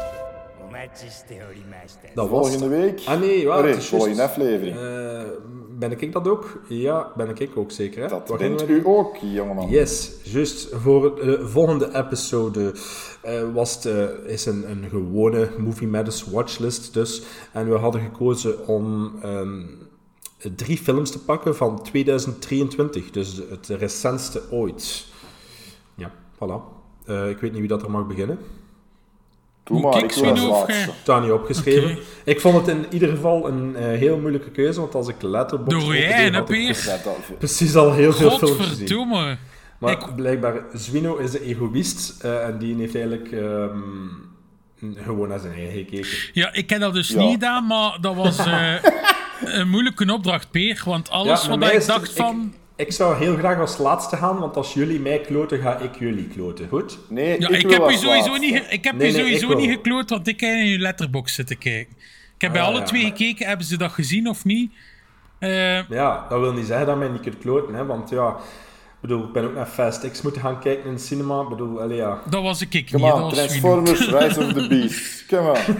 Dat volgende week? Ah nee, het is volgende aflevering. Ben ik dat ook? Ja, ben ik ook zeker. Hè? Dat bent u ook, jongeman. Yes, juist. Voor de volgende episode is een gewone Movie Matters watchlist dus. En we hadden gekozen om 3 films te pakken van 2023. Dus het recentste ooit. Ja, voilà. Ik weet niet wie dat er mag beginnen. Doe maar, ik wil als laatste. Daar niet opgeschreven. Okay. Ik vond het in ieder geval een heel moeilijke keuze, want als ik Letterboxd opende, had ik precies al heel veel films gezien. Godverdomme. Maar blijkbaar, Zwino is de egoïst en die heeft eigenlijk gewoon naar zijn eigen gekeken. Ja, ik heb dat dus niet gedaan, maar dat was een moeilijke opdracht, Peer. Want alles wat ik dacht van... Ik zou heel graag als laatste gaan, want als jullie mij kloten, ga ik jullie kloten. Goed? Nee, ja, ik heb je sowieso niet gekloot, want ik heb in je Letterboxd zitten kijken. Ik heb bij alle 2 gekeken, hebben ze dat gezien of niet? Ja, dat wil niet zeggen dat mij niet kunt kloten, hè, want ja... Ik ben ook naar Fast X moeten gaan kijken in het cinema. Dat was ik niet. Come on, Transformers, Rise of the Beast. Come on.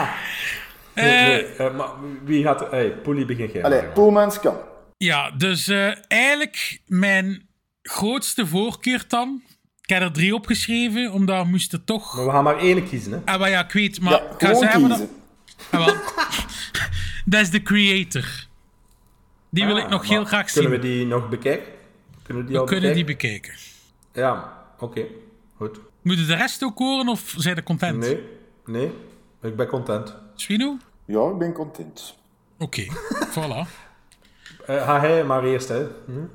Maar wie gaat... Poelie, begin jij. Allee, Poelmans kan. Ja, dus eigenlijk mijn grootste voorkeur dan. Ik heb er 3 opgeschreven, omdat we moesten toch... Maar we gaan maar 1 kiezen, hè? Maar ja, ik weet, maar... ik ga zeggen dat... dat is The Creator. Die wil ik nog heel graag zien. Kunnen we die nog bekijken? We kunnen die bekijken. Ja, oké. Goed. Moeten de rest ook horen, of zijn je content? Nee. Ik ben content. Swino? Ja, ik ben content. Oké, voilà. Ga hij maar eerst, hè.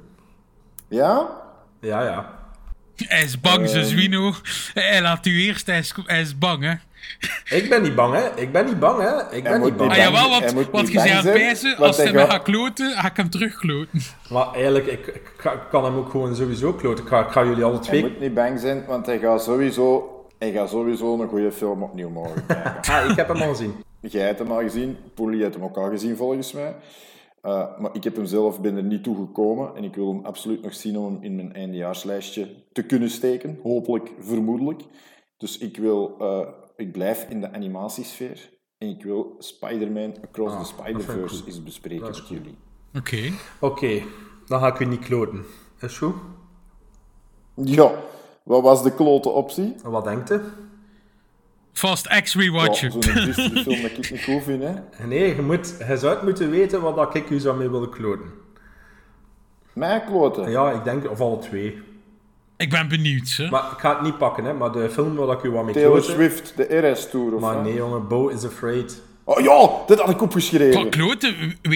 Ja? Ja. Hij is bang, Swino. Hij laat u eerst, hij is bang, hè. Ik ben niet bang, hè. Ik ben niet bang. Jawel, want je zei aan het pijzen, als hij me gaat kloten, ga ik hem terugkloten. Maar eigenlijk, ik kan hem ook gewoon sowieso kloten. Ik ga jullie alle 2... Hij moet niet bang zijn, want hij gaat sowieso een goede film opnieuw mogen kijken. Ik heb hem al gezien. Jij hebt hem al gezien, Poelie heeft hem ook al gezien, volgens mij. Maar ik heb hem zelf, ben er niet toe gekomen en ik wil hem absoluut nog zien om hem in mijn eindejaarslijstje te kunnen steken. Hopelijk, vermoedelijk. Dus ik blijf in de animatiesfeer en ik wil Spider-Man Across the Spider-Verse eens bespreken met jullie. Oké, dan ga ik u niet kloten. Is goed? Ja, wat was de klote optie? Wat denkt u? Fast X Rewatcher. Zo'n triestige film dat ik niet goed vind, hè? Nee, je zou het moeten weten wat ik u zou mee willen kloten. Mij kloten? Ja, ik denk, of alle 2. Ik ben benieuwd, hè. Maar ik ga het niet pakken, hè. Maar de film waar ik u wat mee Taylor kloten... Swift, de RS Tour, of Maar nee, jongen, Bo is Afraid. Oh ja, dat had ik opgeschreven. Wat kloten?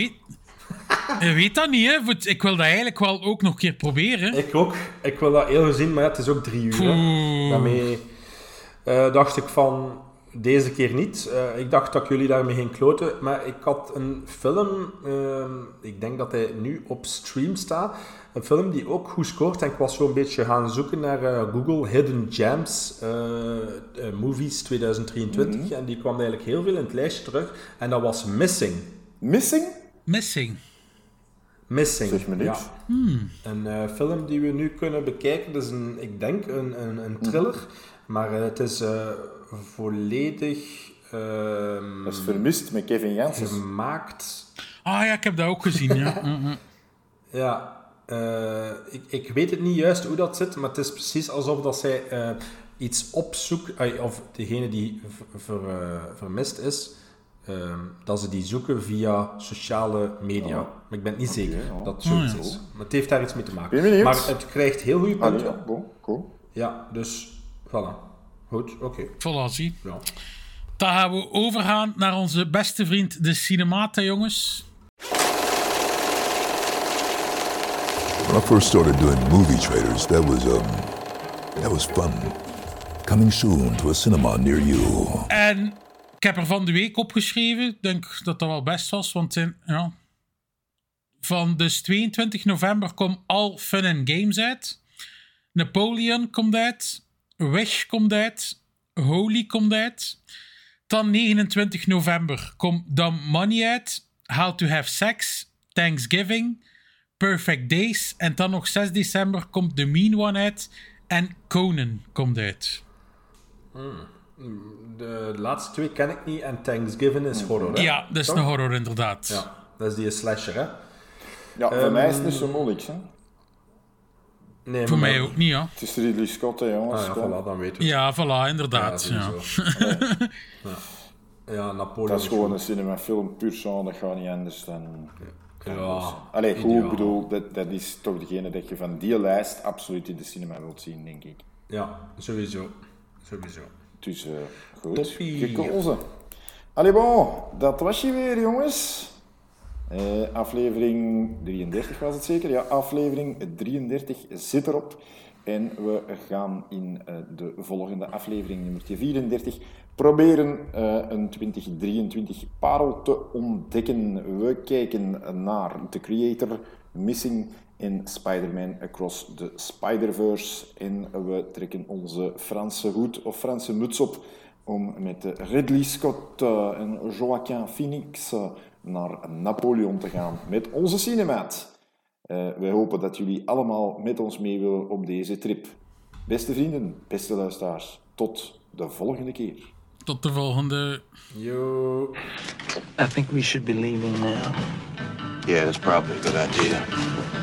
Je weet dat niet, hè. Ik wil dat eigenlijk wel ook nog een keer proberen. Ik ook. Ik wil dat heel zien, maar ja, het is ook 3 uur. Daarmee dacht ik van... Deze keer niet. Ik dacht dat ik jullie daarmee ging kloten. Maar ik had een film... ik denk dat hij nu op stream staat. Een film die ook goed scoort. En ik was zo een beetje gaan zoeken naar Google Hidden Gems Movies 2023. Mm-hmm. En die kwam eigenlijk heel veel in het lijstje terug. En dat was Missing. Missing? Missing, zeg me niks. Ja. Een film die we nu kunnen bekijken. Dat is ik denk een thriller. Maar het is... volledig... dat is Vermist met Kevin Janssens. Gemaakt. Ah ja, ik heb dat ook gezien, ja. Ja, ik weet het niet juist hoe dat zit, maar het is precies alsof dat zij iets opzoekt, of degene die vermist is, dat ze die zoeken via sociale media. Maar ik ben niet zeker dat het zoiets is. Maar het heeft daar iets mee te maken. Maar het krijgt heel goede punten. Ja, cool. Ja, dus voilà. Goed, oké. Voilà, zie. Ja. Dan gaan we overgaan naar onze beste vriend, de Cinemata, jongens. When I first started doing movie trailers, that was fun. Coming soon to a cinema near you. En ik heb er van de week opgeschreven. Ik denk dat dat wel best was, want van dus 22 november komt All Fun and Games uit. Napoleon komt uit. Wish komt uit. Holy komt uit. Dan 29 november komt Dumb Money uit. How to Have Sex. Thanksgiving. Perfect Days. En dan nog 6 december komt The Mean One uit. En Conan komt uit. De laatste 2 ken ik niet. En Thanksgiving is horror, hè? Ja, dat is een horror, inderdaad. Ja, dat is die slasher, hè? Ja, voor mij is het niet zo moeilijk, hè? Nee, voor mij ook niet, ja. Het is Ridley Scott, hè, jongens. Ah, ja, voilà, dan weten we. Ja, voilà, inderdaad. Ja, Napoleon. Dat is gewoon een cinemafilm, puur zo, dat gaat niet anders dan... Ja. Allee, goed, ik bedoel, dat is toch degene dat je van die lijst absoluut in de cinema wilt zien, denk ik. Ja, sowieso. Dus goed, gekozen. Allee, bon, dat was je weer, jongens. Aflevering 33 was het zeker? Ja, aflevering 33 zit erop. En we gaan in de volgende aflevering, nummer 34, proberen een 2023 parel te ontdekken. We kijken naar The Creator, Missing en Spider-Man Across the Spider-Verse. En we trekken onze Franse hoed of Franse muts op om met Ridley Scott en Joaquin Phoenix naar Napoleon te gaan met onze Cinemaat. Wij hopen dat jullie allemaal met ons mee willen op deze trip. Beste vrienden, beste luisteraars, tot de volgende keer. Tot de volgende. Yo. I think we should be leaving now. Yeah, that's probably a good idea.